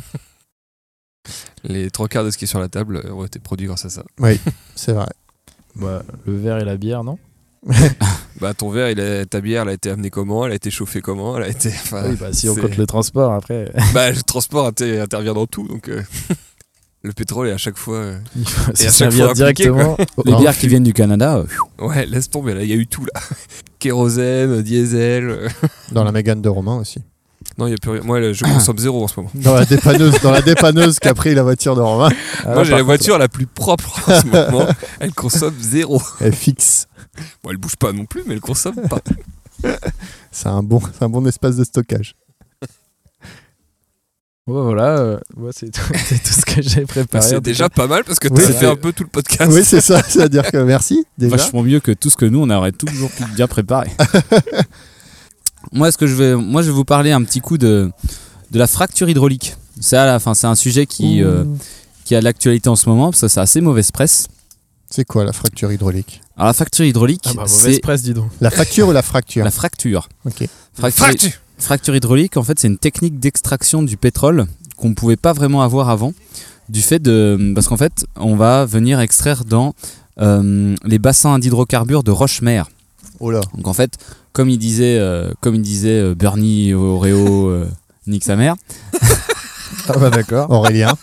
oui. Les 3/4 de ce qui est sur la table ont été produits grâce à ça. Oui, c'est vrai. Bah, le verre et la bière, non? Bah ton verre, ta bière, elle a été amenée comment? Elle a été chauffée comment? Elle a été. Oui, bah si on compte le transport après. Bah le transport intervient dans tout, donc le pétrole est à chaque fois. Il faut Et à se chaque servir fois appliqué, directement. Les bières qui viennent du Canada. Ouais, laisse tomber, là, il y a eu tout là. Kérosène, diesel. Dans la Mégane de Romain aussi. Non, il y a plus rien. Moi, je consomme zéro en ce moment. Dans la dépanneuse qu'a pris la voiture de Romain. Moi, j'ai la voiture la plus propre en ce moment. Elle consomme zéro. Elle fixe. Bon, elle bouge pas non plus, mais elle consomme pas. C'est un bon espace de stockage. Ouais, voilà, moi c'est tout ce que j'ai préparé. C'est déjà pas mal parce que Oui, t'as fait c'est- un peu tout le podcast. Oui, c'est ça. C'est-à-dire que merci, déjà. Vachement mieux que tout ce que nous, on aurait toujours pu bien préparer. Moi, je vais vous parler un petit coup de la fracture hydraulique. C'est un sujet qui a de l'actualité en ce moment, parce que c'est assez mauvaise presse. C'est quoi la fracture hydraulique? Alors, la fracture hydraulique, Ah bah, mauvaise c'est presse, dis donc. La facture ou la fracture? la fracture. Ok. Fracture hydraulique, en fait, c'est une technique d'extraction du pétrole qu'on ne pouvait pas vraiment avoir avant, parce qu'en fait, on va venir extraire dans les bassins d'hydrocarbures de Roche-Mer. Oh là. Donc en fait, comme il disait Bernie Oreo, nique sa mère. Ah bah d'accord. Aurélien.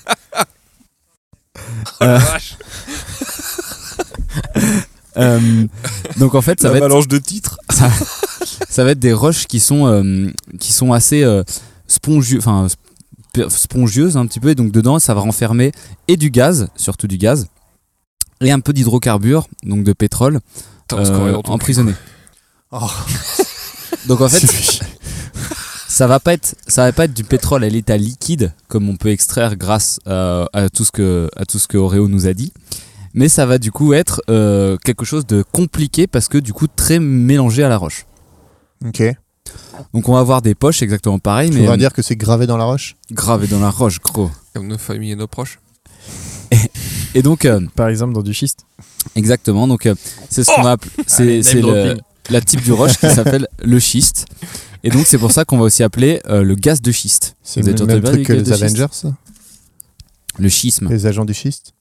Donc en fait, ça La va être mélange de titres. ça va être des roches qui sont assez spongieuses un petit peu, et donc dedans ça va renfermer et du gaz, surtout du gaz, et un peu d'hydrocarbures, donc de pétrole, emprisonné. Oh. Donc en fait, ça va pas être du pétrole à l'état liquide comme on peut extraire grâce à tout ce que Oreo nous a dit, mais ça va du coup être quelque chose de compliqué parce que du coup très mélangé à la roche. Ok. Donc on va avoir des poches exactement pareil, On mais va dire que c'est gravé dans la roche. gravé dans la roche, gros. Comme nos familles et nos proches. Et donc Par exemple dans du schiste. exactement, donc c'est ce qu'on va appeler, c'est name dropping. la type du roche qui s'appelle le schiste. Et donc c'est pour ça qu'on va aussi appeler le gaz de schiste. C'est Vous avez le entendu même parler truc que du gaz les de schiste Avengers, ça. Le schisme. Les agents du schiste.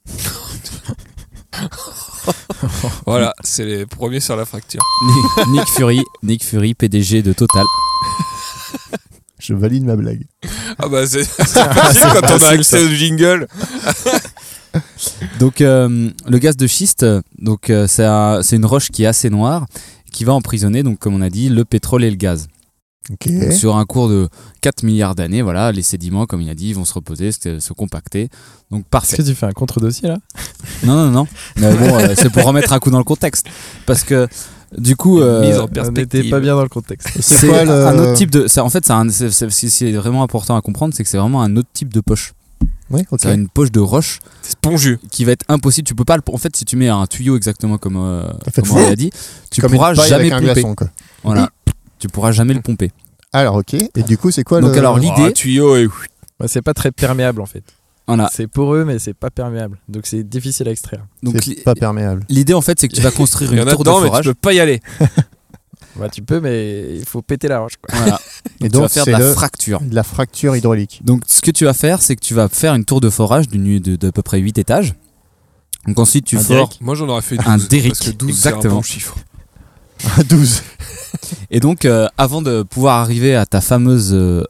Voilà, c'est les premiers sur la fracture. Nick Fury, PDG de Total. Je valide ma blague. Ah bah c'est facile quand on a accès au jingle. Donc le gaz de schiste, donc c'est une roche qui est assez noire, qui va emprisonner, donc comme on a dit, le pétrole et le gaz. Ok. Donc, sur un cours de 4 milliards d'années, voilà, les sédiments, comme il a dit, vont se reposer, se compacter. Donc Est-ce parfait. que tu fais un contre-dossier là? Non. Mais bon, c'est pour remettre un coup dans le contexte. Parce que du coup, Mise en On perspective. n'était pas bien dans le contexte. C'est quoi le... un autre type de. En fait, ce qui est vraiment important à comprendre, c'est que c'est vraiment un autre type de poche. Oui, ok. C'est une poche de roche C'est spongieux. qui va être impossible. Tu peux pas. En fait, si tu mets un tuyau exactement comme fait on l'a dit, tu Comme pourras une paille jamais avec un pomper. glaçon, quoi. Voilà. Tu pourras jamais le pomper. Alors, ok. Et du coup, c'est quoi Donc, le... alors, l'idée- Un tuyau et Ouais, c'est pas très perméable en fait. Voilà. C'est poreux mais c'est pas perméable. Donc c'est difficile à extraire. Donc C'est pas perméable. l'idée en fait, c'est que tu vas construire il y une en a tour de dedans, mais tu forage. peux pas y aller. Bah tu peux mais il faut péter la roche quoi. Voilà. Et Tu vas donc, faire c'est de la fracture. de la fracture hydraulique. Donc ce que tu vas faire, c'est que tu vas faire une tour de forage d'à peu près 8 étages. Donc ensuite tu Un fores Moi j'en aurais fait 12. un derrick. Parce que 12 c'est un Exactement. bon chiffre. À 12. Et donc avant de pouvoir arriver à ton fameux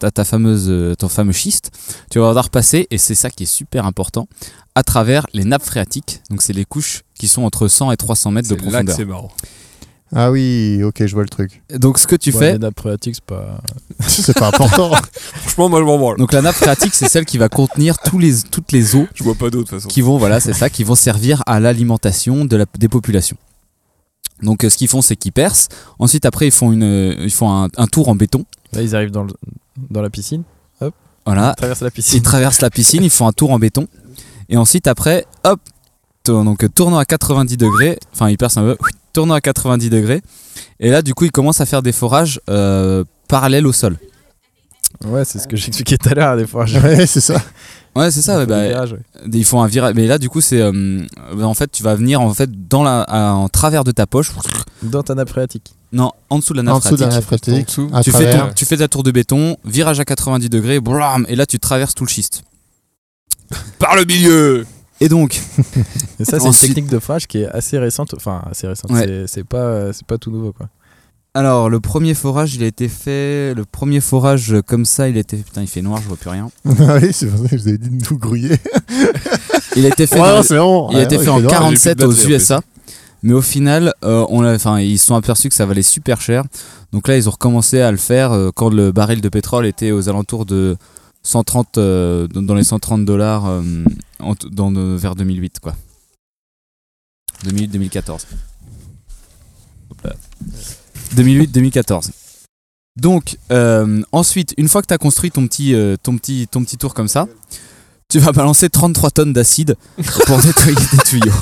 schiste, tu vas devoir passer, et c'est ça qui est super important, à travers les nappes phréatiques. Donc c'est les couches qui sont entre 100 et 300 mètres de C'est là que profondeur. c'est marrant. Ah oui, ok, je vois le truc. Donc ce que tu Ouais, fais, les nappes phréatiques c'est pas. C'est pas important. Franchement, moi je m'en branle. donc la nappe phréatique, c'est celle qui va contenir toutes les eaux Je vois pas d'autre de toute façon. qui vont, voilà, c'est ça, qui vont servir à l'alimentation des populations. Donc ce qu'ils font, c'est qu'ils percent. Ensuite, après, ils font un tour en béton. Là ils arrivent dans la piscine. Voilà. Ils traversent la Ils piscine. traversent la piscine, ils font un tour en béton. Et ensuite, après, hop, donc tournant à 90 degrés. Enfin, ils percent un peu. Tournant à 90 degrés. Et là, du coup, ils commencent à faire des forages parallèles au sol. Ouais, c'est ce que j'expliquais tout à l'heure des fois. Ouais, c'est ça. Ouais, c'est ça. Ouais, ils font un virage. Mais là, du coup, c'est en fait, tu vas venir en fait en travers de ta poche. Dans ta nappe phréatique. Non, en dessous de la nappe En dessous de la nappe phréatique. phréatique. En dessous. à Tu travers. fais ta tour de béton, virage à 90 degrés, blam, et là tu traverses tout le schiste. Par le milieu. Et donc, Et ça, c'est Ensuite- une technique de forage qui est assez récente. Enfin, assez récente. Ouais. C'est pas tout nouveau, quoi. alors le premier forage, il a été fait. Le premier forage comme ça, il a été. Putain, il fait noir, je vois plus rien. Oui, c'est pour ça que je vous avais dit de nous grouiller. Il a été fait. Ouais, dans- c'est bon. Il a été Ouais, fait il en fait noir. 47 j'ai aux plus de batterie, en USA. Mais au final, ils se sont aperçus que ça valait super cher. Donc là, ils ont recommencé à le faire quand le baril de pétrole était aux alentours de 130, dans les $130 vers 2008, quoi. 2008-2014. 2008-2014. Donc, ensuite, une fois que tu as construit ton petit tour comme ça, tu vas balancer 33 tonnes d'acide pour nettoyer tes tuyaux.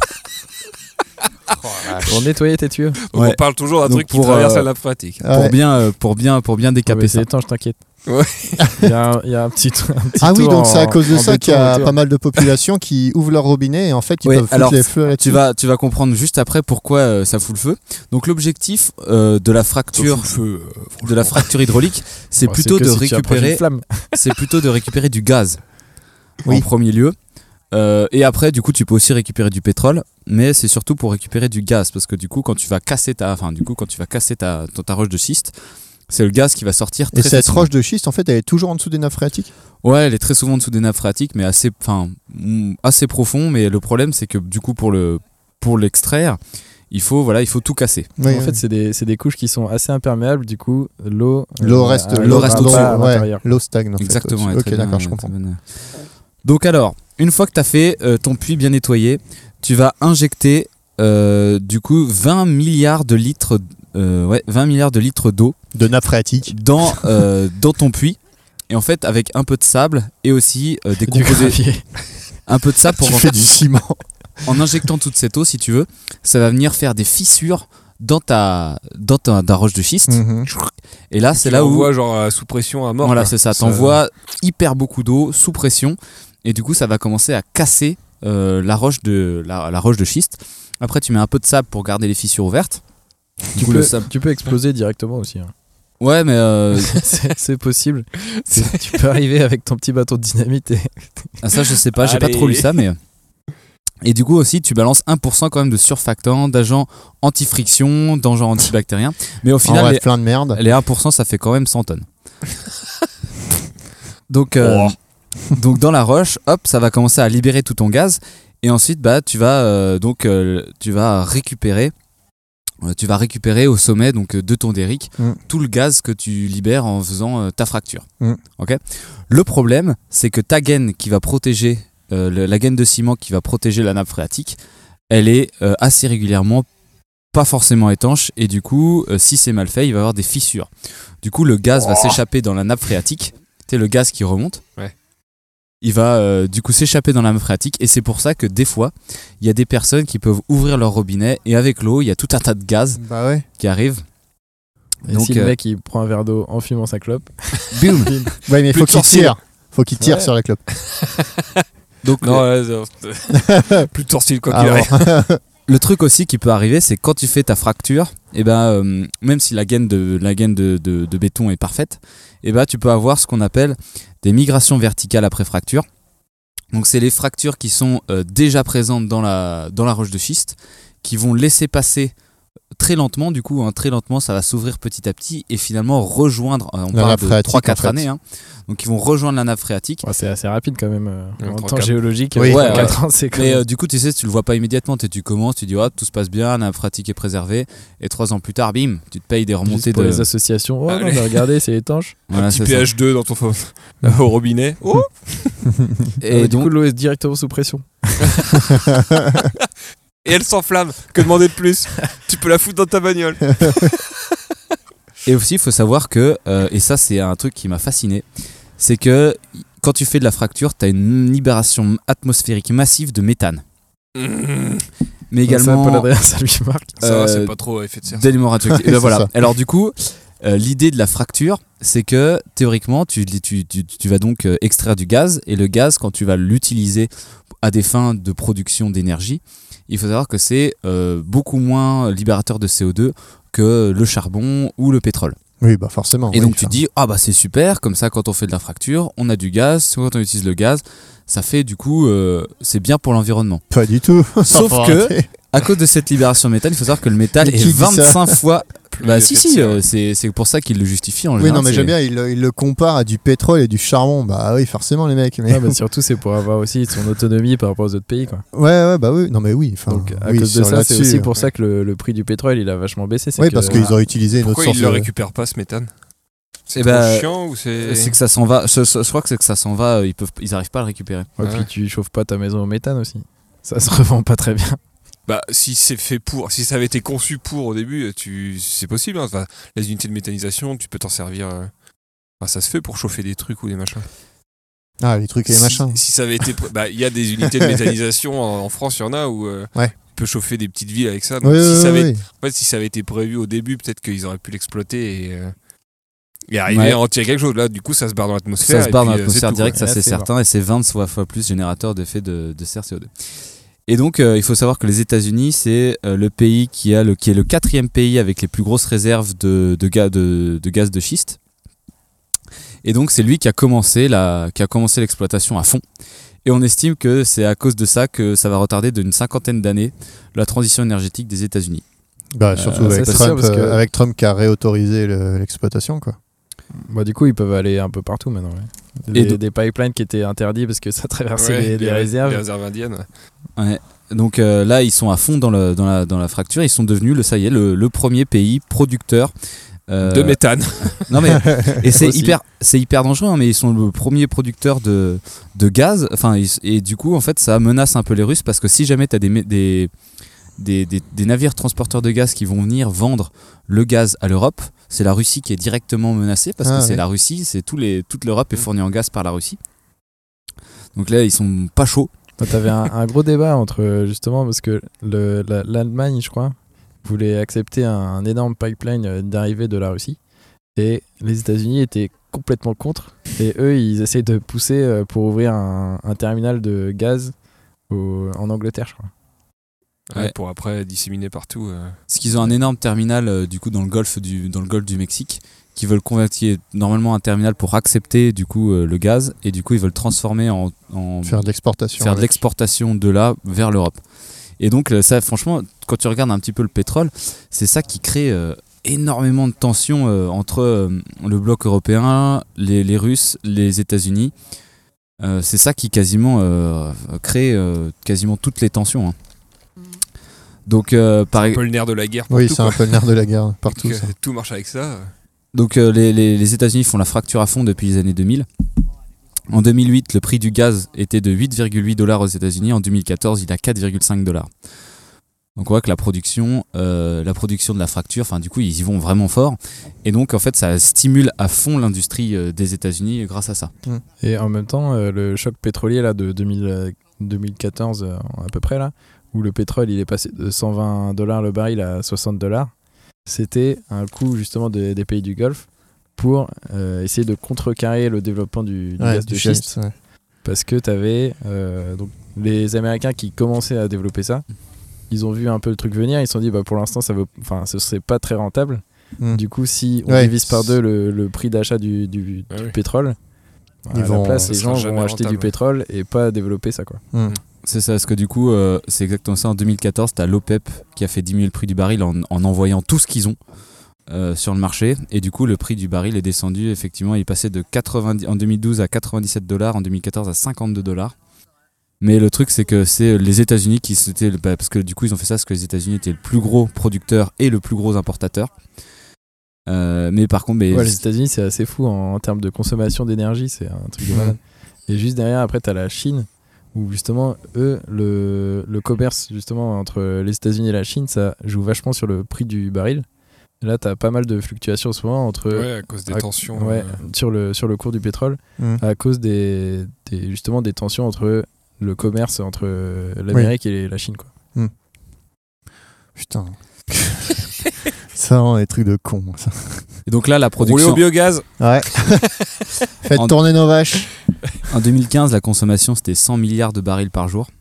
Pour nettoyer tes tuyaux. Donc Ouais. on parle toujours d'un Donc truc qui pour, traverse la nappe phréatique. Ah ouais. Pour bien décaper ça. C'est étanche, t'inquiète. Ouais. Il y a un petit tour. Ah oui, tour donc c'est à en- cause de en ça qu'il y béton a autour. pas mal de populations qui ouvrent leur robinet et en fait ils Oui, peuvent foutre alors, les feux là-dessus. Tu vas comprendre juste après pourquoi ça fout le feu. Donc l'objectif de la fracture hydraulique, c'est Bon, plutôt que de si tu approches récupérer une flamme. c'est plutôt de récupérer du gaz Oui. en premier lieu. Et après, du coup, tu peux aussi récupérer du pétrole, mais c'est surtout pour récupérer du gaz, parce que du coup, quand tu vas casser ta roche de schiste, c'est le gaz qui va sortir Et très cette facilement. roche de schiste, en fait, elle est toujours en dessous des nappes phréatiques. Ouais, elle est très souvent en dessous des nappes phréatiques, mais assez profond. Mais le problème, c'est que du coup, pour l'extraire, il faut tout casser. Oui, En fait, c'est des couches qui sont assez imperméables. Du coup, l'eau reste au-dessus. à l'intérieur. l'eau stagne. En fait, Exactement. au-dessus. ouais, Ok, très bien, d'accord, je ouais, comprends. très bonne. Donc alors, une fois que tu as fait ton puits bien nettoyé, tu vas injecter du coup 20 milliards de litres d'eau De nappes phréatiques. dans ton puits. Et en fait, avec un peu de sable et aussi des Du composés, gravier. un peu de sable pour Tu fais du ciment. en injectant toute cette eau, si tu veux, ça va venir faire des fissures dans ta roche de schiste. Mhm. Et là, c'est Tu là où l'envoies genre sous pression à mort. voilà, quoi. c'est ça. T'envoies hyper beaucoup d'eau sous pression et du coup, ça va commencer à casser la roche de schiste. Après, tu mets un peu de sable pour garder les fissures ouvertes. Du coup, le sable. Tu peux exploser directement aussi. Hein. Ouais, mais C'est possible. Tu peux arriver avec ton petit bâton de dynamite et ça, je sais pas. J'ai pas Allez. trop lu ça, mais. Et du coup aussi, tu balances 1% quand même de surfactants, d'agents anti-friction, d'agents antibactériens. Mais au En final, bref, plein de merde. les 1%, ça fait quand même 100 tonnes. Donc, donc dans la roche, hop, ça va commencer à libérer tout ton gaz. Et ensuite, bah, tu vas récupérer au sommet donc, de ton derrick tout le gaz que tu libères en faisant ta fracture. Ok. Le problème, c'est que ta gaine qui va protéger la gaine de ciment qui va protéger la nappe phréatique, elle est assez régulièrement pas forcément étanche et du coup, si c'est mal fait, il va y avoir des fissures. Du coup, le gaz va s'échapper dans la nappe phréatique. C'est le gaz qui remonte. Ouais. Il va du coup s'échapper dans la nappe phréatique et c'est pour ça que des fois, il y a des personnes qui peuvent ouvrir leur robinet et avec l'eau, il y a tout un tas de gaz Bah ouais. qui arrive. Et Donc, si le mec il prend un verre d'eau en fumant sa clope, boum. Ouais, mais il Plus faut de qu'il sourcils. tire. Faut qu'il tire Ouais. sur la clope. Donc, Non, plus de sourcils quoi qu'il Alors, arrive. le truc aussi qui peut arriver, c'est quand tu fais ta fracture, et ben, même si la gaine de béton est parfaite, et ben, tu peux avoir ce qu'on appelle des migrations verticales après fracture. Donc c'est les fractures qui sont déjà présentes dans la roche de schiste, qui vont laisser passer très lentement, du coup, très lentement, ça va s'ouvrir petit à petit et finalement rejoindre, on La parle nappe de phréatique, 3-4 en fait. années, donc ils vont rejoindre la nappe phréatique. ouais, c'est assez rapide quand même en temps 3-4. géologique. Oui. 4 ans, c'est quand Mais même. du coup, tu sais, tu le vois pas immédiatement, tu commences, tu dis, oh, tout se passe bien, la nappe phréatique est préservée, et 3 ans plus tard, bim, tu te payes des remontées Juste pour de... les associations. Oh non, Allez. mais regardez, c'est étanche. Voilà, Petit c'est ça. pH2 dans ton au robinet. Oh Et Du donc, coup, l'eau est directement sous pression. Et elle s'enflamme. Que demander de plus? Tu peux la foutre dans ta bagnole. et aussi, il faut savoir que, et ça, c'est un truc qui m'a fasciné, c'est que quand tu fais de la fracture, tu as une libération atmosphérique massive de méthane. Mais Ça, également Paul Adrien, ça lui marque. Ça va, c'est Euh, pas trop effet de serre. d'éléments radioactifs. Et ben C'est voilà. ça. Alors du coup, l'idée de la fracture, c'est que théoriquement, tu vas donc extraire du gaz, et le gaz, quand tu vas l'utiliser à des fins de production d'énergie, il faut savoir que c'est beaucoup moins libérateur de CO2 que le charbon ou le pétrole. Oui, bah forcément. Et oui, donc tu te dis, ah bah c'est super, comme ça quand on fait de la fracture, on a du gaz, quand on utilise le gaz, ça fait du coup, c'est bien pour l'environnement. Pas du tout. Sauf Faut que, arrêter. à cause de cette libération de méthane, il faut savoir que le métal Mais qui est dit ça 25 fois... Bah si, effectivement. c'est pour ça qu'il le justifie en Oui, général. non, mais j'aime bien, il le compare à du pétrole et du charbon. Bah oui, forcément, les mecs. Mais... Ouais, bah, surtout, c'est pour avoir aussi son autonomie par rapport aux autres pays, quoi. ouais, bah oui. Non, mais oui. Enfin, Donc, à oui, cause de sur ça, c'est là-dessus, aussi pour ça que le prix du pétrole, il a vachement baissé. Oui, parce qu'ils ont utilisé une autre Pourquoi source. ils le récupèrent pas ce méthane? C'est Eh trop bah, chiant ou c'est. C'est que ça s'en va. Je crois que c'est que ça s'en va. Ils arrivent pas à le récupérer. Et puis, tu chauffes pas ta maison au méthane aussi. Ça se revend pas très bien. Bah, si c'est fait pour, si ça avait été conçu pour au début, c'est possible. Hein. Enfin, les unités de méthanisation, tu peux t'en servir. Enfin, ça se fait pour chauffer des trucs ou des machins. Ah, les trucs et les machins. Si ça avait été, bah, il y a des unités de méthanisation en France, il y en a où tu peux chauffer des petites villes avec ça. Donc, en fait, si ça avait été prévu au début, peut-être qu'ils auraient pu l'exploiter et arriver à en tirer quelque chose. Là, du coup, ça se barre dans l'atmosphère. Ça se barre dans puis, l'atmosphère c'est tout, direct, quoi. ça c'est certain, et c'est 20 fois plus générateur d'effet de serre CO2. Et donc, il faut savoir que les États-Unis, c'est le pays qui est le 4e pays avec les plus grosses réserves de gaz de schiste. Et donc, c'est lui qui a commencé l'exploitation à fond. Et on estime que c'est à cause de ça que ça va retarder d'une 50aine d'années la transition énergétique des États-Unis. Bah, surtout ça, avec c'est Trump, sûr, parce que- avec Trump qui a réautorisé l'exploitation, quoi. Bah, du coup, ils peuvent aller un peu partout maintenant. Ouais. Et Des pipelines qui étaient interdits parce que ça traversait Ouais, les réserves. Les réserves indiennes. Ouais. Ouais. Donc là, ils sont à fond dans la fracture. Ils sont devenus, le premier pays producteur De méthane. Non mais et c'est Aussi. hyper dangereux, hein, mais ils sont le premier producteur de gaz. Enfin, et du coup, en fait, ça menace un peu les Russes parce que si jamais tu as des navires transporteurs de gaz qui vont venir vendre le gaz à l'Europe, c'est la Russie qui est directement menacée parce que c'est la Russie, toute l'Europe est fournie en gaz par la Russie. Donc là, ils sont pas chauds. T'avais un gros débat entre justement parce que l'Allemagne, je crois, voulait accepter un énorme pipeline d'arrivée de la Russie et les États-Unis étaient complètement contre. Et eux, ils essayent de pousser pour ouvrir un terminal de gaz en Angleterre, je crois. Ouais. Pour après disséminer partout. Parce qu'ils ont un énorme terminal du coup dans le golfe du Mexique qui veulent convertir normalement un terminal pour accepter du coup le gaz et du coup ils veulent transformer en Faire de l'exportation. faire de l'exportation de là vers l'Europe. Et donc ça, franchement, quand tu regardes un petit peu le pétrole, c'est ça qui crée énormément de tensions entre le bloc européen, les Russes, les États-Unis. C'est ça qui quasiment crée quasiment toutes les tensions. Hein. Donc, C'est un peu le nerf de la guerre. Oui, partout, c'est un quoi. peu le nerf de la guerre partout. Donc, Ça. tout marche avec ça. Donc les États-Unis font la fracture à fond depuis les années 2000. En 2008, le prix du gaz était de 8,8$ aux États-Unis. En 2014, il est à 4,5$. Donc on voit que la production de la fracture, enfin du coup, ils y vont vraiment fort. Et donc en fait, ça stimule à fond l'industrie des États-Unis grâce à ça. Et en même temps, le choc pétrolier là, de 2014 à peu près, là, où le pétrole il est passé de $120 le baril à $60, c'était un coup justement des pays du Golfe pour essayer de contrecarrer le développement du gaz de schiste. Ouais. Parce que tu avais donc, les Américains qui commençaient à développer ça. Ils ont vu un peu le truc venir, ils se sont dit bah, pour l'instant ce serait pas très rentable. Du coup, si on divise par deux le prix d'achat du pétrole, à la place, les gens vont acheter du pétrole et pas développer ça, quoi. C'est ça, parce que du coup, c'est exactement ça. En 2014, t'as l'OPEP qui a fait diminuer le prix du baril en envoyant tout ce qu'ils ont sur le marché. Et du coup, le prix du baril est descendu. Effectivement, il est passé en 2012 à $97, en 2014 à $52. Mais le truc, c'est que c'est les États-Unis qui c'était parce que du coup, ils ont fait ça parce que les États-Unis étaient le plus gros producteur et le plus gros importateur. Mais par contre, les États-Unis, c'est assez fou en termes de consommation d'énergie, c'est un truc de malade. Et juste derrière, après, t'as la Chine, où justement, eux, le commerce justement entre les États-Unis et la Chine, ça joue vachement sur le prix du baril. Et là, t'as pas mal de fluctuations en ce moment entre À cause des tensions. sur le cours du pétrole, à cause justement des tensions entre le commerce entre l'Amérique et la Chine, quoi. Putain. Ça rend des trucs de con. Ça. Et donc là, la Rouler production. au biogaz. Ouais. Faites tourner nos vaches. En 2015, la consommation c'était 100 milliards de barils par jour.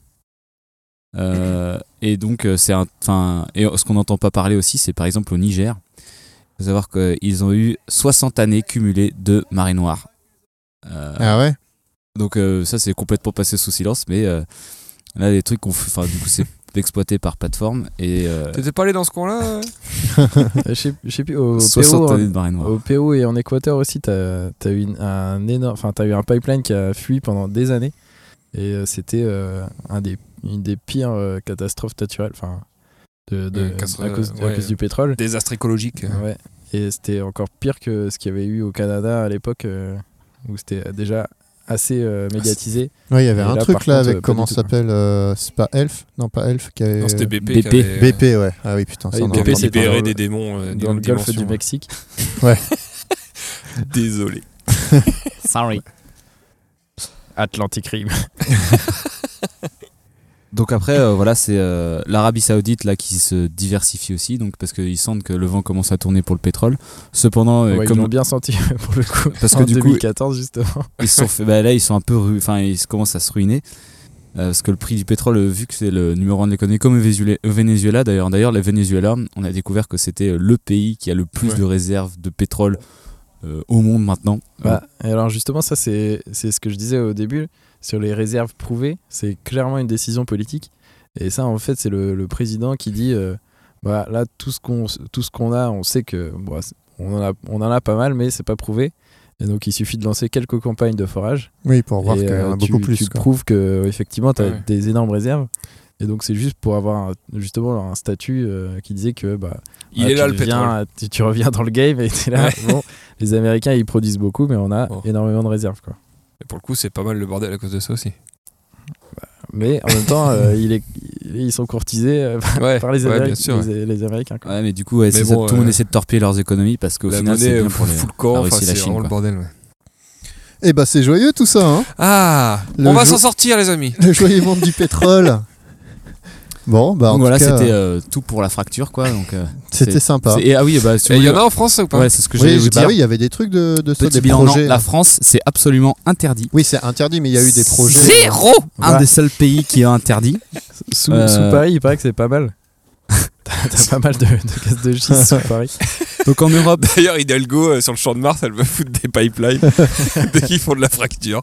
Et donc et ce qu'on n'entend pas parler aussi, c'est par exemple au Niger. faut savoir qu'ils ont eu 60 années cumulées de marée noire. Ah ouais. Donc ça c'est complètement passé sous silence, mais là les trucs du coup c'est exploité par plateforme et t'étais pas allé dans ce coin-là Je sais plus, au 60 années de marée noire. Au Pérou et en Équateur aussi, t'as eu t'as eu un pipeline qui a fui pendant des années et c'était une des pires catastrophes naturelles, à cause du pétrole. Désastre écologique. Ouais. Et c'était encore pire que ce qu'il y avait eu au Canada à l'époque, où c'était déjà assez médiatisé. Ouais, il y avait un truc là avec, pas comment du ça tout, s'appelle C'est pas Elf? Non, pas Elf. Qui avait... Non, c'était BP. BP, ouais. Ah oui, putain. oui, ça, BP, c'est libéré des démons dans le golfe du Mexique. Ouais. Désolé. Sorry. Atlantic Rim. Donc après, c'est l'Arabie Saoudite là qui se diversifie aussi, donc parce qu'ils sentent que le vent commence à tourner pour le pétrole. Cependant, ils l'ont bien senti pour le coup. Parce que en du 2014 justement. Ils se sont fait, là ils sont un peu, ils commencent à se ruiner. Parce que le prix du pétrole, vu que c'est le numéro 1 de l'économie, comme au Venezuela d'ailleurs, le Venezuela, on a découvert que c'était le pays qui a le plus de réserves de pétrole au monde maintenant. Et alors justement, ça c'est ce que je disais au début. Sur les réserves prouvées, c'est clairement une décision politique. Et ça, en fait, c'est le président qui dit là, tout ce qu'on a, on sait que on en a pas mal, mais c'est pas prouvé. Et donc, il suffit de lancer quelques campagnes de forage. Oui, pour voir qu'il y en a beaucoup plus. Tu prouves qu'effectivement, tu as des énormes réserves. Et donc, c'est juste pour avoir justement un statut qui disait que il est là le pétrole. Tu reviens dans le game et tu es là. Bon, les Américains, ils produisent beaucoup, mais on a énormément de réserves, quoi. Et pour le coup, c'est pas mal le bordel à cause de ça aussi. Mais en même temps, ils sont courtisés par les Américains. Les Américains, quoi. Ouais, mais du coup, c'est ça, tout le monde essaie de torpiller leurs économies parce qu'au final, c'est bien pour la Russie et la Chine. Le bordel, Et c'est joyeux tout ça, hein. Ah, on va s'en sortir, les amis. Le joyeux monde du pétrole. Bon, donc en voilà, tout cas, c'était tout pour la fracture, quoi. Donc c'était sympa. Et il y en a en France ou pas? Ouais, c'est ce que j'allais vous dire. Oui, il y avait des trucs de ça, Petit des bilan, projets. non, la France, c'est absolument interdit. Oui, c'est interdit, mais il y a eu des projets. Zéro. Un des seuls pays qui est interdit. Sous Paris, il paraît que c'est pas mal. T'as pas mal de gaz de schiste sous Paris. Donc en Europe. D'ailleurs, Hidalgo, sur le champ de Mars, elle va foutre des pipelines dès qu'ils font de la fracture.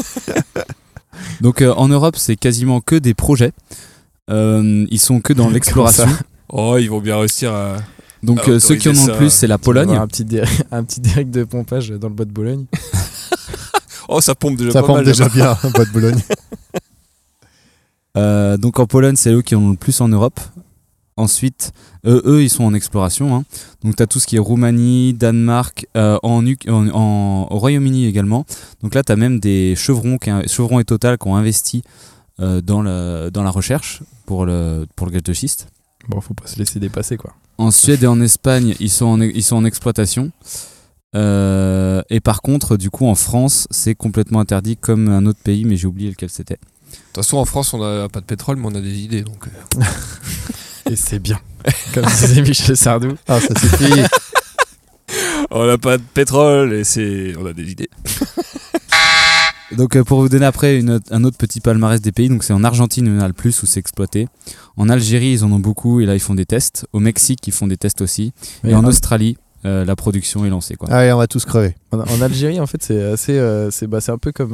Donc en Europe, c'est quasiment que des projets. Ils sont que dans l'exploration. Oh, ils vont bien réussir à. Donc ceux qui en ont le plus, c'est la Pologne. Un petit direct de pompage dans le bois de Bologne. Oh, ça pompe déjà ça pas pompe mal. déjà bien, bois de Bologne. Donc en Pologne, c'est eux qui en ont le plus en Europe. Ensuite, eux, ils sont en exploration. Hein. Donc tu as tout ce qui est Roumanie, Danemark, au Royaume-Uni également. Donc là, tu as même des Chevron et Total qui ont investi dans la recherche pour le gaz de schiste. Bon, faut pas se laisser dépasser, quoi. En Suède et en Espagne, ils sont en exploitation. Et par contre, du coup, en France, c'est complètement interdit comme un autre pays, mais j'ai oublié lequel c'était. De toute façon, en France, on n'a pas de pétrole, mais on a des idées, donc. Et c'est bien. Comme disait Michel Sardou. Ah, ça suffit. On n'a pas de pétrole et on a des idées. Donc pour vous donner après un autre petit palmarès des pays, donc c'est en Argentine où il y en a le plus, où c'est exploité. En Algérie, ils en ont beaucoup et là ils font des tests. Au Mexique, ils font des tests aussi. Et en Australie, la production est lancée, quoi. Allez, on va tous crever. En Algérie, en fait, c'est assez, c'est un peu comme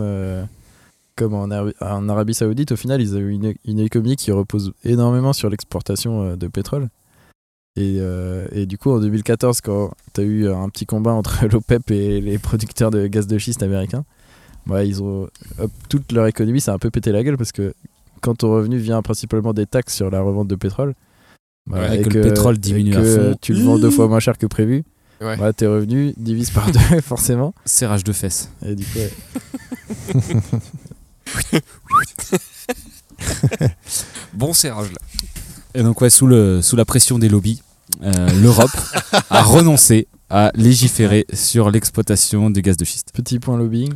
en Arabie Saoudite. Au final, ils ont eu une économie qui repose énormément sur l'exportation de pétrole. Et du coup, en 2014, quand tu as eu un petit combat entre l'OPEP et les producteurs de gaz de schiste américains, ils ont toute leur économie, ça a un peu pété la gueule parce que quand ton revenu vient principalement des taxes sur la revente de pétrole, et que le pétrole diminue à fond, tu le vends 2 fois moins cher que prévu, tes revenus divisent par 2 forcément. Serrage de fesses. Et du coup, bon serrage là. Et donc sous la pression des lobbies, l'Europe a renoncé à légiférer sur l'exploitation du gaz de schiste. Petit point lobbying.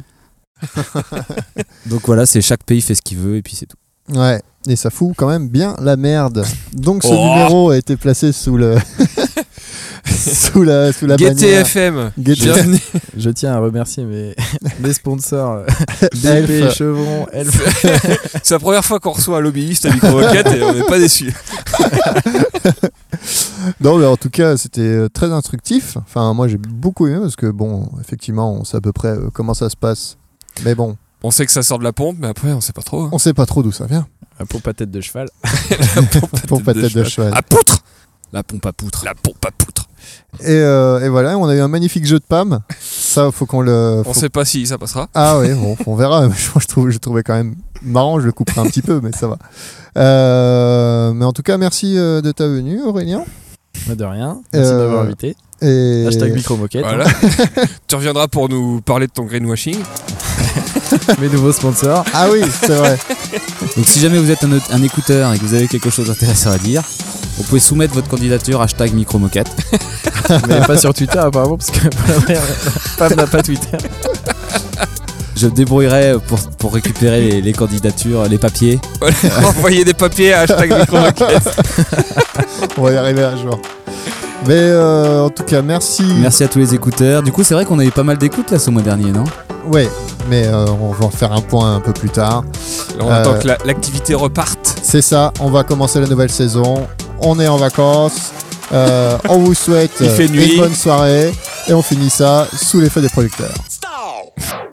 Donc voilà, c'est chaque pays fait ce qu'il veut et puis c'est tout. Ouais, et ça fout quand même bien la merde. Donc ce numéro a été placé sous la bannière. GTFM. Je tiens à remercier mes sponsors BP, Chevron, Elf. C'est la première fois qu'on reçoit un lobbyiste à Micro-Rocket et on n'est pas déçus. Non, mais en tout cas, c'était très instructif. Enfin, moi, j'ai beaucoup aimé parce que, bon, effectivement, on sait à peu près comment ça se passe. Mais bon. On sait que ça sort de la pompe, mais après, on sait pas trop. On sait pas trop d'où ça vient. La pompe à tête de cheval. Pompe à tête de cheval. À poutre. La pompe à poutre. La pompe à poutre. Et voilà, on a eu un magnifique jeu de PAM. Ça, faut qu'on le. On sait pas si ça passera. Ah oui, bon, on verra. Je trouvais quand même marrant. Je le couperai un petit peu, mais ça va. Mais en tout cas, merci de ta venue, Aurélien. De rien. Merci de m'avoir invité. Et... Hashtag micro-moquette. Voilà. Tu reviendras pour nous parler de ton greenwashing. Mes nouveaux sponsors. Ah oui, c'est vrai. Donc si jamais vous êtes un écouteur et que vous avez quelque chose d'intéressant à dire, vous pouvez soumettre votre candidature hashtag micro-moquette. Mais pas sur Twitter apparemment, parce que Pam n'a pas Twitter. Je me débrouillerai pour récupérer les candidatures, les papiers. Voilà. Envoyez des papiers à hashtag micro-moquette. On va y arriver un jour. Mais en tout cas, merci. Merci à tous les écouteurs. Du coup, c'est vrai qu'on a eu pas mal d'écoutes là ce mois dernier, non ? Ouais, mais on va en faire un point un peu plus tard. Là, on attend que l'activité reparte. C'est ça, on va commencer la nouvelle saison. On est en vacances. On vous souhaite Il fait nuit. une bonne soirée. Et on finit ça sous les feux des projecteurs. Stop.